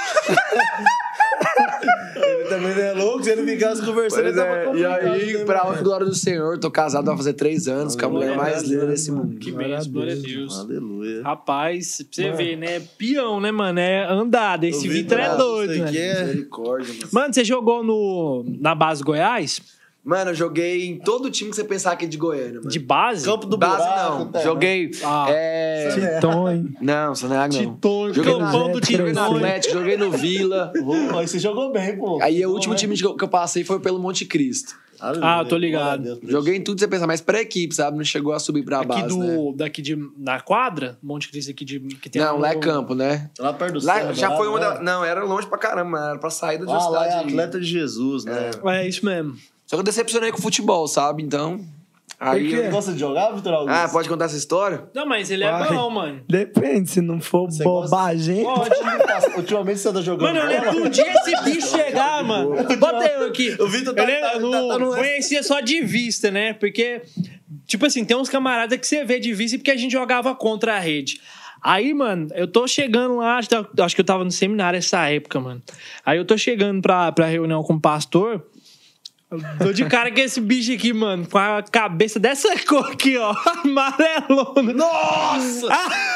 Ele também não é louco, se ele ficasse conversando, Pois ele tava é, e complicado, aí, né, pra mano? honra e glória do Senhor, tô casado vai fazer três anos com a mulher Glória a mais linda desse mundo. Que Glória a benção, glória a Deus. Deus. Aleluia. Rapaz, pra você Mano. ver, né? Peão, né, mano? É andado. Esse Eu vi Vitor é pra- doido, isso né? aqui é- Misericórdia, mano. Mano, você jogou no, na base Goiás? Mano, eu joguei em todo time que você pensar aqui de Goiânia, mano. De base? Campo do Base buraco, não. tá, Joguei. Ah. é... Titon. Não, Sanag não. Titões, Joguei no campão do Joguei no Titões. Atlético, joguei no Vila. Pô, aí você jogou bem, pô. Aí o Bom, último né? time que eu passei foi pelo Monte Cristo. Aleluia. Ah, eu tô ligado. Glória a Deus. Joguei em tudo que você pensar, mas pra equipe, sabe? Não chegou a subir pra Aqui base, do, né? daqui de, na quadra? Monte Cristo aqui de... Que tem Não, um- lá é campo, né? Lá perto do Lá céu, já lá, foi uma né? da... Não, era longe pra caramba, era pra saída de uma Ah, lá é cidade. atleta de Jesus, né? É isso mesmo. Só que eu decepcionei com o futebol, sabe? Então, Aí Você gosta de jogar, Vitor Augusto? Ah, pode contar essa história? Não, mas ele é Vai. bom, mano. Depende, se não for Você bobagem. Pode. Ultimamente você anda jogando Mano, eu lembro que um dia esse bicho chegar, mano. Bota eu aqui. O Vitor tá- Eu lembro- tá- não tá- tá no- conhecia só de vista, né? Porque, tipo assim, tem uns camaradas que você vê de vista porque a gente jogava contra a rede. Aí, mano, eu tô chegando lá, acho que eu tava no seminário essa época, mano. Aí eu tô chegando pra, pra reunião com o pastor. Eu tô de cara com esse bicho aqui, mano, com a cabeça dessa cor aqui, ó, amarelona. Nossa!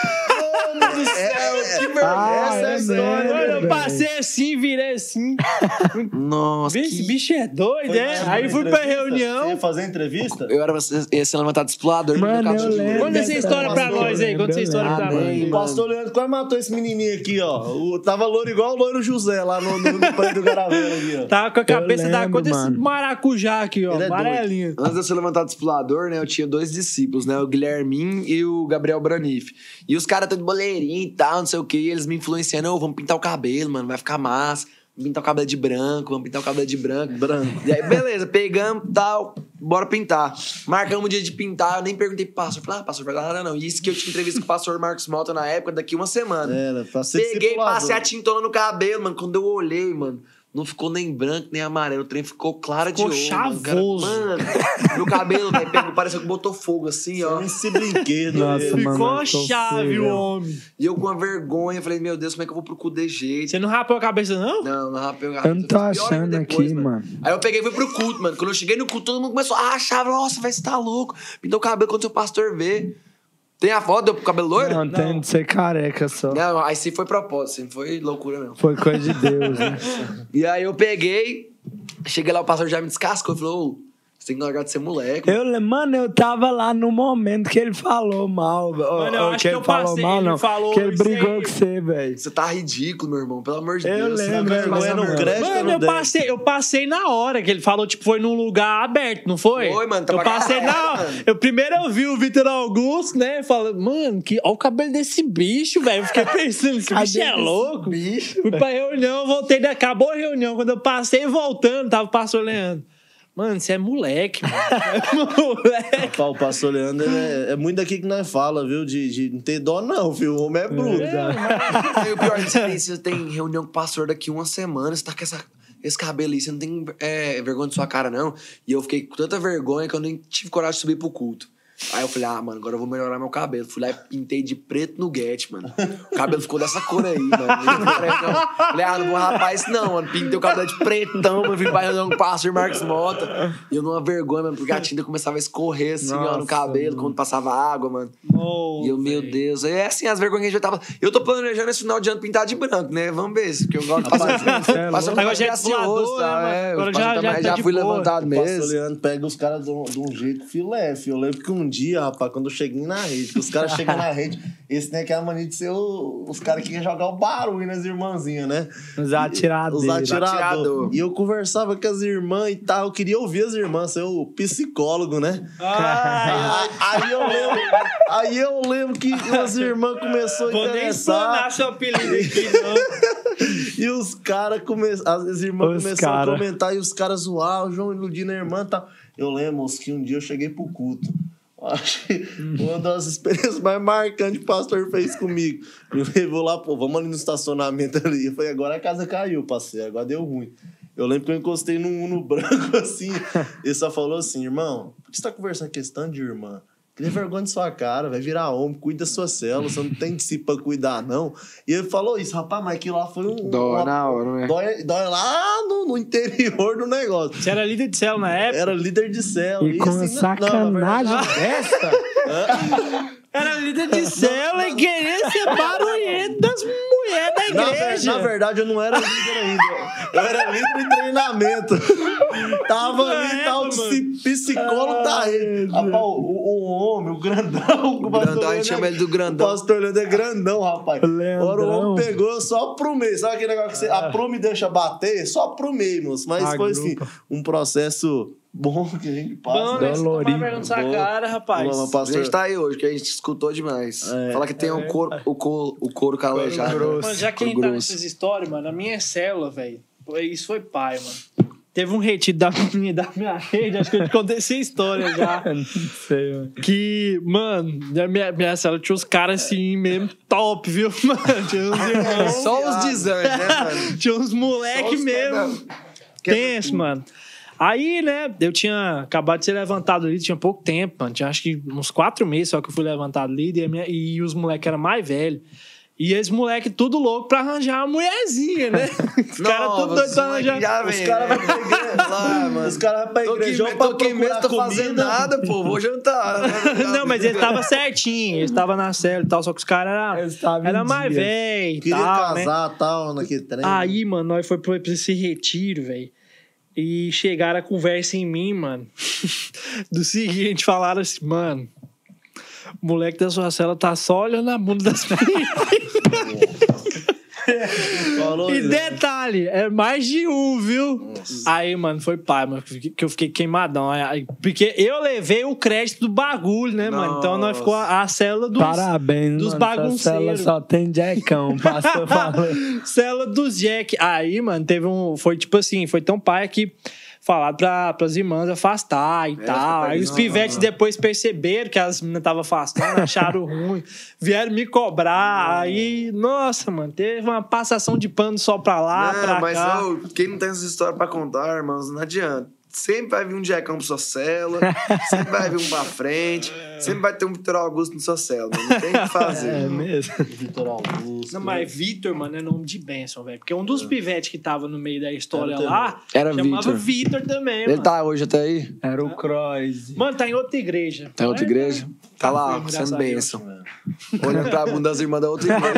Mano do céu, que vergonha! Ah, Essa é a é história. mesmo, Mano, eu velho. passei assim, virei assim. Nossa, Esse que... bicho é doido, Foi é? na Aí fui pra entrevista? reunião. Você ia fazer entrevista? Eu era ia ser levantado explorador. Mano, eu lembro. Conta essa história pra Pastor, nós aí, conta essa história pra lembro, nós. O pastor Leandro quase matou esse menininho aqui, ó. O, tava loiro igual o loiro José lá no, no, no Pai do Garavela aqui, ó. Tava com a cabeça da lembro, cor desse mano. maracujá aqui, ó. Ele é doido. Amarelinho. Antes de eu ser levantado explorador, né, eu tinha dois discípulos, né, o Guilhermin e o Gabriel Braniff. E os caras todos boleirinho e tal, não sei o que, e eles me influenciando, ô, vamos pintar o cabelo, mano, vai ficar massa. Vamos pintar o cabelo de branco, vamos pintar o cabelo de branco. Branco. E aí, beleza, pegamos e tal, bora pintar. Marcamos o dia de pintar, eu nem perguntei pro pastor. Falei, ah, pastor, vai lá, não. E isso que eu tinha entrevista com o pastor Marcos Mota na época, daqui uma semana. Era, pra ser Peguei, discipulador. passei a tintona no cabelo, mano. Quando eu olhei, mano, não ficou nem branco, nem amarelo. O trem ficou claro Ficou de ouro. Mano, Cara, chavoso. mano, meu cabelo, velho, pegou, pareceu que botou fogo assim, ó. Esse brinquedo. Nossa, dele. mano. Ficou eu tô chave feio. o homem. E eu com uma vergonha, falei, meu Deus, como é que eu vou pro cu de jeito? Você não rapou a cabeça, não? Não, não rapei o Eu não tô achando aqui, mano. Aí eu peguei e fui pro culto, mano. Quando eu cheguei no culto, todo mundo começou a rachar. Nossa, vai, você tá louco. Pintou o cabelo quando seu pastor vê. Tem a foto do cabelo loiro? Não, tem de ser careca só. Não, aí sim foi propósito, sim, foi loucura mesmo. Foi coisa de Deus, né? E aí eu peguei, cheguei lá, o pastor já me descascou e falou, ô, você tem que largar de ser moleque. Eu, le- mano, eu tava lá no momento que ele falou mal. Mano, eu Ou acho que que ele eu falou passei, mal, ele não. falou que ele isso brigou aí. com você, velho. Você tá ridículo, meu irmão, pelo amor de Eu Deus. lembro, vergonha eu não lembro. cresce, Mano, não eu desce. passei, eu passei na hora que ele falou, tipo, foi num lugar aberto, não foi? Foi, mano, Eu tava passei na galera, hora. mano. Eu primeiro eu vi o Vitor Augusto, né? Falando, mano, que, olha o cabelo desse bicho, velho. Eu fiquei pensando, esse bicho é louco. Bicho. Fui pra reunião, voltei, acabou a reunião. Quando eu passei voltando, tava o pastor Leandro. Mano, você é moleque, mano. É moleque. Pá, o pastor Leandro é, é muito daqui que nós fala, viu? De, de não ter dó, não, viu? O homem é bruto. Aí o pior é que você tem, você tem reunião com o pastor daqui uma semana, você tá com essa, esse cabelo aí, você não tem é, vergonha de sua cara, não. E eu fiquei com tanta vergonha que eu nem tive coragem de subir pro culto. Aí eu falei, ah, mano, agora eu vou melhorar meu cabelo. Fui lá e pintei de preto no Get, mano. O cabelo ficou dessa cor aí, mano. Não parece, não. Falei, ah, não vou rapar isso não, mano. Pintei o cabelo de pretão, mano. Vim pra reunião com o pastor Marcos Mota. E eu numa vergonha, mano, porque a tinta começava a escorrer assim, ó, no Nossa, cabelo, mano. quando passava água, mano. Oh, E eu, meu velho. Deus, é assim, as vergonhas que a gente já tava. Eu tô planejando esse final de ano pintar de branco, né? Vamos ver, porque eu gosto de passar. você é Passar Agora já é discipulador, né, mano? é, Agora eu já- já, já já, tá de fui boa. levantado O pastor mesmo. Leandro pega os caras de um, de um jeito filé, filho. Eu lembro que um dia, rapaz, quando eu cheguei na rede, que os caras chegam na rede, esse tem aquela mania de ser o- os caras que querem jogar o barulho nas irmãzinhas, né? Os atiradores. Os atiradores. atirador. E eu conversava com as irmãs e tal. Eu queria ouvir as irmãs, ser o psicólogo, né? Ah, Aí, aí eu lembro, aí eu lembro que as irmãs começaram a vou nem interessar. explanar seu apelido aqui, não. E os caras começaram, as irmãs Os começaram cara. a comentar e os caras zoar, o João iludindo a irmã e tal. Eu lembro, moço, que um dia eu cheguei pro culto. Acho que uma das experiências mais marcantes que o pastor fez comigo. Me levou lá, pô, vamos ali no estacionamento ali. Eu falei, agora a casa caiu, parceiro, agora deu ruim. Eu lembro que eu encostei num Uno branco assim. Ele só falou assim, irmão, por que você tá conversando questão de irmã? Cria vergonha de sua cara, vai virar homem, cuida da sua célula, você não tem discípulo pra cuidar, não. E ele falou isso, rapaz, mas aquilo lá foi um. Dói uma- na hora, né? Dói, dói lá no, no interior do negócio. Você era líder de célula na época? Era líder de célula. E com assim, não- sacanagem não, na verdade- dessa. Era líder de célula e queria ser barulhento das mulheres da Na, ver- igreja. na verdade, eu não era líder ainda. Eu era líder em treinamento. Tava ali, É, tal, mano. psi- psicólogo da rede. Rapaz, o, o, o homem, o grandão. O, pastor grandão, a gente Leandro chama é- ele do grandão. O pastor Leandro é grandão, rapaz. Leandrão. Agora o homem pegou, eu só aprumei. Sabe aquele negócio que você aprume e deixa bater? Só aprumei, moço. Mas A foi grupa. assim, um processo bom que a gente passa. Bom, né? né? Você tomar Dolorido. vergonha na sua Bom. cara, rapaz. Vamos, A pastor. gente tá aí hoje, que a gente escutou demais. É. Fala que tem um couro, o, couro, o couro calejado. grosso. Mano, já que a gente Couro tá grosso. nessas histórias, mano, a minha célula, velho, isso foi pai, mano. teve um retiro da minha, da minha rede, acho que eu te contei essa história já. Não sei, mano. Que, mano, na minha, minha cela tinha uns caras assim mesmo top, viu, mano? Tinha uns irmãos. Só os designs, né, mano? Tinha uns moleque mesmo. Tenso, mano. Aí, né, eu tinha acabado de ser levantado ali, tinha pouco tempo, mano. Tinha acho que uns quatro meses só que eu fui levantado ali, e, a minha, e os moleques eram mais velhos. E esse moleque tudo louco pra arranjar uma mulherzinha, né? Os caras tudo doidos pra arranjar. Os caras vão pra igreja lá, mano. Os caras vão pra igreja pra procurar mesmo, tô fazendo nada, pô. Vou jantar. Não, mas ele tava certinho. Ele tava na cela e tal, só que os caras eram era mais velhos e Queria tal, casar e né? tal, naquele trem. Aí, mano, nós foi pra esse retiro, velho. E chegaram a conversa em mim, mano. Do seguinte, falaram assim, mano... O moleque da sua cela tá só olhando a bunda das meninas. E detalhe, é mais de um, viu? Nossa. Aí, mano, foi pai, mano, que eu fiquei queimadão. Aí, porque eu levei o crédito do bagulho, né, Nossa. mano? Então nós ficou a, a célula dos, Parabéns, dos mano, bagunceiros. Célula só tem jackão, pastor falou. Célula dos jack. Aí, mano, teve um... Foi tipo assim, foi tão pai que... Falaram pra, pras irmãs afastar e é, tal. Aí os não, pivetes não, não. depois perceberam que as meninas estavam afastando, acharam ruim, vieram me cobrar. Aí, nossa, mano, teve uma passação de pano só pra lá, não, pra mas cá. Mas quem não tem essa história pra contar, irmãos, não adianta. Sempre vai vir um Jackão pra sua cela, sempre vai vir um pra frente, sempre vai ter um Vitor Augusto na sua cela, não tem o que fazer. É mesmo. Vitor Augusto. Não, mas Vitor, mano, é nome de bênção, velho. Porque um dos é. pivetes que tava no meio da história era lá era chamava Vitor também, Ele mano. tá hoje até aí? Era o Croix. Mano, tá em outra igreja. Tá em outra igreja? Tá, tá lá, sendo bênção. Olhando pra bunda das irmãs da outra irmã.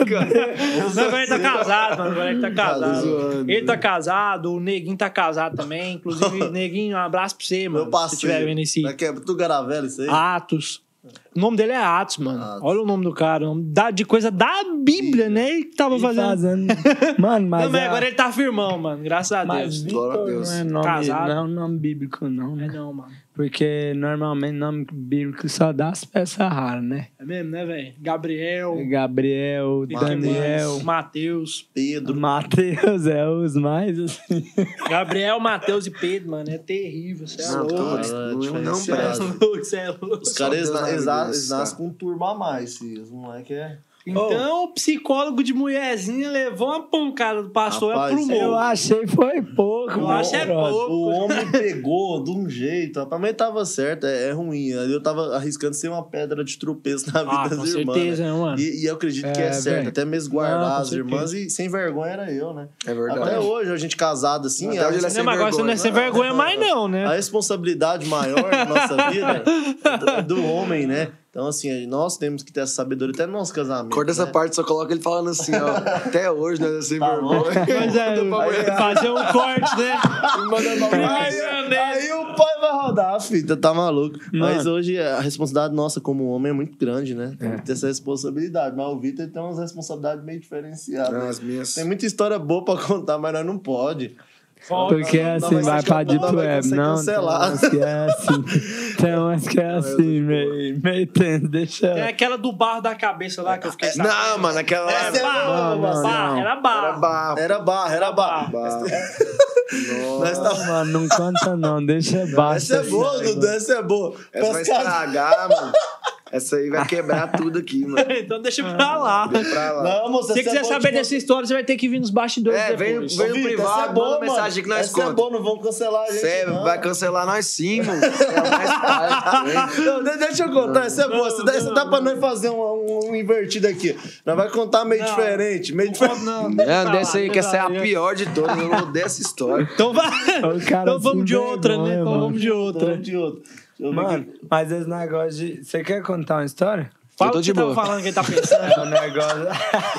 Não, agora ele tá casado, mano. Agora ele tá casado. Ele tá casado, o Neguinho tá casado também. Inclusive, Neguinho, um abraço pra você, mano. Meu parceiro. Se tiver vendo esse... Daqui é tu Garavela, isso aí? Atos. O nome dele é Atos, mano. Atos. Olha o nome do cara. O nome da, de coisa da Bíblia, né? Ele tava e fazendo. fazendo. Mano, mas. Não, mas é... agora ele tá firmão, mano. Graças a mas Deus. Glória a Deus. Não é nome, Casado. Não é um nome bíblico, não. Né? É não, mano. Porque normalmente nome bíblico só dá as peças raras, né? É mesmo, né, velho? Gabriel. Gabriel, Daniel. Mateus. Pedro. Mateus é os mais, assim. Gabriel, Mateus e Pedro, mano. É terrível. Você é não, louco. Não, não presta. Você é louco. Os caras eles nascem com um turma a mais, filho. Os moleques é... Então, oh. o psicólogo de mulherzinha levou uma pancada do pastor e aprumou. Eu achei foi pouco. Eu achei é pouco. O homem pegou de um jeito. Pra mim tava certo, é, é ruim. Eu tava arriscando ser uma pedra de tropeço na vida ah, das com irmãs. Certeza, né? mano. E, e eu acredito é, que é certo. Véio. Até mesmo guardar Não, as irmãs e sem vergonha era eu, né? É verdade. Até hoje, a gente casado assim. Até hoje é sem agora você não é sem vergonha mais, não, né? A responsabilidade maior da nossa vida é do homem, né? Então, assim, nós temos que ter essa sabedoria até no nosso casamento. Corta né? essa parte, só coloca ele falando assim, ó. Até hoje, né? Sem tá vergonha. Mas é, fazer um corte, né? aí, aí o pai vai rodar a fita, tá maluco. Mano. Mas hoje a responsabilidade nossa como homem é muito grande, né? Tem que ter essa responsabilidade. Mas o Vitor tem umas responsabilidades meio diferenciadas. Não, as minhas... Tem muita história boa pra contar, mas nós não pode. Porque não, assim, não vai, vai pra Deep Web, não. Cancelar. Tem umas que é assim. Tem umas que é assim, meio, meio tenso, deixa. Tem aquela do barro da cabeça lá que eu fiquei sabendo. Não, mano, aquela lá. Essa é barro, não, não, barro, não. Era barro. Era barro. Era barro, era barro. barro. Nossa, tá... mano, não conta não, deixa barro. Essa é boa, Dudu, essa é boa. Essa vai estragar, mano. Essa aí vai quebrar tudo aqui, mano. Então deixa pra lá. Deixa pra lá. Não, moça, se você quiser saber dessa história, você vai ter que vir nos bastidores é, depois. Vem, vem no privado, é boa, manda mensagem que nós conta. Essa é boa, não vamos cancelar a gente, Cê não. vai cancelar nós sim, mano. Não, deixa eu contar, essa é boa. Não, dá, não, dá pra nós fazer um, um, um invertido aqui. Nós vai contar meio não, diferente. Meio diferente. Não, não dessa aí, que essa é a pior de todas. Eu odeio essa história. Então vai. Então vamos de outra, né? Então vamos de outra. Vamos de outra. Mano, mas esse negócio de... Você quer contar uma história? Fala o que você tava falando que ele tá pensando. É um negócio...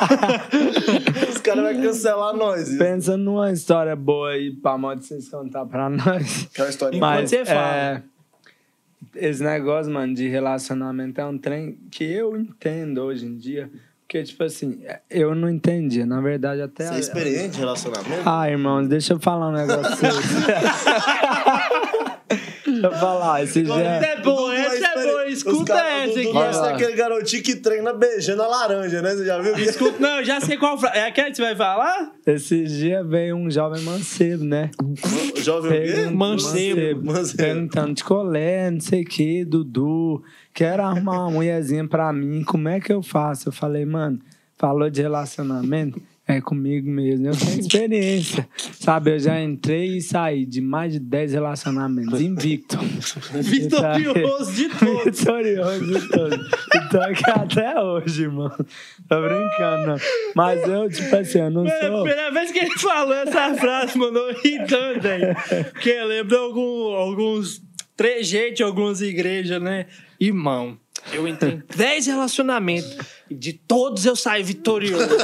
Os caras vão cancelar nós. Isso. Pensando numa história boa aí pra modo vocês contar pra nós. Que é uma história Mas você fala. É, esse negócio, mano, de relacionamento é um trem que eu entendo hoje em dia. Porque, tipo assim, eu não entendia. Na verdade, até... Você é experiente em relacionamento? Ah, irmãos, deixa eu falar um negócio pra vocês. Deixa eu falar, esse já... Essa é boa, essa é boa, escuta cara, essa aqui. Nós tem aquele garotinho que treina beijando a laranja, né? Você já viu? Escuta, não, eu já sei qual frase. É aquela que você vai falar? Esses dias veio um jovem mancebo, né? Jovem o quê? Mancebo. Mancebo. Perguntando de colé, não sei o que, Dudu. Quero arrumar uma mulherzinha pra mim. Como é que eu faço? Eu falei, mano, falou de relacionamento? É comigo mesmo. Eu tenho experiência. Sabe, eu já entrei e saí de mais de dez relacionamentos. Invicto. Vitorioso de todos. Vitorioso de todos. Então aqui até hoje, mano. Tô brincando, não. Mas eu, tipo assim, eu não Mano, sou... a primeira vez que ele falou essa frase, mano, eu ri tanto, velho. Porque eu lembro de algum, alguns trejeitos, algumas igrejas, né? Irmão, eu entrei em dez relacionamentos e de todos eu saí vitorioso. Ele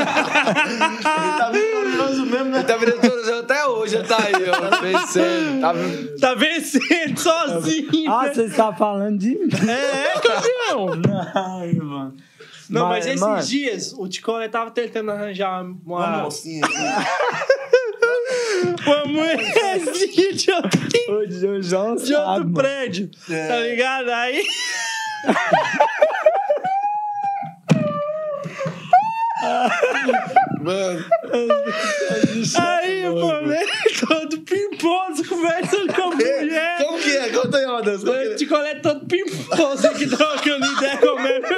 tá vitorioso mesmo, né? Ele tá vitorioso até hoje, já tá aí, ó. Vencendo. Tá... Tá vencendo sozinho. Ah, né? você está falando de mim. É, campeão. Ai, mano. Não, mas, Mas, esses mano, dias, o Ticolé tava tentando arranjar uma, Uma mocinha aqui. uma mulherzinha de outro, O, o João de sabe, outro mano. prédio, É. tá ligado? Aí... Mano, Aí, mano, ele todo pimposo, conversando com a mulher. Como que é? Conta aí, Matheus. Como que O é? Ticolé todo pimposo aqui, trocando ideia com a mulher.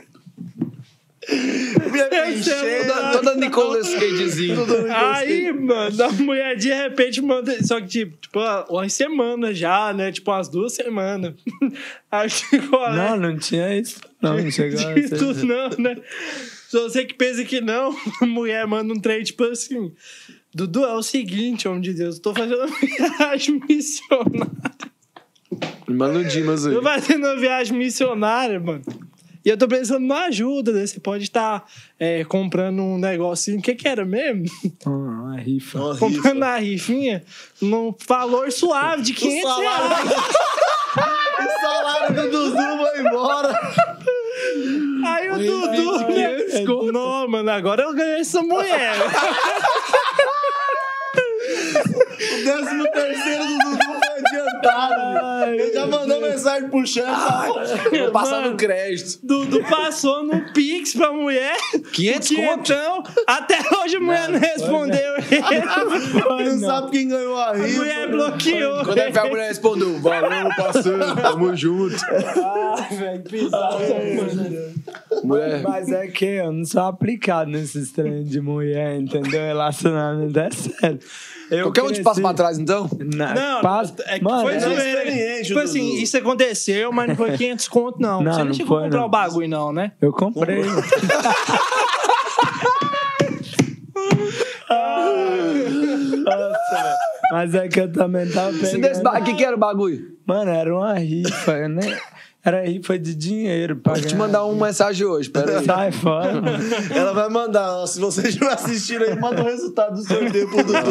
toda, toda Nicolas Cagezinho. Aí, mano, a mulher de repente manda. Só que, tipo, tipo, umas semanas já, né? Tipo, umas duas semanas. Aí ficou, Não, não tinha isso. Não, não chegou a de ser. tudo, não, né? Se você que pensa que não, a mulher manda um trem, tipo assim. Dudu, é o seguinte, homem de Deus, eu tô fazendo uma viagem missionária. Manda o Dimas aí. Tô fazendo uma viagem missionária, mano. E eu tô precisando de uma ajuda, né? Você pode estar é, comprando um negocinho. O que que era mesmo? Ah, uma rifa. Uma Comprando rifa. na rifinha num valor suave de quinhentos reais. O salário do Dudu vai embora. Aí o Dudu, né? Não, mano, agora eu ganhei essa mulher. O décimo terceiro do Dudu foi adiantado. Ele já mandou mensagem pro chefe. Vou passar Mano, no crédito. Dudu passou no Pix pra mulher. quinhentos Então, até hoje a mulher não, respondeu ele. Não sabe quem ganhou a A rifa. mulher bloqueou. Quando é que a mulher respondeu? Valeu, parceiro. Tamo junto. Ah, velho, pisado. Mulher. Mas é que eu não sou aplicado nesses treinos de mulher, entendeu? Relacionamento é sério. Eu Qualquer um te passa pra trás, então? Na, Não, passa, é que mano, foi é- zoeira. experiente, Tipo Dudu. assim, isso aconteceu, mas não foi quinhentos conto, não. Não, Você não, não chegou a foi, comprar não. o bagulho, não, né? eu comprei. Nossa, velho. Mas é que eu também tava Se desse pegando... ba... O que, que era o bagulho? Mano, era uma rifa, né? Era rifa de dinheiro. Pra Vou te ganhar. mandar uma mensagem hoje, pera aí. Sai fora, mano. Ela vai mandar, ó, se você estiver assistindo aí, manda o resultado do sorteio pro Dudu.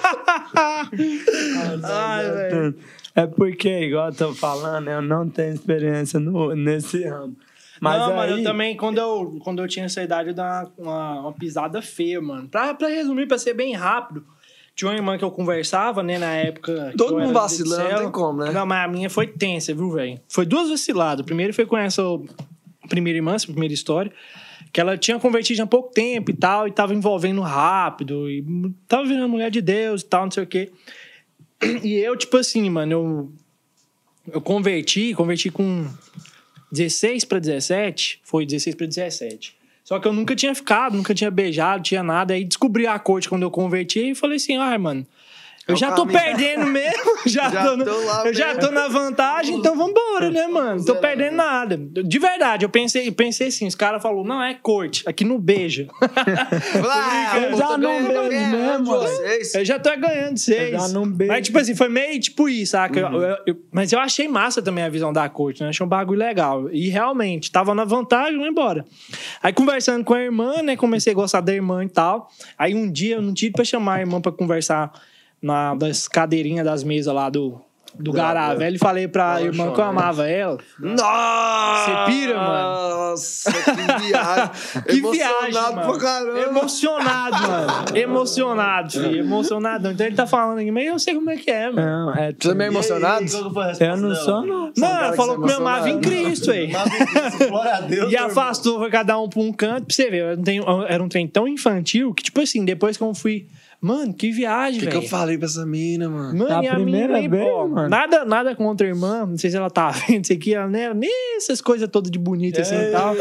Ai, velho. É porque, igual eu tô falando, eu não tenho experiência no, nesse ramo. Mas não, aí... mano, eu também, quando eu, quando eu tinha essa idade, eu dava uma, uma pisada feia, mano. Pra, pra resumir, pra ser bem rápido, tinha uma irmã que eu conversava, né, na época... que Todo eu mundo era vacilando, do não céu. tem como, né? Não, mas a minha foi tensa, viu, velho? Foi duas vaciladas. Primeiro foi com essa primeira irmã, essa primeira história, que ela tinha convertido há pouco tempo e tal, e tava envolvendo rápido, e tava virando mulher de Deus e tal, não sei o quê. E eu, tipo assim, mano, eu, eu converti, converti com dezesseis para dezessete, foi dezesseis para dezessete. Só que eu nunca tinha ficado, nunca tinha beijado, tinha nada. Aí descobri a corte quando eu converti e falei assim, ai, mano, eu É o já tô caminho. perdendo mesmo, já, Já tô, no- tô lá eu já mesmo. tô na vantagem, então vambora, né, mano? Tô Zero, perdendo né? nada. De verdade, eu pensei, pensei assim, os caras falaram, não, é corte, aqui não beija. Ah, Eu pô, já tô não ganhando, tô beijo ganhando mesmo, de vocês. Eu já tô ganhando seis. Eu já não beijo. Mas, tipo assim, foi meio tipo isso, saca? Uhum. Eu- eu- eu- mas eu achei massa também a visão da corte, né? Achei um bagulho legal. E realmente, tava na vantagem, vamos embora. Aí, conversando com a irmã, né? Comecei a gostar da irmã e tal. Aí, um dia, eu não tive pra chamar a irmã pra conversar na, das cadeirinhas das mesas lá do, do Garavelli e falei pra Não, irmã que eu amava ela. Nossa! Você pira, mano? Nossa, que viagem. Que Emocionado viagem, mano. pra caramba. Emocionado, mano. Emocionado, filho. Emocionado. Então ele tá falando aqui, mas eu sei como é que é, mano. Não, é Você também é emocionado? E aí, qual que foi a resposta Eu não dela? sou, não. Não, cara ela que falou você que me é amava em emocionado. Cristo, aí. Amava em Cristo, glória a Deus. E meu afastou, foi cada um pra um canto, pra você ver. Era um trem, era um trem tão infantil que, tipo assim, depois que eu fui... Mano, que viagem, O que, velho. que eu falei pra essa mina, mano? Mano, A e a primeira minha, vez, pô, mano. Nada, nada contra a irmã. Não sei se ela tá vendo isso aqui. Ela não era nem essas coisas todas de bonita assim e tal.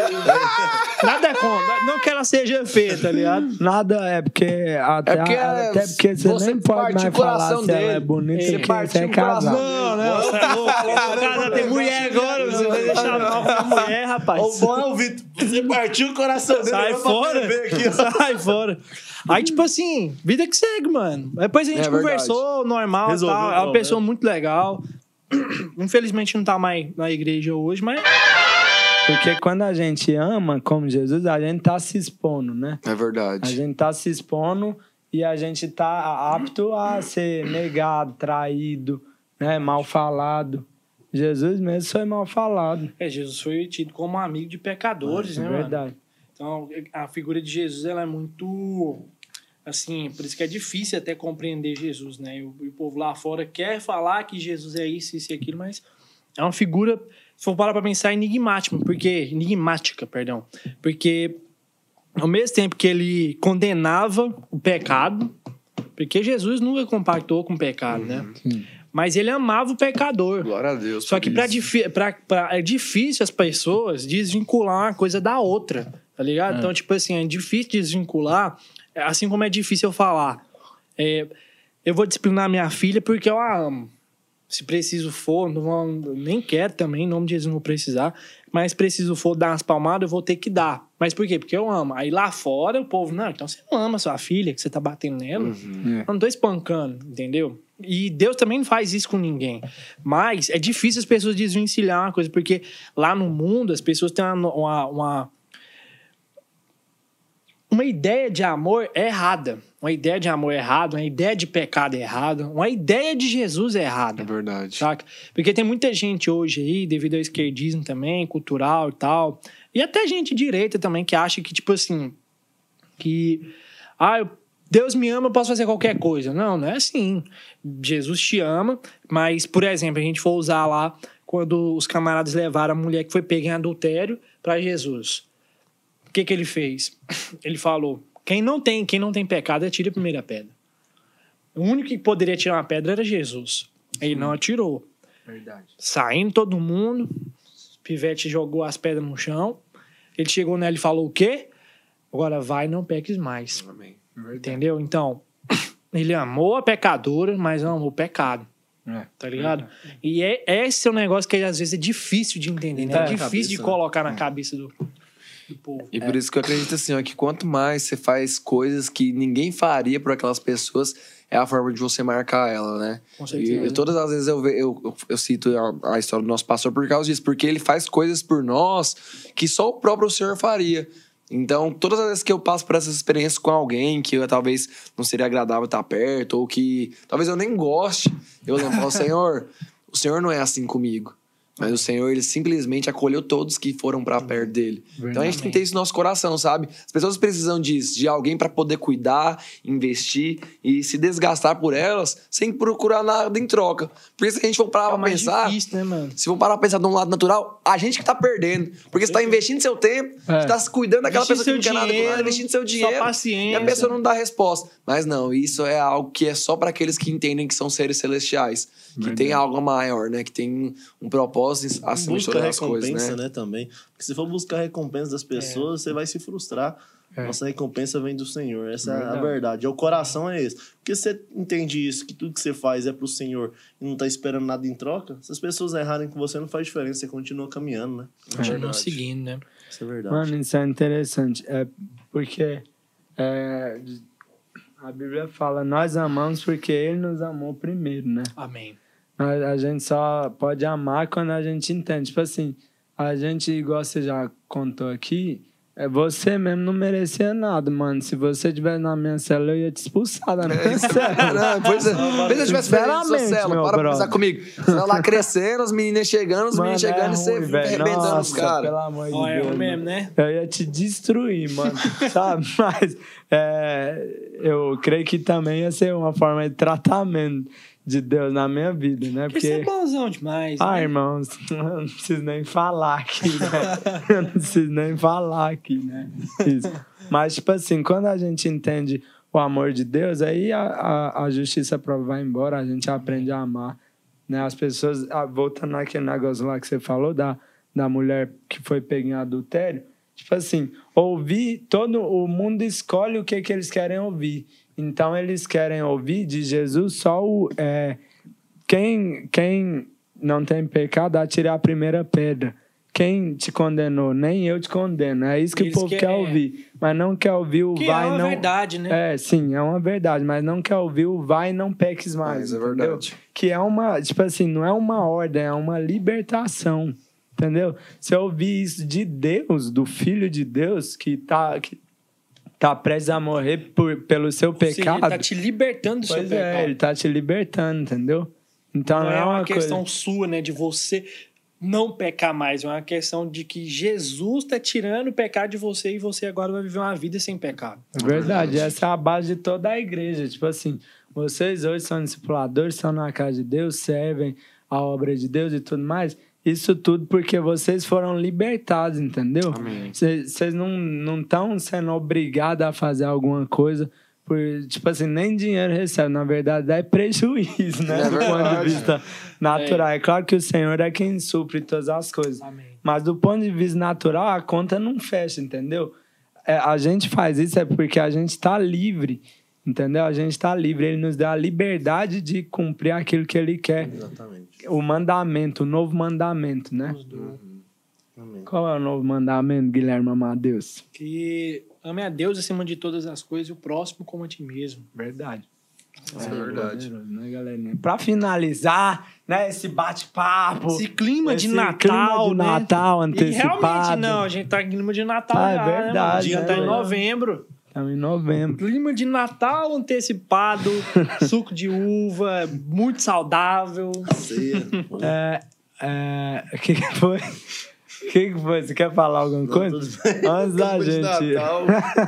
Nada contra. Não que ela seja feia, tá ligado? Nada é porque até, É porque até porque você, você nem pode parte mais o coração falar se ela é dele. bonita Você porque partiu você é o coração casado. Não, não, você é louco. O cara tem mulher agora, você vai deixar mal com a mulher, rapaz. O bom é o Vitor. Você partiu o coração dele. Sai eu pra fora. ver aqui, ó. Sai fora. Aí, tipo assim, vida que segue, mano. Depois a gente É conversou, normal e Resolveu tal. o É uma problema. pessoa muito legal. Infelizmente não tá mais na igreja hoje, mas... Porque quando a gente ama como Jesus, a gente tá se expondo, né? É A verdade. gente tá se expondo e a gente tá apto a ser negado, traído, né? Mal falado. Jesus mesmo foi mal falado. É, Jesus foi tido como amigo de pecadores, É né, mano? verdade. Então, a figura de Jesus, ela é muito... Assim, por isso que é difícil até compreender Jesus, né? E o, e o povo lá fora quer falar que Jesus é isso, isso e aquilo, mas é uma figura, se for parar pra pensar, enigmática, porque... Enigmática, perdão. Porque, ao mesmo tempo que ele condenava o pecado, porque Jesus nunca compactou com o pecado, né? Sim. Mas ele amava o pecador. Glória a Deus. Só que por pra, isso. difi- pra, pra- é difícil as pessoas desvincular uma coisa da outra, tá ligado? É. Então, tipo assim, é difícil desvincular, assim como é difícil eu falar. é, eu vou disciplinar minha filha porque eu a amo. Se preciso for, não vou- nem quero também, em nome de Jesus não vou precisar, mas se preciso for dar umas palmadas, eu vou ter que dar. Mas por quê? Porque eu amo. Aí lá fora o povo, não, então você não ama sua filha, que você tá batendo nela. Uhum. Eu não tô espancando, entendeu? E Deus também não faz isso com ninguém. Mas é difícil as pessoas desvencilhar uma coisa, porque lá no mundo as pessoas têm uma, uma, uma, uma ideia de amor errada. Uma ideia de amor errada, uma ideia de pecado errada, uma ideia de Jesus É errada. verdade. Saca? Porque tem muita gente hoje aí, devido ao esquerdismo também, cultural e tal, e até gente de direita também, que acha que, tipo assim, que ah, eu- Deus me ama, eu posso fazer qualquer coisa. Não, não é assim. Jesus te ama, mas, por exemplo, a gente for usar lá, quando os camaradas levaram a mulher que foi pega em adultério para Jesus. O que que ele fez? Ele falou, quem não tem, quem não tem pecado, atira a primeira pedra. O único que poderia tirar uma pedra era Jesus. Ele não atirou. Verdade. Saindo todo mundo, o pivete jogou as pedras no chão. Ele chegou nela e falou o quê? Agora vai, não peques mais. Amém. Entendeu? Então, ele amou a pecadora, mas não amou o pecado. É. Tá ligado? E é, esse é um negócio que às vezes é difícil de entender, né? É, É, difícil cabeça, de né? colocar na cabeça do, do povo. E por isso que eu acredito assim, ó, que quanto mais você faz coisas que ninguém faria por aquelas pessoas, é a forma de você marcar ela, né? Com E certeza. eu- todas as vezes eu, ve- eu, eu, eu cito a, a história do nosso pastor por causa disso, porque ele faz coisas por nós que só o próprio Senhor faria. Então, todas as vezes que eu passo por essas experiências com alguém que eu, talvez não seria agradável estar perto, ou que talvez eu nem goste, eu lembro ao Senhor, o Senhor não é assim comigo. Mas o Senhor, ele simplesmente acolheu todos que foram pra perto dele. Então a gente tem que ter isso no nosso coração, sabe? As pessoas precisam disso, de alguém pra poder cuidar, investir e se desgastar por elas sem procurar nada em troca. Porque se a gente for parar É pra o mais pensar, difícil, né, mano? se for parar pra pensar de um lado natural, a gente que tá perdendo. Porque você tá investindo seu tempo, É. você tá se cuidando daquela Investindo pessoa que não seu quer nada com nada, dinheiro, investindo seu sua dinheiro. paciência. E a pessoa não dá resposta. Mas não, isso é algo que é só pra aqueles que entendem que são seres celestiais. Que Verdade. tem algo maior, né? Que tem um propósito acima de Busca todas as coisas, recompensa, né? né, também. Porque se for buscar recompensa das pessoas, você vai se frustrar. É. Nossa recompensa vem do Senhor. Essa é a Verdade. verdade. O coração é esse. Porque você entende isso, que tudo que você faz é pro Senhor e não tá esperando nada em troca, se as pessoas errarem com você, não faz diferença. Você continua caminhando, né? Continua Verdade. seguindo, né? Isso é verdade. Mano, isso é interessante. É porque é, a Bíblia fala, nós amamos porque Ele nos amou primeiro, né? Amém. A, a gente só pode amar quando a gente entende. Tipo assim, a gente, igual você já contou aqui, É, você mesmo não merecia nada, mano. Se você estivesse na minha cela, eu ia te expulsar da minha cela. Pois é. Pensa eu tivesse feito na sua cela. Para pra pensar comigo. Você tá lá crescendo, as meninas chegando, os meninos chegando é e você arrebentando os caras. Pelo amor de oh, Deus. É mesmo, né? Eu ia te destruir, mano. Sabe? Mas é, eu creio que também ia ser uma forma de tratamento de Deus na minha vida, né? Porque você é bonzão demais. Ah, né? irmãos, eu não preciso nem falar aqui, né? Eu não preciso nem falar aqui, né? Isso. Mas, tipo assim, quando a gente entende o amor de Deus, aí a, a, a justiça própria vai embora, a gente aprende a amar, né? As pessoas, voltando naquele negócio lá que você falou, da, da mulher que foi pega em adultério, tipo assim, ouvir, todo o mundo escolhe o que, que eles querem ouvir. Então, eles querem ouvir de Jesus só o... É, quem, quem não tem pecado, atire a primeira pedra. Quem te condenou? Nem eu te condeno. É isso que eles o povo quer, quer ouvir. Mas não quer ouvir o que vai é uma não... verdade, né? É, sim, é uma verdade. Mas não quer ouvir o vai não peques mais. Mas é verdade. Que é uma... Tipo assim, não é uma ordem, é uma libertação. Entendeu? Se eu ouvir isso de Deus, do Filho de Deus, que tá... Que tá prestes a morrer por, pelo seu Ou pecado. Seja, ele tá te libertando do pois seu é, pecado. ele tá te libertando, entendeu? Então não não é uma, uma questão coisa... sua, né? De você não pecar mais. É uma questão de que Jesus tá tirando o pecado de você e você agora vai viver uma vida sem pecado. É verdade. Essa é a base de toda a igreja. Tipo assim, vocês hoje são discipuladores, estão na casa de Deus, servem a obra de Deus e tudo mais... Isso tudo porque vocês foram libertados, entendeu? Vocês não estão sendo obrigados a fazer alguma coisa por, tipo assim, nem dinheiro recebe. Na verdade, dá prejuízo, né? É do ponto de vista natural. É. é claro que o Senhor é quem supre todas as coisas. Amém. Mas do ponto de vista natural, a conta não fecha, entendeu? É, a gente faz isso é porque a gente está livre. Entendeu? A gente está livre. Ele nos dá a liberdade de cumprir aquilo que ele quer. Exatamente. O mandamento, o novo mandamento, né? Uhum. Qual é o novo mandamento, Guilherme Amadeus? Que ame a Deus acima de todas as coisas e o próximo como a ti mesmo. Verdade. Isso é, é verdade. Poderoso, né, galerinha? Pra finalizar, né, esse bate-papo. Esse clima esse de Natal, clima de né? Natal E antecipado. realmente não, a gente tá em clima de Natal Ah, é já, verdade, né? A gente né, tá em velho? novembro. Estamos em novembro. Clima de Natal antecipado, suco de uva, muito saudável. Ceia. É, é, o que, que foi? O que, que foi? Você quer falar alguma Não, coisa? tudo bem. Antes da Clima de gente. Natal.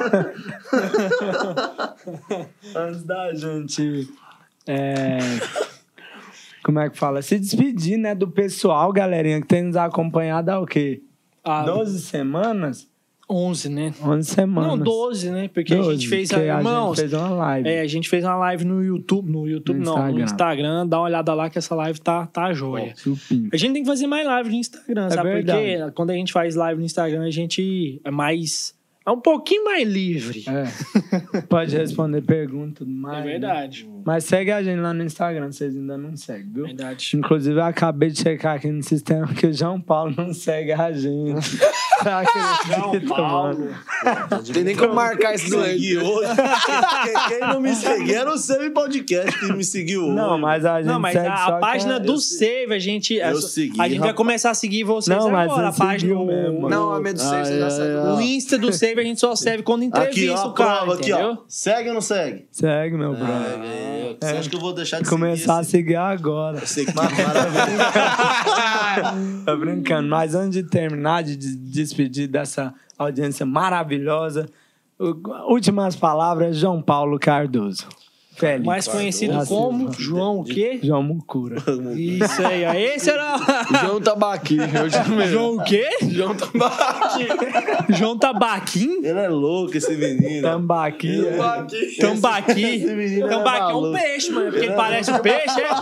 Antes da gente. É, como é que fala? Se despedir, né, do pessoal, galerinha, que tem nos acompanhado há o quê? Ah, doze semanas? onze, né? onze semanas. Não, doze, né? Porque doze, a gente fez que a, a irmãos, gente fez uma live. É, a gente fez uma live no YouTube, no YouTube No não, Instagram. no Instagram, dá uma olhada lá que essa live tá, tá joia. Supinho. A gente tem que fazer mais live no Instagram, É sabe? verdade. Porque quando a gente faz live no Instagram, a gente é mais... É um pouquinho mais livre. É. Pode responder perguntas e tudo mais. É verdade. Né? Mas segue a gente lá no Instagram, vocês ainda não seguem, viu? Verdade. Inclusive, eu acabei de checar aqui no sistema que o João Paulo não segue a gente. João Paulo. Não tem nem como marcar isso doente. Segui hoje. Quem, quem não me seguir era o Save Podcast que me seguiu hoje. Não, mas a gente Não, mas segue a, só a página que... do Save, a gente... Eu a, segui, a gente vai rapaz. começar a seguir vocês Não, mas agora. A você página... seguiu O, mesmo. Não, a medo Ah, você é, já é, segue. é. o Insta do Save a gente só serve quando entrevista Aqui, ó, o cara, prova aqui, entendeu? ó. Segue ou não segue? Segue, meu Ah, brother. é, Você acha que eu vou deixar de Começar a seguir seguir agora. esse... Esse aqui, maravilhoso. Tô brincando. Mas antes de terminar, de de despedir dessa audiência maravilhosa, o- últimas palavras, João Paulo Cardoso. Félix. Mais conhecido Da como Silva. João o quê? João Mucura. Isso aí, ó. Esse era... João Tambaqui. Eu já mesmo. João o quê? João Tambaqui. João Tabaquim? Ele é louco, esse menino. Tambaqui. Esse- Tambaqui. esse menino Tambaqui é um maluco. peixe, mano. Porque ele parece um peixe, é?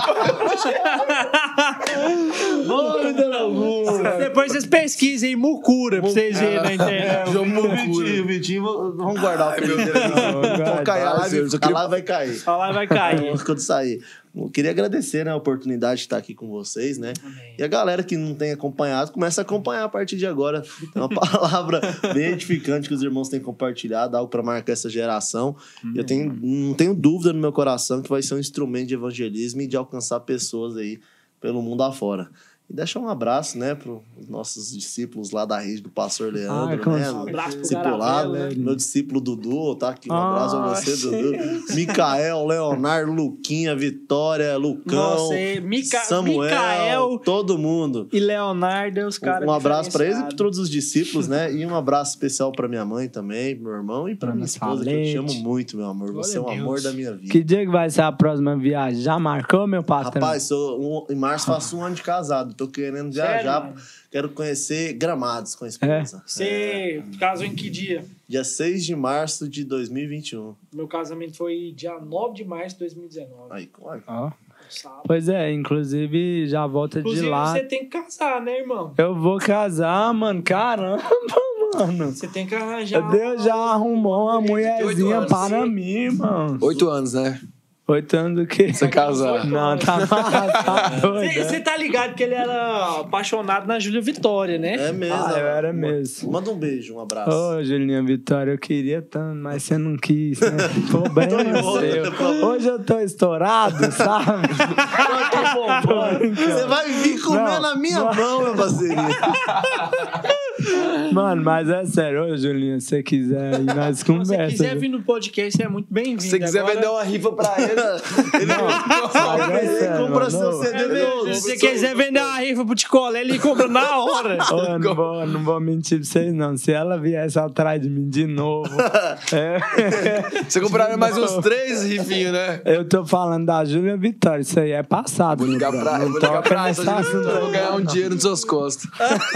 Ô, Vitor Augusto. Depois vocês pesquisem Mucura pra vocês verem na internet. João Vitinho, Vitinho, vamos guardar o apelido dele. Vamos cair a live, a live vai cair. A live vai cair. Quando sair. Eu queria agradecer, né, a oportunidade de estar aqui com vocês, né? Amém. E a galera que não tem acompanhado, começa a acompanhar a partir de agora. É uma palavra bem edificante que os irmãos têm compartilhado, algo para marcar essa geração. E eu tenho, não tenho dúvida no meu coração que vai ser um instrumento de evangelismo e de alcançar pessoas aí pelo mundo afora. E deixar um abraço, né, para os nossos discípulos lá da rede do Pastor Leandro, ah, né? Um abraço pro discipulado, Garavela. meu discípulo Dudu, tá aqui. Um abraço Ah, a você, sim. Dudu. Micael, Leonardo, Luquinha, Vitória, Lucão, Nossa, é Mica... Samuel, Micael todo mundo. e Leonardo, os caras. Um abraço para eles e para todos os discípulos, né? E um abraço especial para minha mãe também, pro meu irmão e para minha esposa, que eu te amo muito, meu amor. Você é o amor da minha vida. Que dia que vai ser a próxima viagem? Já marcou, meu patrão? Rapaz, sou um, em março faço um ano de casado. Tô querendo viajar. Sério, Quero conhecer Gramados com a esposa. Você É. casou em que dia? Dia seis de março de dois mil e vinte e um. Meu casamento foi dia nove de março de dois mil e dezenove. Aí, olha. Ó. Sábado. Pois é, inclusive já volta Inclusive, de lá. você tem que casar, né, irmão? Eu vou casar, mano. Caramba, mano. Você tem que arranjar. Deus já arrumou uma mulherzinha anos. para mim, mano. Oito anos, né? Oito anos do quê? Você casar. Não, tá massa, tá doido. Você tá ligado que ele era apaixonado na Júlia Vitória, né? É mesmo. Ah, eu era mesmo. Manda um beijo, um abraço. Ô, Julinha Vitória, eu queria tanto, mas você não quis, né? Problema Tô de seu. boa. Hoje eu tô estourado, sabe? Você vai vir comer Não, na minha não. mão, meu parceiro. Mano, mas é sério, ô, Julinha, se você quiser ir, nós Se conversa. você quiser vir no podcast, você é muito bem-vindo. Se você quiser Agora, vender uma rifa pra ele, Ele, Mas é ele sério, compra mano, seu ô. C D novo. Se você quiser vender uma rifa pro Ticolé, ele compra na hora. Ô, eu não vou, não vou mentir pra vocês, não. Se ela viesse atrás de mim de novo. é, você compraria mais uns três rifinhos, né? eu tô falando da Júlia Vitória. Isso aí é passado, Vou ligar meu pra, brother. eu vou Não ligar toca pra nesse essa, assunto eu vou aí, ganhar um não. dinheiro nas suas costas.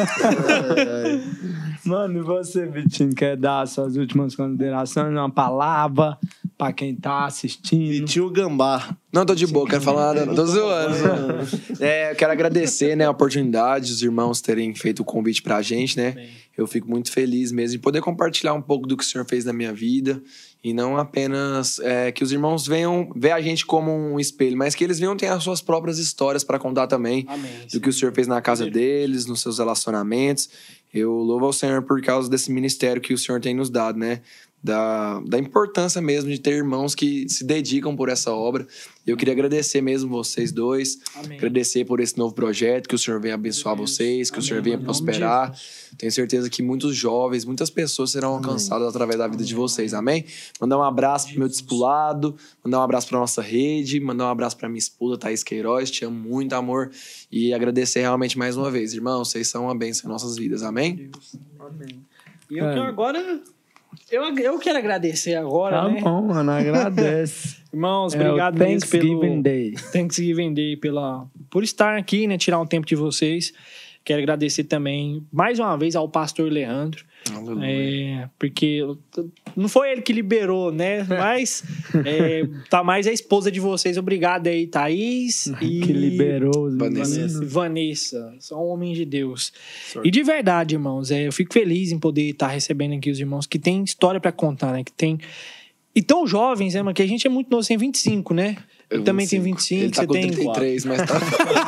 Mano, e você, Vitinho, quer dar suas últimas considerações, uma palavra pra quem tá E assistindo? tinha o Gambá. Não, tô de boa, quero falar nada. Tô zoando. É, eu quero agradecer, né, a oportunidade, os irmãos terem feito o convite pra gente, né? Bem. Eu fico muito feliz mesmo de poder compartilhar um pouco do que o Senhor fez na minha vida. E não apenas é, que os irmãos venham ver a gente como um espelho, mas que eles venham ter as suas próprias histórias para contar também. Amém. Do que o Senhor fez na casa deles, nos seus relacionamentos. Eu louvo ao Senhor por causa desse ministério que o Senhor tem nos dado, né? Da, da importância mesmo de ter irmãos que se dedicam por essa obra. Eu queria agradecer mesmo vocês dois, Amém. agradecer por esse novo projeto, que o Senhor venha abençoar vocês, que o Senhor venha Em nome de prosperar. Tenho certeza que muitos jovens, muitas pessoas serão alcançadas através da vida de vocês, amém? Mandar um abraço pro meu discipulado, mandar um abraço pra nossa rede, mandar um abraço pra minha esposa, Thaís Queiroz, te amo muito, amor, e agradecer realmente mais uma vez. Irmãos, vocês são uma bênção em nossas vidas, amém? Amém. E eu, que eu agora. Eu, eu quero agradecer agora, Tá né? bom, mano, agradece. Irmãos, É obrigado o mesmo pelo. Thanksgiving Day. Thanksgiving Day pela, por estar aqui, né? Tirar um tempo de vocês. Quero agradecer também, mais uma vez, ao pastor Leandro. Aleluia. É, porque não foi ele que liberou, né? Mas é, tá mais a esposa de vocês. Obrigado aí, Thaís. E Que liberou os Vanessa. meninos. Vanessa. São homens de Deus. E de verdade, irmãos, é, eu fico feliz em poder estar recebendo aqui os irmãos que têm história pra contar, né? Que tem... E tão jovens, né, mano? Que a gente é muito novo, você tem vinte e cinco, né? Eu também tenho vinte e cinco, Ele tá você com tem... trinta e três, mas tá...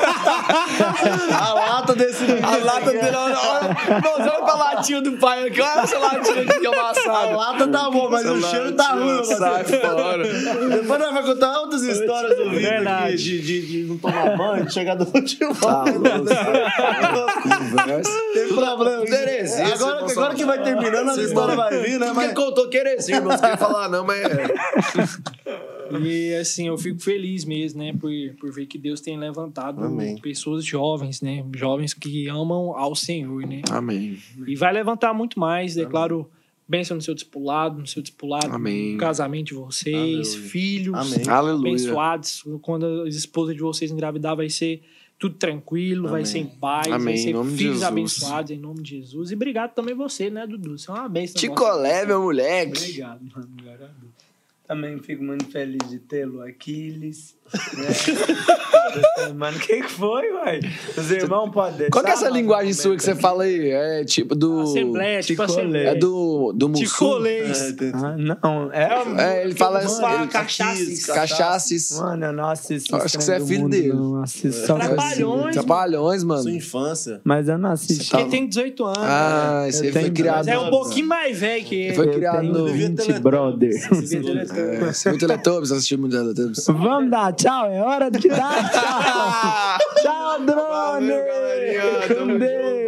A lata desse A lata dele, olha, olha, olha pra latinha do pai aqui, olha essa latinha aqui A amassada. lata tá boa, mas o cheiro tá ruim, meu Sai parceiro. fora. Depois nós vamos contar outras histórias do Vitor aqui, Verdade. de, de, de não tomar banho, de chegar do futebol. Tá Conversa. Tem problema. Heresia, Agora, irmão, agora que vai terminando, as histórias vai vir, né? Porque Mas... contou que era esse, irmão. Não queria falar não, mas é. E assim, eu fico feliz mesmo, né? Por, por ver que Deus tem levantado Amém. pessoas jovens, né? Jovens que amam ao Senhor, né? Amém. E vai levantar muito mais, declaro bênção no seu discipulado, no seu discipulado, Amém. no casamento de vocês, Aleluia. filhos Amém. Aleluia. abençoados. Quando as esposas de vocês engravidar, vai ser tudo tranquilo, vai Amém. ser em paz, Amém. vai ser Em nome de filhos Jesus. abençoados, em nome de Jesus. E obrigado também você, né, Dudu? Você é uma bênção. Ticolé, meu moleque. Obrigado, mano. Obrigado. Também fico muito feliz de tê-lo, Aquiles. Né? Mano, o que que foi, uai? Os irmãos podem deixar. Qual que é essa mano, linguagem no sua que você momento fala aí? É tipo do... Assembleia, tipo Ticolé. assembleia. É do, do Mussum? Ticolês. Ah, não. É, É, ele fala... Fala ele- cachaças. Cachaças. Mano, eu não assisto. Acho esse que trem você é do filho mundo, dele. Não assisto só Trapalhões. Trapalhões, mano. Sua infância. Mas eu não assisto. Tá- Porque tem dezoito anos. Ah, Eu você foi tenho- criado... Mas é um pouquinho mais velho que ele. Foi Eu criado tenho no... Devia vinte, ter- brother. Você- É, muito Teletubbies, assisti muito Teletubbies. Vamos dar tchau, é hora de dar tchau. Tchau, drone! Valeu, galerinha, tamo Com Deus.